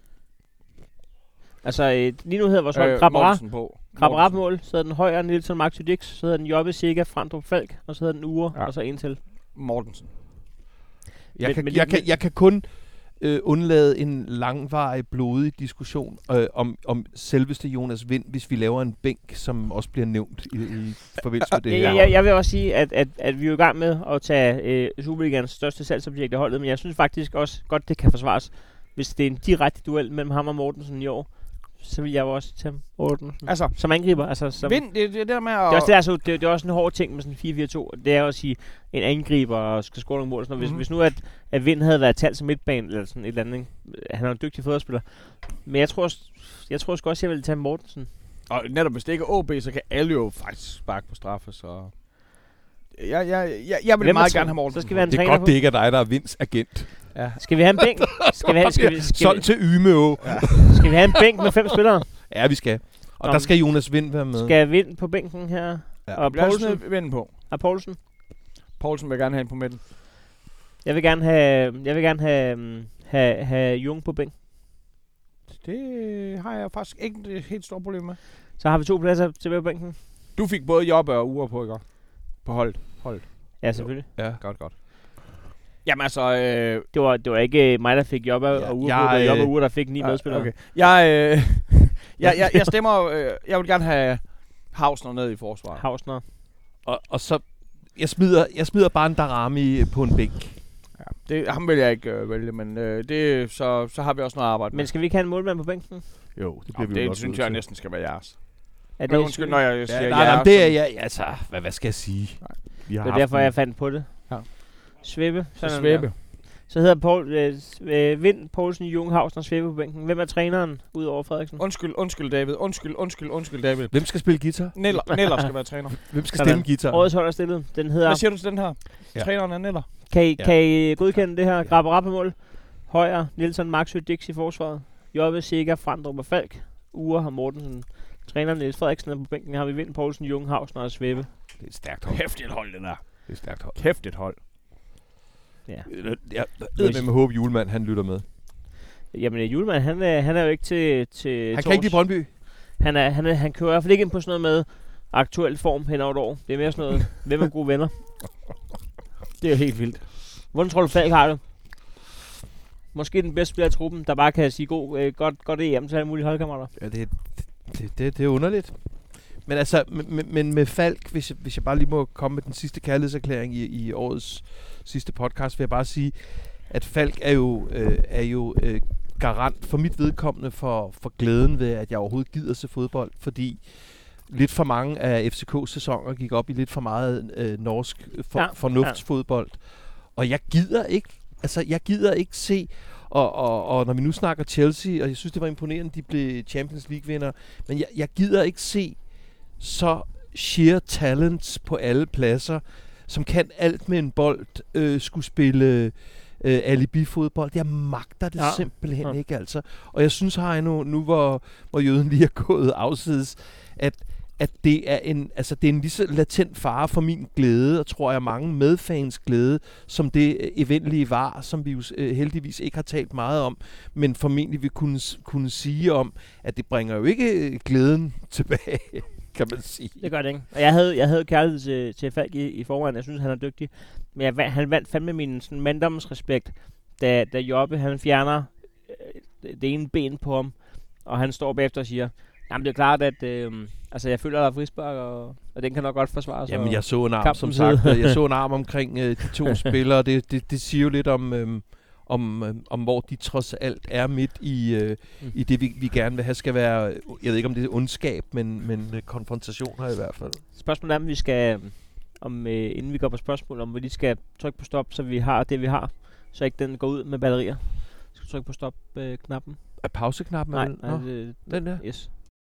Altså, øh, lige nu hedder vores hold Øh, Krabara. Mortensen på. Krabara Mortensen. mål. Så hedder den Højer Nielsen, Maxø Dix. Så hedder den Jobbe Sega, Frandrup Falk. Og så hedder den Ure, Ja. og så en til. Mortensen. jeg, Men- kan, men- jeg, kan, men- jeg kan kun øh, undlade en langvarig, blodig diskussion øh, om, om selveste Jonas Vind, hvis vi laver en bænk, som også bliver nævnt i, i forbindelse med det Ja, her. jeg, jeg, jeg vil også sige, at, at, at vi er i gang med at tage øh, Superligans største salgsobjekt af holdet, men jeg synes faktisk også godt, det kan forsvares. Hvis det er en direkte duel mellem ham og Mortensen i år, så vil jeg jo også tage Mortensen. Altså, Som angriber. Altså, som, Vind, det, det er det der med at... det er også, det er, altså, det, det er også en hård ting med sådan fire fire to. Det er jo at sige, en angriber og skal score nogle mål. Sådan, mm-hmm. hvis, Mhm. hvis nu at, at Vind havde været talt som midtbane eller sådan et eller andet, ikke? Han er en dygtig fodboldspiller. Men jeg tror, også- jeg tror sgu også, jeg vil tage Mortensen. Og netop hvis det ikke er O B, så kan alle jo faktisk sparke på straffe, så... Jeg, jeg, jeg, jeg vil Hvem er meget træ- gerne have Mortensen. så skal vi have en Det er træner godt, på. det ikke er dig, der er Vinds agent. Ja. Skal vi have en bænk? Skal vi have, skal vi, skal vi, Solgt til Ymeå. Ja. skal vi have en bænk med fem spillere? ja, vi skal. Og Nå, der skal Jonas Vind være med. Skal Vind på bænken her? Ja. Og Lad os Poulsen? nu vende på. Og Poulsen? Poulsen vil gerne have en på midten. Jeg vil gerne have, jeg vil gerne have, um, have, have Jung på bænk. Det har jeg faktisk ikke et helt stort problem med. Så har vi to pladser tilbage på bænken. Du fik både Jobbe og Ure på, ikke? På holdet. Holdet. Ja, selvfølgelig. Ja. Godt, godt. Jamen altså... Øh, Det var, det var ikke mig, der fik Jobbe Ja, og Ure jeg, på. Det var Jobbe øh, og Ure, der fik ni medspillere. Okay. Jeg, øh, jeg, jeg, jeg stemmer... Øh, jeg vil gerne have Hausner ned i forsvaret. Hausner. Og, og så... Jeg smider, jeg smider bare en Darami på en bænk. Ja, det, ham vil jeg ikke øh, vælge, men øh, det, så, så har vi også noget at arbejde Men med. skal vi ikke have en målmand på bænken? Jo, det Nå, det synes jeg næsten skal være jeres. Er Men undskyld, når jeg siger Ja, jeres. nej, nej, det er jeg... Altså, hvad, hvad skal jeg sige? Vi har Det er haft derfor, en- jeg fandt på det. Ja. Svæbe. Så Sådan Svæbe. der. Så hedder Paul, øh, s- øh, Vind, Poulsen, Jung, Hausner, Svæbe på bænken. Hvem er træneren, udover Frederiksen? Undskyld, undskyld David. Undskyld, undskyld, undskyld David. Hvem skal spille guitar? Neller, Neller skal være træner. Hvem skal Sådan. stemme guitar? Årets hold er stillet. Den hedder... Hvad siger du til den her? Ja. Træneren er Neller. Kan I, Ja. kan I godkende det her? Grabber på mål. Højer, Nielsen, Maxø, Dix i forsvaret. Jobbe, Sega, Frandrup og Falk. Ure har Mortensen. Træneren Niels Frederiksen er på bænken. Har vi Vind, Poulsen, Jung, Hausner og Svæbe. Det er et stærkt hold. Hæftigt hold, det der. Det er et stærkt hold. Hæftigt hold. Ja. Jeg, jeg ved med med håb, julemand, han lytter med. Jamen, øh, Julemand, han er, han er jo ikke til, til Han kan ikke lide Brøndby. Han, er, han, er, han kører i hvert fald ikke ind på sådan noget med aktuel form hen over et år. Det er mere sådan noget, hvem er gode venner. Det er jo helt vildt. Hvordan tror du, Falk har det? Måske den bedste spiller i truppen, der bare kan sige god, øh, godt, godt E M til alle mulige holdkammerater. Ja, det, det, det, det er underligt. Men altså, men, men med Falk, hvis jeg, hvis jeg bare lige må komme med den sidste kærlighedserklæring i, i årets sidste podcast, vil jeg bare sige, at Falk er jo, øh, er jo øh, garant for mit vedkommende for, for glæden ved, at jeg overhovedet gider se fodbold, fordi lidt for mange af F C K's sæsoner gik op i lidt for meget øh, norsk for, Ja, fornuftsfodbold. Og jeg gider ikke, altså jeg gider ikke se, og, og, og når vi nu snakker Chelsea, og jeg synes det var imponerende, de blev Champions League-vinder, men jeg, jeg gider ikke se så sheer talents på alle pladser, som kan alt med en bold, øh, skulle spille øh, alibi-fodbold. Jeg magter det ja. simpelthen ja. ikke, altså. Og jeg synes, Heino, nu hvor, hvor jøden lige er gået afsides, at, at det er en, altså, det er en lige så latent fare for min glæde, og tror jeg mange medfans glæde, som det eventlige var, som vi jo øh, heldigvis ikke har talt meget om, men formentlig vil kunne, kunne sige om, at det bringer jo ikke glæden tilbage, kan man sige. Det gør det ikke. Og jeg havde, jeg havde kærlighed til, til Falk i, i forvejen. Jeg synes, han er dygtig. Men jeg, han vandt fandme min sådan, manddomsrespekt, da, da Jobbe, han fjerner øh, det ene ben på ham, og han står bagefter og siger, jamen det er klart, at øh, altså, jeg føler, der er frispark, og, og den kan nok godt forsvares. Jamen, jeg så en arm, som sagt. Jeg så en arm omkring øh, de to spillere. Det, det, det siger jo lidt om... Øh, Om, øh, om hvor de trods alt er midt i, øh, mm. i det, vi, vi gerne vil have, skal være, jeg ved ikke om det er ondskab, men, men øh, konfrontationer i hvert fald. Spørgsmålet er, om vi skal, om, øh, inden vi går på spørgsmål, om vi lige skal trykke på stop, så vi har det, vi har, så ikke den går ud med batterier. Skal trykke på stop-knappen? Øh, er pauseknappen? Nej, nej det, den der? Yes.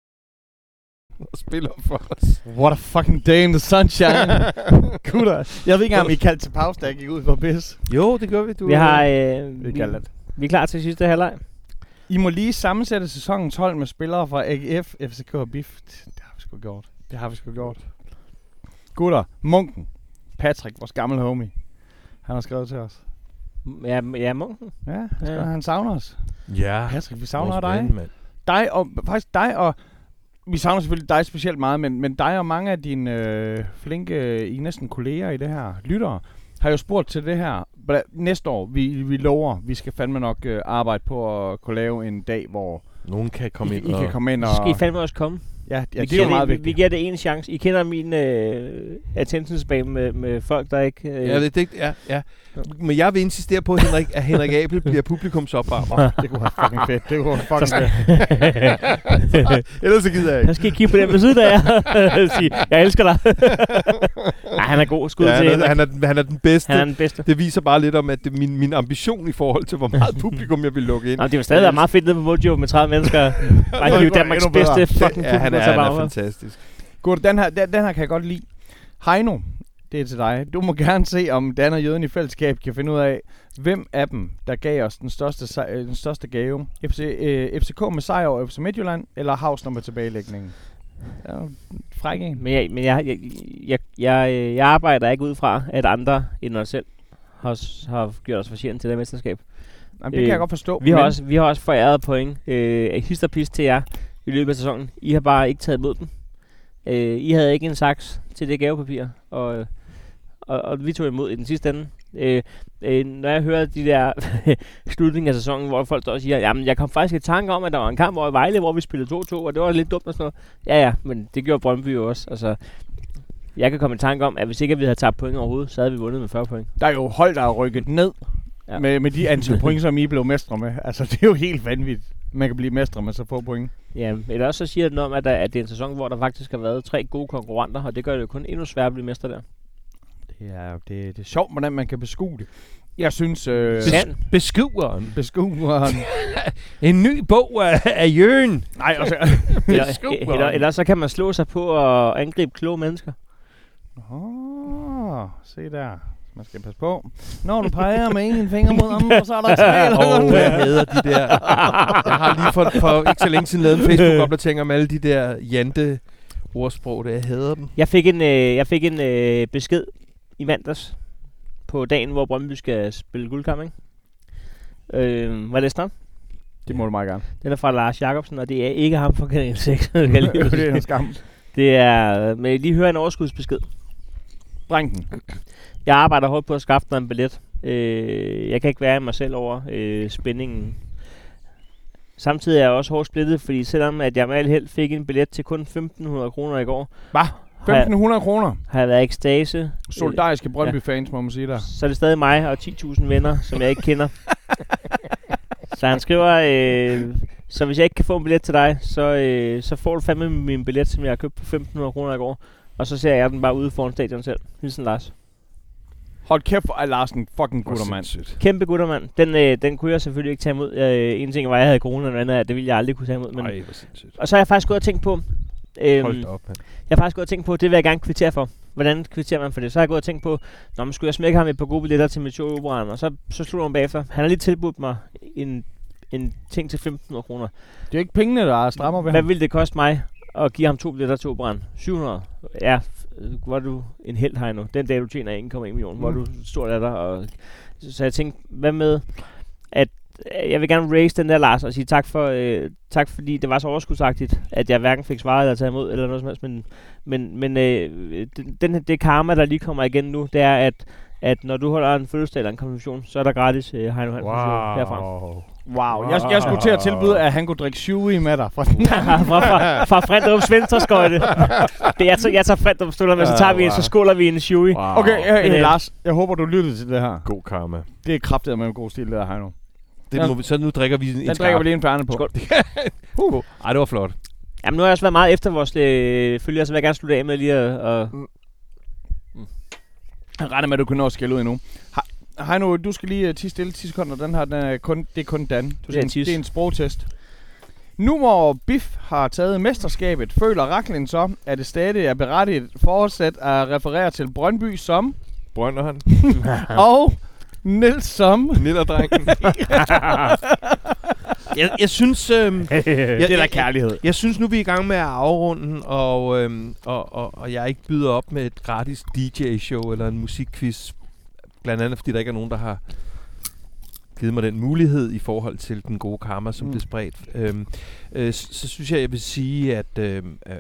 Og spiller for os. What a fucking day in the sunshine. Gutter. Jeg ved ikke engang, om I kaldte til pause, da jeg gik ud på pis. Jo, det gør vi. Du vi, har, øh, vi, vi, vi er klar til sidste halvleg. I må lige sammensætte sæsonens hold med spillere fra A G F, F C K og B I F. Det har vi sgu gjort. Det har vi sgu gjort. Gutter, Munken. Patrick, vores gamle homie. Han har skrevet til os. Ja, ja Munken. Ja, ja. Han savner os. Ja. Patrick, vi savner dig. Ven, dig og faktisk dig og... Vi savner selvfølgelig dig specielt meget, men, men dig og mange af dine øh, flinke, I næsten kolleger i det her, lyttere, har jo spurgt til det her. Næste år, vi, vi lover, vi skal fandme nok øh, arbejde på at kunne lave en dag, hvor... Nogen kan komme I, ind I og... kan komme ind og... Så skal I fandme også komme. Ja, ja vi det er jo meget det, vigtigt. Vi giver det en chance. I kender min øh, attention span med, med folk, der ikke... Øh, ja, det, det, ja, ja. Men jeg vil insistere på, at Henrik, at Henrik Abel bliver publikumsopvarmer. Det kunne være fucking fedt. Det kunne være fucking fedt. Ellers så gider jeg ikke. Jeg skal ikke kigge på den ved siden af jer. Sige, jeg elsker dig. Nej, han er god. Skud ja, til han er, han, er, han er den bedste. Han er den bedste. Det viser bare lidt om, at det er min, min ambition i forhold til, hvor meget publikum jeg vil lukke ind. Nå, det vil stadig være meget fedt nede på Mojo med tredive mennesker. Bare hive Danmarks bedste fucking ja, han er, han er fantastisk. Godt, den her, den, den her kan jeg godt lide. Heino, det er til dig. Du må gerne se, om Dan og Jøden i fællesskab kan finde ud af, hvem af dem, der gav os den største, den største gave. F C, øh, F C K med sejr over F C Midtjylland, eller Hausner med tilbagelægningen. Ja, fræk en. Men, jeg, men jeg, jeg, jeg, jeg, jeg arbejder ikke ud fra, at andre end os selv har, har gjort os fortjent til det mesterskab. Jamen, det øh, kan jeg godt forstå. Vi har, også, vi har også foræret point. Øh, hist og pist til jer i løbet af sæsonen. I har bare ikke taget imod den. Øh, I havde ikke en saks til det gavepapir, og, og, og vi tog imod i den sidste ende. Øh, øh, når jeg hører de der slutninger af sæsonen, hvor folk står og siger, jamen jeg kom faktisk i tanke om, at der var en kamp over i Vejle, hvor vi spillede to to, og det var lidt dumt og sådan noget. Ja ja, men det gjorde Brøndby jo også. Altså, jeg kan komme i tanke om, at hvis ikke vi havde tabt point overhovedet, så havde vi vundet med fyrre point. Der er jo hold, der er rykket ned ja. med, med de antal point, som I blev mestre med. Altså det er jo helt vanvittigt. Man kan blive mestre med så få point. Ja, eller også så siger det noget om, at, der, at det er en sæson, hvor der faktisk har været tre gode konkurrenter, og det gør det jo kun endnu sværere at blive mester der. Det er jo det, det er sjovt, hvordan man kan beskue det. Jeg synes... Øh, Bes- beskueren. Beskueren. En ny bog af, af Jørgen. Nej, altså... eller, eller, eller så kan man slå sig på at angribe kloge mennesker. Åh, oh, se der. Man skal passe på. Når du peger med en finger mod andre, så er der tre. Åh, jeg hader de der. Jeg har lige for, for ikke så længe siden lavet en Facebook-opdatering om alle de der jante ordsprog, der jeg hader dem. Jeg fik en, øh, jeg fik en øh, besked i mandags på dagen, hvor Brøndby skal spille guldkamp, ikke? Øh, var det snart? Det må du meget gerne. Den er fra Lars Jacobsen, og det er ikke ham fra Kanal seks. det er en skam. Det er, men lige høre en overskudsbesked. Bring den. Jeg arbejder hårdt på at skaffe mig en billet. Øh, jeg kan ikke være i mig selv over øh, spændingen. Samtidig er jeg også hårdt splittet, fordi selvom at jeg med al held fik en billet til kun femten hundrede kroner i går. Hvad? femten hundrede kroner? Har jeg været ekstase. Solidariske Brøndby-fans, må man sige der. Så er det stadig mig og ti tusind venner, som jeg ikke kender. Så han skriver, øh, Så hvis jeg ikke kan få en billet til dig, så, øh, så får du fandme min billet, som jeg har købt på femten hundrede kroner i går. Og så ser jeg den bare ude foran stadion selv. Hilsen Lars. Hold kæft, hvor er Larsen fucking guttermand. Kæmpe guttermand. Den, øh, den kunne jeg selvfølgelig ikke tage imod. Øh, en ting var, at jeg havde corona, og den anden er, at det ville jeg aldrig kunne tage imod. Men... Ej, hvor sindssygt. Og så har jeg faktisk gået og tænkt på... Øhm, Hold da op, man. Jeg har faktisk gået og tænkt på, det vil jeg gerne kvittere for. Hvordan kvitterer man for det? Så har jeg gået og tænkt på, når man skulle jeg smække ham et par gode billetter til mit show i Operaen, og så, så slutter han bagefter. Han har lige tilbudt mig en, en ting til femten hundrede kroner. Det er jo ikke pengene, der er strammer ved Hvad ham. ville det koste mig at give ham to billetter til Operaen? syv hundrede? Ja, var du en held, Heino. Den dag, du tjener en komma en million, mm. hvor du stor af dig. Og så jeg tænkte, hvad med, at jeg vil gerne raise den der, Lars, og sige tak for, øh, tak fordi det var så overskudsagtigt, at jeg hverken fik svaret eller taget imod, eller noget som helst. Men, men, men øh, den, den, det karma, der lige kommer igen nu, det er, at, at når du holder en fødselsdag eller en konfirmation, så er der gratis øh, Heino Hansen Wow. herfra. Wow, jeg, jeg skulle til at tilbyde, at han kunne drikke Chewy med dig. Fra, fra, fra, fra Frendrups venstreskøjte. Det er, jeg tager Frendrup støtter med, så tager vi en, så skåler vi en Chewy. Wow. Okay, hey, hey, øh, Lars, jeg håber, du lyttede til det her. God karma. Det er kraftigt med en god stil, det der, Heino. Det Ja. må vi, så nu drikker vi en Den drikker vi lige en færne på. Skål. uh. Ej, det var flot. Jamen, nu har jeg også været meget efter vores øh, følgere, så vil jeg gerne slutte af med lige at... Og Jeg regner med, at du kan nå at skælde ud endnu. He- Heino, du skal lige uh, tige stille ti sekunder. Den her, den er kun, det er kun Dan. Du Det er skal, tis. det er en sprogtest. Nu hvor Biff har taget mesterskabet, føler Racklin så, at det stadig er berettiget fortsat at referere til Brøndby som Brønder han. og Niels som Nillerdrengen. jeg, jeg synes... Øhm, jeg, det er da kærlighed. Jeg synes nu, vi er i gang med at afrunde, og, øhm, og, og, og jeg ikke byder op med et gratis D J-show eller en musikquiz. Blandt andet, fordi der ikke er nogen, der har givet mig den mulighed i forhold til den gode karma, som mm. blev spredt. Øhm, øh, så, så synes jeg, jeg vil sige, at øhm, øh,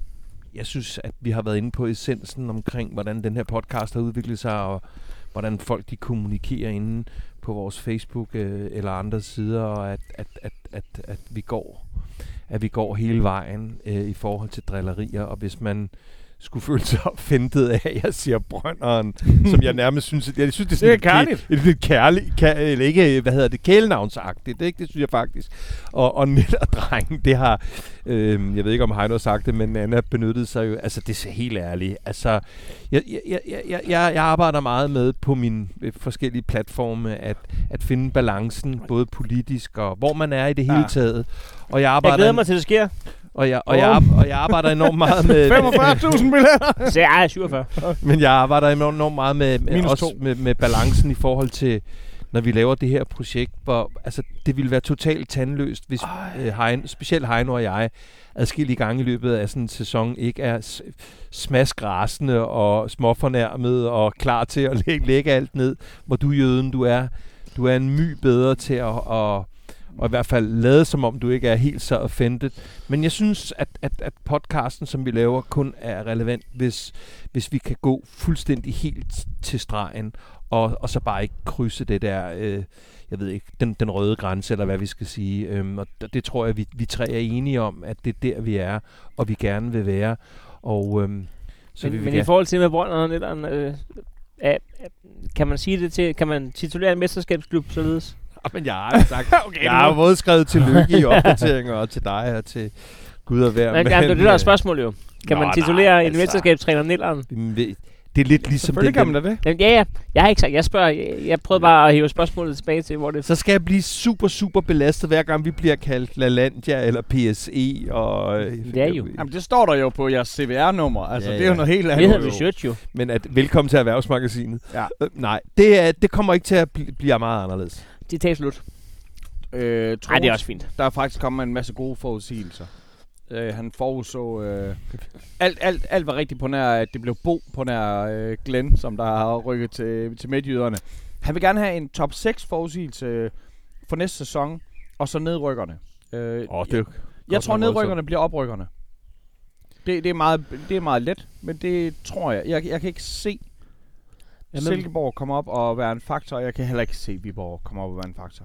jeg synes, at vi har været inde på essensen omkring, hvordan den her podcast har udviklet sig, og hvordan folk de kommunikerer inde på vores Facebook øh, eller andre sider, og at, at, at, at, at vi går at vi går hele vejen øh, i forhold til drillerier, og hvis man skulle føle sig opfændet af, at jeg siger Brønderen, som jeg nærmest synes, jeg synes, det er sådan Det er kærligt. Et lidt kærligt, kær, eller ikke, hvad hedder det, kælenavnsagtigt, det, ikke? Det synes jeg faktisk. Og, og Nillerdrengen, det har, øh, jeg ved ikke, om Heino har sagt det, men Anna benyttede sig jo, altså det er helt ærligt, altså, jeg, jeg, jeg, jeg, jeg, jeg arbejder meget med på mine øh, forskellige platforme, at, at finde balancen, både politisk og hvor man er i det hele Ja. taget. Og jeg arbejder... Jeg glæder mig til, det sker. Og jeg, og, jeg, ar- og jeg arbejder enormt meget med... femogfyrre tusind billetter. Så jeg er syvogfyrre. Men jeg arbejder enormt meget med, med, Minus også to. med, med balancen i forhold til, når vi laver det her projekt, hvor altså, det ville være totalt tandløst, hvis øh, Heino, specielt Heino og jeg adskillige gange i løbet af sådan en sæson ikke er s- smaskrasende og småfornærmet og klar til at lægge, lægge alt ned, hvor du, jøden, du er, du er en my bedre til at... at og i hvert fald lade som om du ikke er helt så offended. Men jeg synes, at, at, at podcasten, som vi laver, kun er relevant, hvis, hvis vi kan gå fuldstændig helt til stregen, og, og så bare ikke krydse det der, øh, jeg ved ikke, den, den røde grænse, eller hvad vi skal sige. Øhm, og det, det tror jeg, vi, vi tre er enige om, at det er der, vi er, og vi gerne vil være. Og, øhm, så Men, vi vil men gerne... i forhold til med Brønderen eller øh, er, er, kan man sige det til, kan man titulere en mesterskabsklub således? Men jeg har sagt, Okay, jeg har både skrevet tillykke i opdateringer, og til dig og til Gud og hver. Men, jamen, det er det, der er spørgsmål jo. Kan Nå, man titulere nej, en altså. mesterskabstræner Nilleren? Det er lidt ligesom Selvfølgelig den, kan man da det. Jamen, ja, ja. Jeg har ikke sagt, jeg spørger. Jeg, jeg prøvede bare at hæve spørgsmålet tilbage til, hvor det... Så skal jeg blive super, super belastet, hver gang vi bliver kaldt LaLandia eller P S E. Og, Det er jo. Jamen, det står der jo på jeres C V R-nummer. Altså, Ja, det er jo ja. noget helt Det andet. hedder research jo. Men at, velkommen til Erhvervsmagasinet. Ja. Øh, nej, det, er, det kommer ikke til at bl- blive meget anderledes. Det tager slut. Øh, Nej, Troels, det er også fint. der er faktisk kommet en masse gode forudsigelser. Øh, han forudså... Øh, alt, alt, alt var rigtigt på nær, at det blev Bo på nær øh, Glenn, som der har rykket til, til midtjyderne. Han vil gerne have en top seks forudsigelse øh, for næste sæson, og så nedrykkerne. Øh, Åh, det er jo jeg tror, nedrykkerne bliver oprykkerne. Det, det, er meget, det er meget let, men det tror jeg. Jeg, jeg kan ikke se Jamen. Silkeborg komme op og være en faktor. Jeg kan heller ikke se Viborg komme op og være en faktor.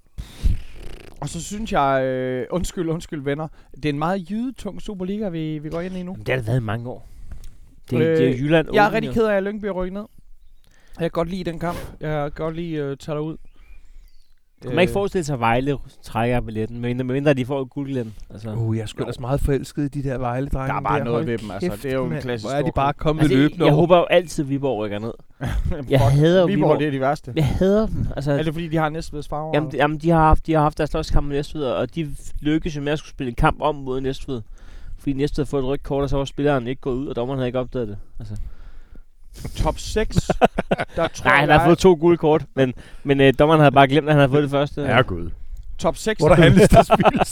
Og så synes jeg, øh, undskyld, undskyld venner, det er en meget jydetung Superliga, vi, vi går ind i nu. Jamen, det har det været i mange år. Det, Øh, det er Jylland. Jeg er Åben, rigtig jo. ked af, at Lyngby er rykket ned. Jeg kan godt lide den kamp. Jeg kan godt lide uh, tage dig ud. Kan man ikke forestille sig, at Vejle trækker billetten, men mindre de får et guldglæden? Altså. Uh, jeg er sgu ellers meget forelsket i de der Vejle-drenge. Der er bare der. noget Hold ved dem, altså. kæft, Det er jo en mand. klassisk Hvor er de stor bare klub. kommet Altså, løbende jeg over. håber jo altid, at Viborg rykker ned. Jeg Fuck, hader jo Viborg, Viborg. det er de værste. Jeg hader dem. Altså, Er det fordi, de har Næstveds farver? jamen, eller? jamen, de har haft, de har haft deres slåskamp med Næstved, og de lykkes jo med at skulle spille en kamp om mod Næstved. Fordi Næstved havde fået et rødt kort, og så var spilleren ikke gået ud, og dommeren havde ikke opdaget det. Altså. Top seks. Der tror Nej, han jeg, har fået to gule kort, men, men øh, dommeren havde bare glemt, at han havde fået det første. Ja, gud. top seks. Hvor der handles der spilles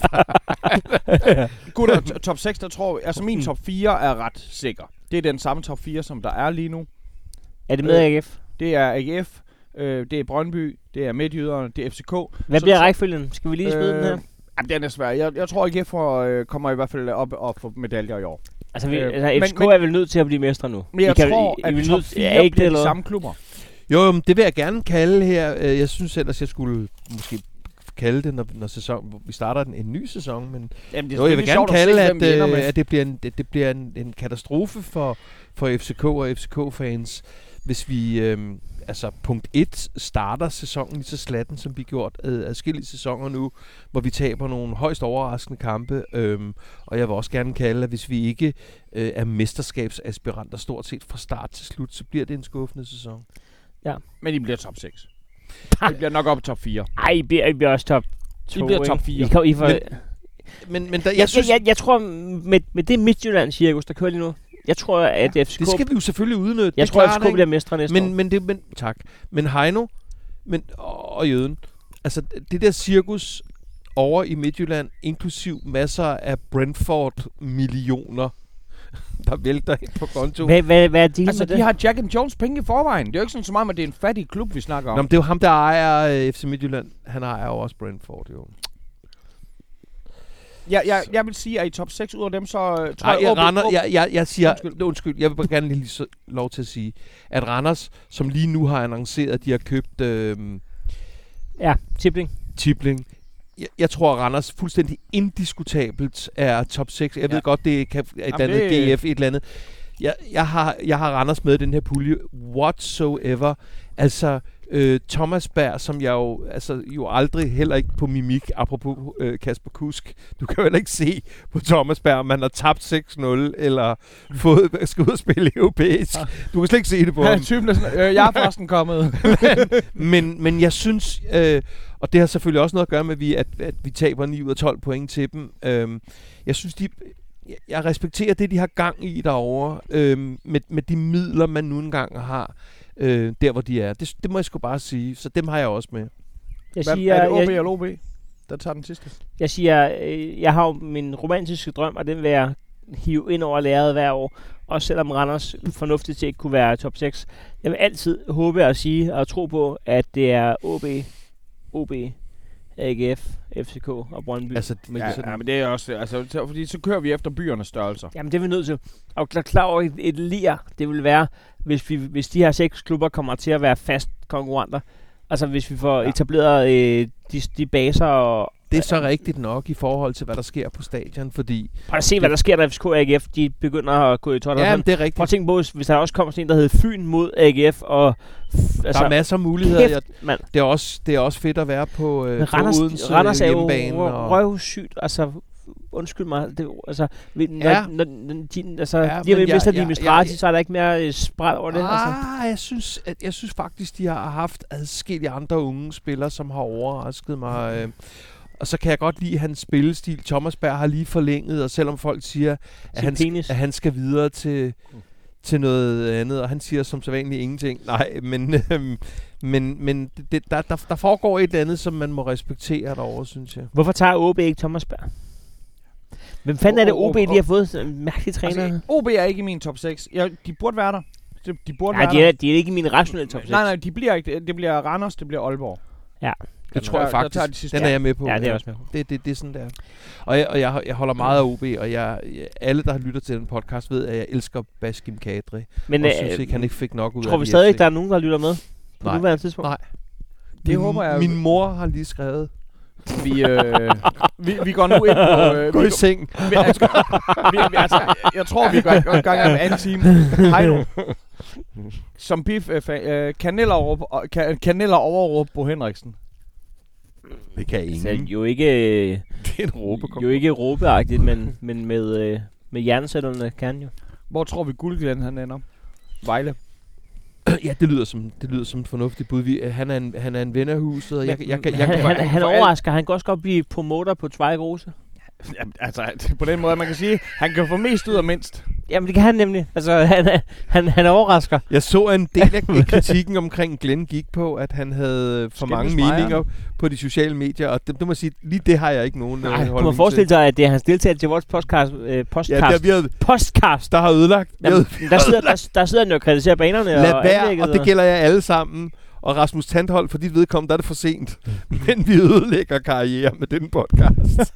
der. Gutter, t- top seks, der tror jeg, altså min top fire er ret sikker. Det er den samme top fire, som der er lige nu. Er det med A G F? Det er A G F, øh, det er Brøndby, det er Midtjyderne, det er F C K. Hvad Så bliver tro- rækkefølgen? Skal vi lige smide den her? Jamen, det er svært. Jeg, jeg tror, at A G F får, øh, kommer i hvert fald op og får medaljer i år. Altså, vi, Øh, altså men- F C K men- er vel nødt til at blive mestre nu? Men jeg I kan, tror, I, at I, vil top nødt- fire er ikke bliver det, de eller samme klubber. Jo, jo, men det vil jeg gerne kalde her. Øh, Jeg synes ellers, jeg skulle måske kalde det, når, når sæson, hvor vi starter en, en ny sæson. Men Jamen, det jo, jeg vil gerne kalde, at, at, øh, at det bliver, en, det, det bliver en, en katastrofe for, for F C K og F C K-fans, hvis vi øh, altså punkt et starter sæsonen lige så slatten, som vi har gjort øh, adskillige sæsoner nu, hvor vi taber nogle højst overraskende kampe. Øh, og jeg vil også gerne kalde, at hvis vi ikke øh, er mesterskabsaspiranter stort set fra start til slut, så bliver det en skuffende sæson. Men I bliver top seks. I bliver nok op i top fire. Ej, I bliver, I bliver også top to, I bliver top ikke? fire. I, kan, I får, Men- men, Men, men der, jeg, jeg synes, jeg, jeg, jeg tror, med, med det Midtjylland-cirkus, der kører lige nu, jeg tror, at F C K... det skal vi jo selvfølgelig udnytte. jeg det er tror, at klart, F C K ikke? bliver mestre næste Men, år. men det, men, tak. Men Heino men, og Jøden, altså det der cirkus over i Midtjylland, inklusiv masser af Brentford-millioner, der vælter ind på konto. Hvad, hvad, hvad er dealen Altså, med de det? har Jack and Jones penge i forvejen. Det er jo ikke sådan så meget, at det er en fattig klub, vi snakker om. Nå, men det er jo ham, der ejer øh, F C Midtjylland. Han ejer jo også Brentford, jo. Jeg, jeg, jeg vil sige, at i top seks ud af dem, så øh, tror Nej, jeg... jeg, O B Randers, O B jeg, jeg, jeg siger... Undskyld. Undskyld. undskyld, jeg vil bare gerne lige så, lov til at sige, at Randers, som lige nu har annonceret, at de har købt øh, Ja, Tipling. Tipling. Jeg, jeg tror, at Randers fuldstændig indiskutabelt er top seks. Jeg Ja. ved godt, det kan et eller Jamen, andet det- G F, et eller andet. Jeg, jeg, har, jeg har Randers med i den her pulje whatsoever. Altså, øh, Thomas Berg, som jeg jo, altså, jo aldrig, heller ikke på mimik, apropos øh, Kasper Kusk, du kan jo heller ikke se på Thomas Berg, om man har tabt seks nul, eller fået, skal ud og spille europæisk. Du kan slet ikke se det på Han ham. er typen, der sådan, øh, jeg er forresten kommet. men, men jeg synes, øh, og det har selvfølgelig også noget at gøre med, at vi, at, at vi taber ni ud af tolv point til dem. Øh, jeg synes, de, jeg- jeg respekterer det, de har gang i derovre, øh, med, med de midler, man nu engang har, øh, der hvor de er. Det, det må jeg sgu bare sige. Så dem har jeg også med. Jeg Hvad, siger, er det O B jeg, eller O B, der tager den sidste? jeg siger, øh, jeg har jo min romantiske drøm, og den vil jeg hive ind over lærredet hver år. Også selvom Randers fornuftigt set kunne være top seks. Jeg vil altid håbe at sige og tro på, at det er O B, O B, A G F, F C K og Brøndby. Altså, med Ja, sådan, ja, men det er også... Altså, så- fordi så kører vi efter byernes størrelser. Jamen, det er vi nødt til. Og klar, klar over et, et lir, det vil være, hvis, vi, hvis de her seks klubber kommer til at være fast konkurrenter. Altså, hvis vi får Ja. ja. etableret øh, de, de baser og... det er så rigtigt nok i forhold til, hvad der sker på stadion, fordi... Prøv at se, hvad der sker, da F C K og A G F, de begynder at gå i Tottenham. Ja, det er Prøv at rigtigt. tænke på, hvis der også kommer sådan en, der hedder Fyn mod A G F, og... F- Der er masser af muligheder. Jeg, kæft, mand. det, er også, det er også fedt at være på, øh, Men på Randers, Odense Randers er jo hjemmebane. og- røvsygt, altså... Undskyld mig, det, altså, vi- når, Ja. når, når de, altså, Ja, ja, de men har jeg- mistet jeg- de Mistrati, jeg- så er der ikke mere øh, spræd over det. Altså. Ah, jeg synes, at, jeg synes faktisk, de har haft adskillige andre unge spillere, som har overrasket mig. Øh. Og så kan jeg godt lide hans spillestil. Thomas Berg har lige forlænget, og selvom folk siger, at, Sin han, penis. at han skal videre til, til noget andet, og han siger som sædvanligt ingenting. Nej, men, øhm, men, men det, der, der, der foregår et eller andet, som man må respektere derovre, synes jeg. Hvorfor tager O B ikke Thomas Berg? Hvem fanden er det O B, de har fået sådan en mærkelig træner? Altså, O B er ikke i min top seks. Jeg, de burde være der. De, de burde Nej, være de der. er, de er ikke i min rationelle top seks. Nej, nej, de bliver ikke. Det bliver Randers, det bliver Aalborg. Ja. Det tror jeg Der- der faktisk. tager de sidste. Den er jeg med på. Ja, det er jeg også med på. Det, det, det er sådan der. Og jeg, og jeg, jeg holder meget af O B, og jeg, jeg, alle, der lytter til den podcast, ved, at jeg elsker Baskim Kadri. Men Og øh, synes ikke, han ikke fik nok ud af tror vi det i stadig F C. ikke, der er nogen, der lytter med på Nej. nuværende tidspunkt? Nej. Det min, håber jeg- Min mor har lige skrevet. Vi, øh, vi, vi går nu ind på... Øh, Gå vi, i seng. vi, altså, vi, vi, altså, jeg tror, vi går i gang med anden time. Hej nu. Som bif, øh, fa- øh, Kaneller over, øh, Ka- Kaneller overråb Bo Henriksen. Det kan ingen. Så jo ikke, Det er en råbekop. jo ikke råbeagtigt, men, men med, øh, med jernsætterne kan jo. Hvor tror vi Guldglen han ender? Vejle. Ja, det lyder som det lyder som et fornuftigt bud. Vi, han er en han er en ven af huset, og jeg, jeg, jeg, kan, jeg han, kan han, han overrasker. Han kan også godt blive promoter på Zweig Rose. Jamen, altså, på den måde, man kan sige, han kan få mest ud af mindst. Jamen, det kan han nemlig. Altså, han, han, han overrasker. Jeg så en del af kritikken omkring Glenn gik på, at han havde for Skændtes mange mig, meninger på de sociale medier, og det, det må jeg sige, lige det har jeg ikke nogen Nej, øh, du må holdning forestille til. dig, at det er hans deltagelse til vores podcast. Øh, podcast. Ja, der, vi har, podcast. der har ødelagt. Jamen, der, sidder, der, der sidder han jo og kritiserer banerne Lad og være, anlægget. og det gælder jer alle sammen. Og Rasmus Tandholt, for dit vedkommende, der er det for sent. Men vi ødelægger karriere med den podcast.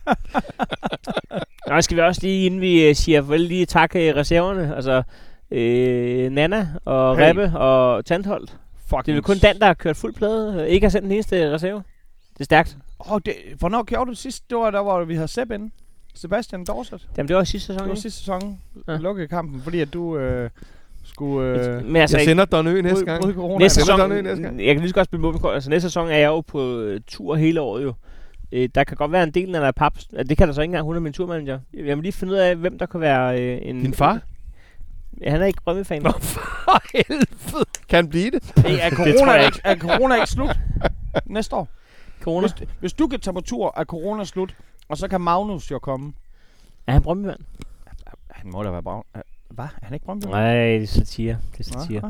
Nå, skal vi også lige, inden vi øh, siger farvel, lige takke reserverne. Altså, øh, Nana og Hey. Rebbe og Tandholt. Fuck. Det er vel kun Dan, der har kørt fuld plade. øh, Ikke har sendt den eneste reserve. Det er stærkt. Oh, det, hvornår gjorde du det sidst? Det var der, hvor vi havde Sepp inde. Sebastian Dorset. Jamen, det var sidste sæson. Det var ikke? sidste sæson. Ja. Ja. Lukkede kampen, fordi at du øh, skulle... Øh, Men altså, Jeg sender Don Ø næste mod, gang. mod corona. næste sender sæson, den næste gang. jeg kan lige så godt spille målbekort. Altså, næste sæson er jeg jo på øh, tur hele året jo. Øh, der kan godt være en del, når der er paps. Det kan der så ikke engang, hun er min turmanager. Jeg må lige finde ud af, hvem der kan være øh, en... Din far? Ja, han er ikke Brøndby-fan. Nå, for helvede. Kan han blive det? Hey, er, Det corona tror jeg ikke, er corona ikke slut næste år? Corona. Hvis, hvis du kan tage på tur, er corona slut, og så kan Magnus jo komme. Er han Brøndby-mand? Han må da være braun. Hvad? Er han ikke Brøndby? Nej, det er satire. Det er satire.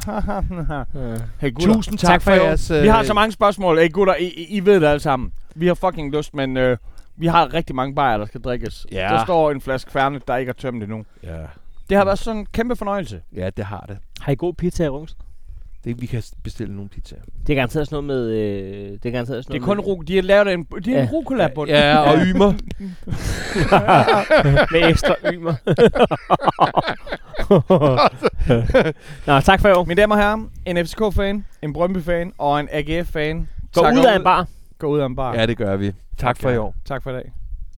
Ja. Hey, gutter. Tusind tak, Tak for for i år. jeres... Øh, Vi har så mange spørgsmål. Hey, gutter, I, I I ved det alle sammen. Vi har fucking lyst, men øh, vi har rigtig mange bajer, der skal drikkes. Ja. Der står en flaske Fernet, der ikke er tømt endnu. Ja. Det har været sådan en kæmpe fornøjelse. ja, det har det. Har I god pizza i Rungsted? det. Vi kan bestille nogle pizzaer. Det er garanteret sådan noget med... Øh, det er garanteret sådan Det er noget kun ru- de har lavet en, de er Ja. en rucola-bund. Ja, og ymer. med, med ekstra ymer. Nå, tak for i år. Mine damer og herrer, en F C K-fan, en Brøndby-fan og en A G F-fan. Gå takker ud af en bar. Gå ud af en bar. Ja, det gør vi. Tak for i år. Tak for i dag.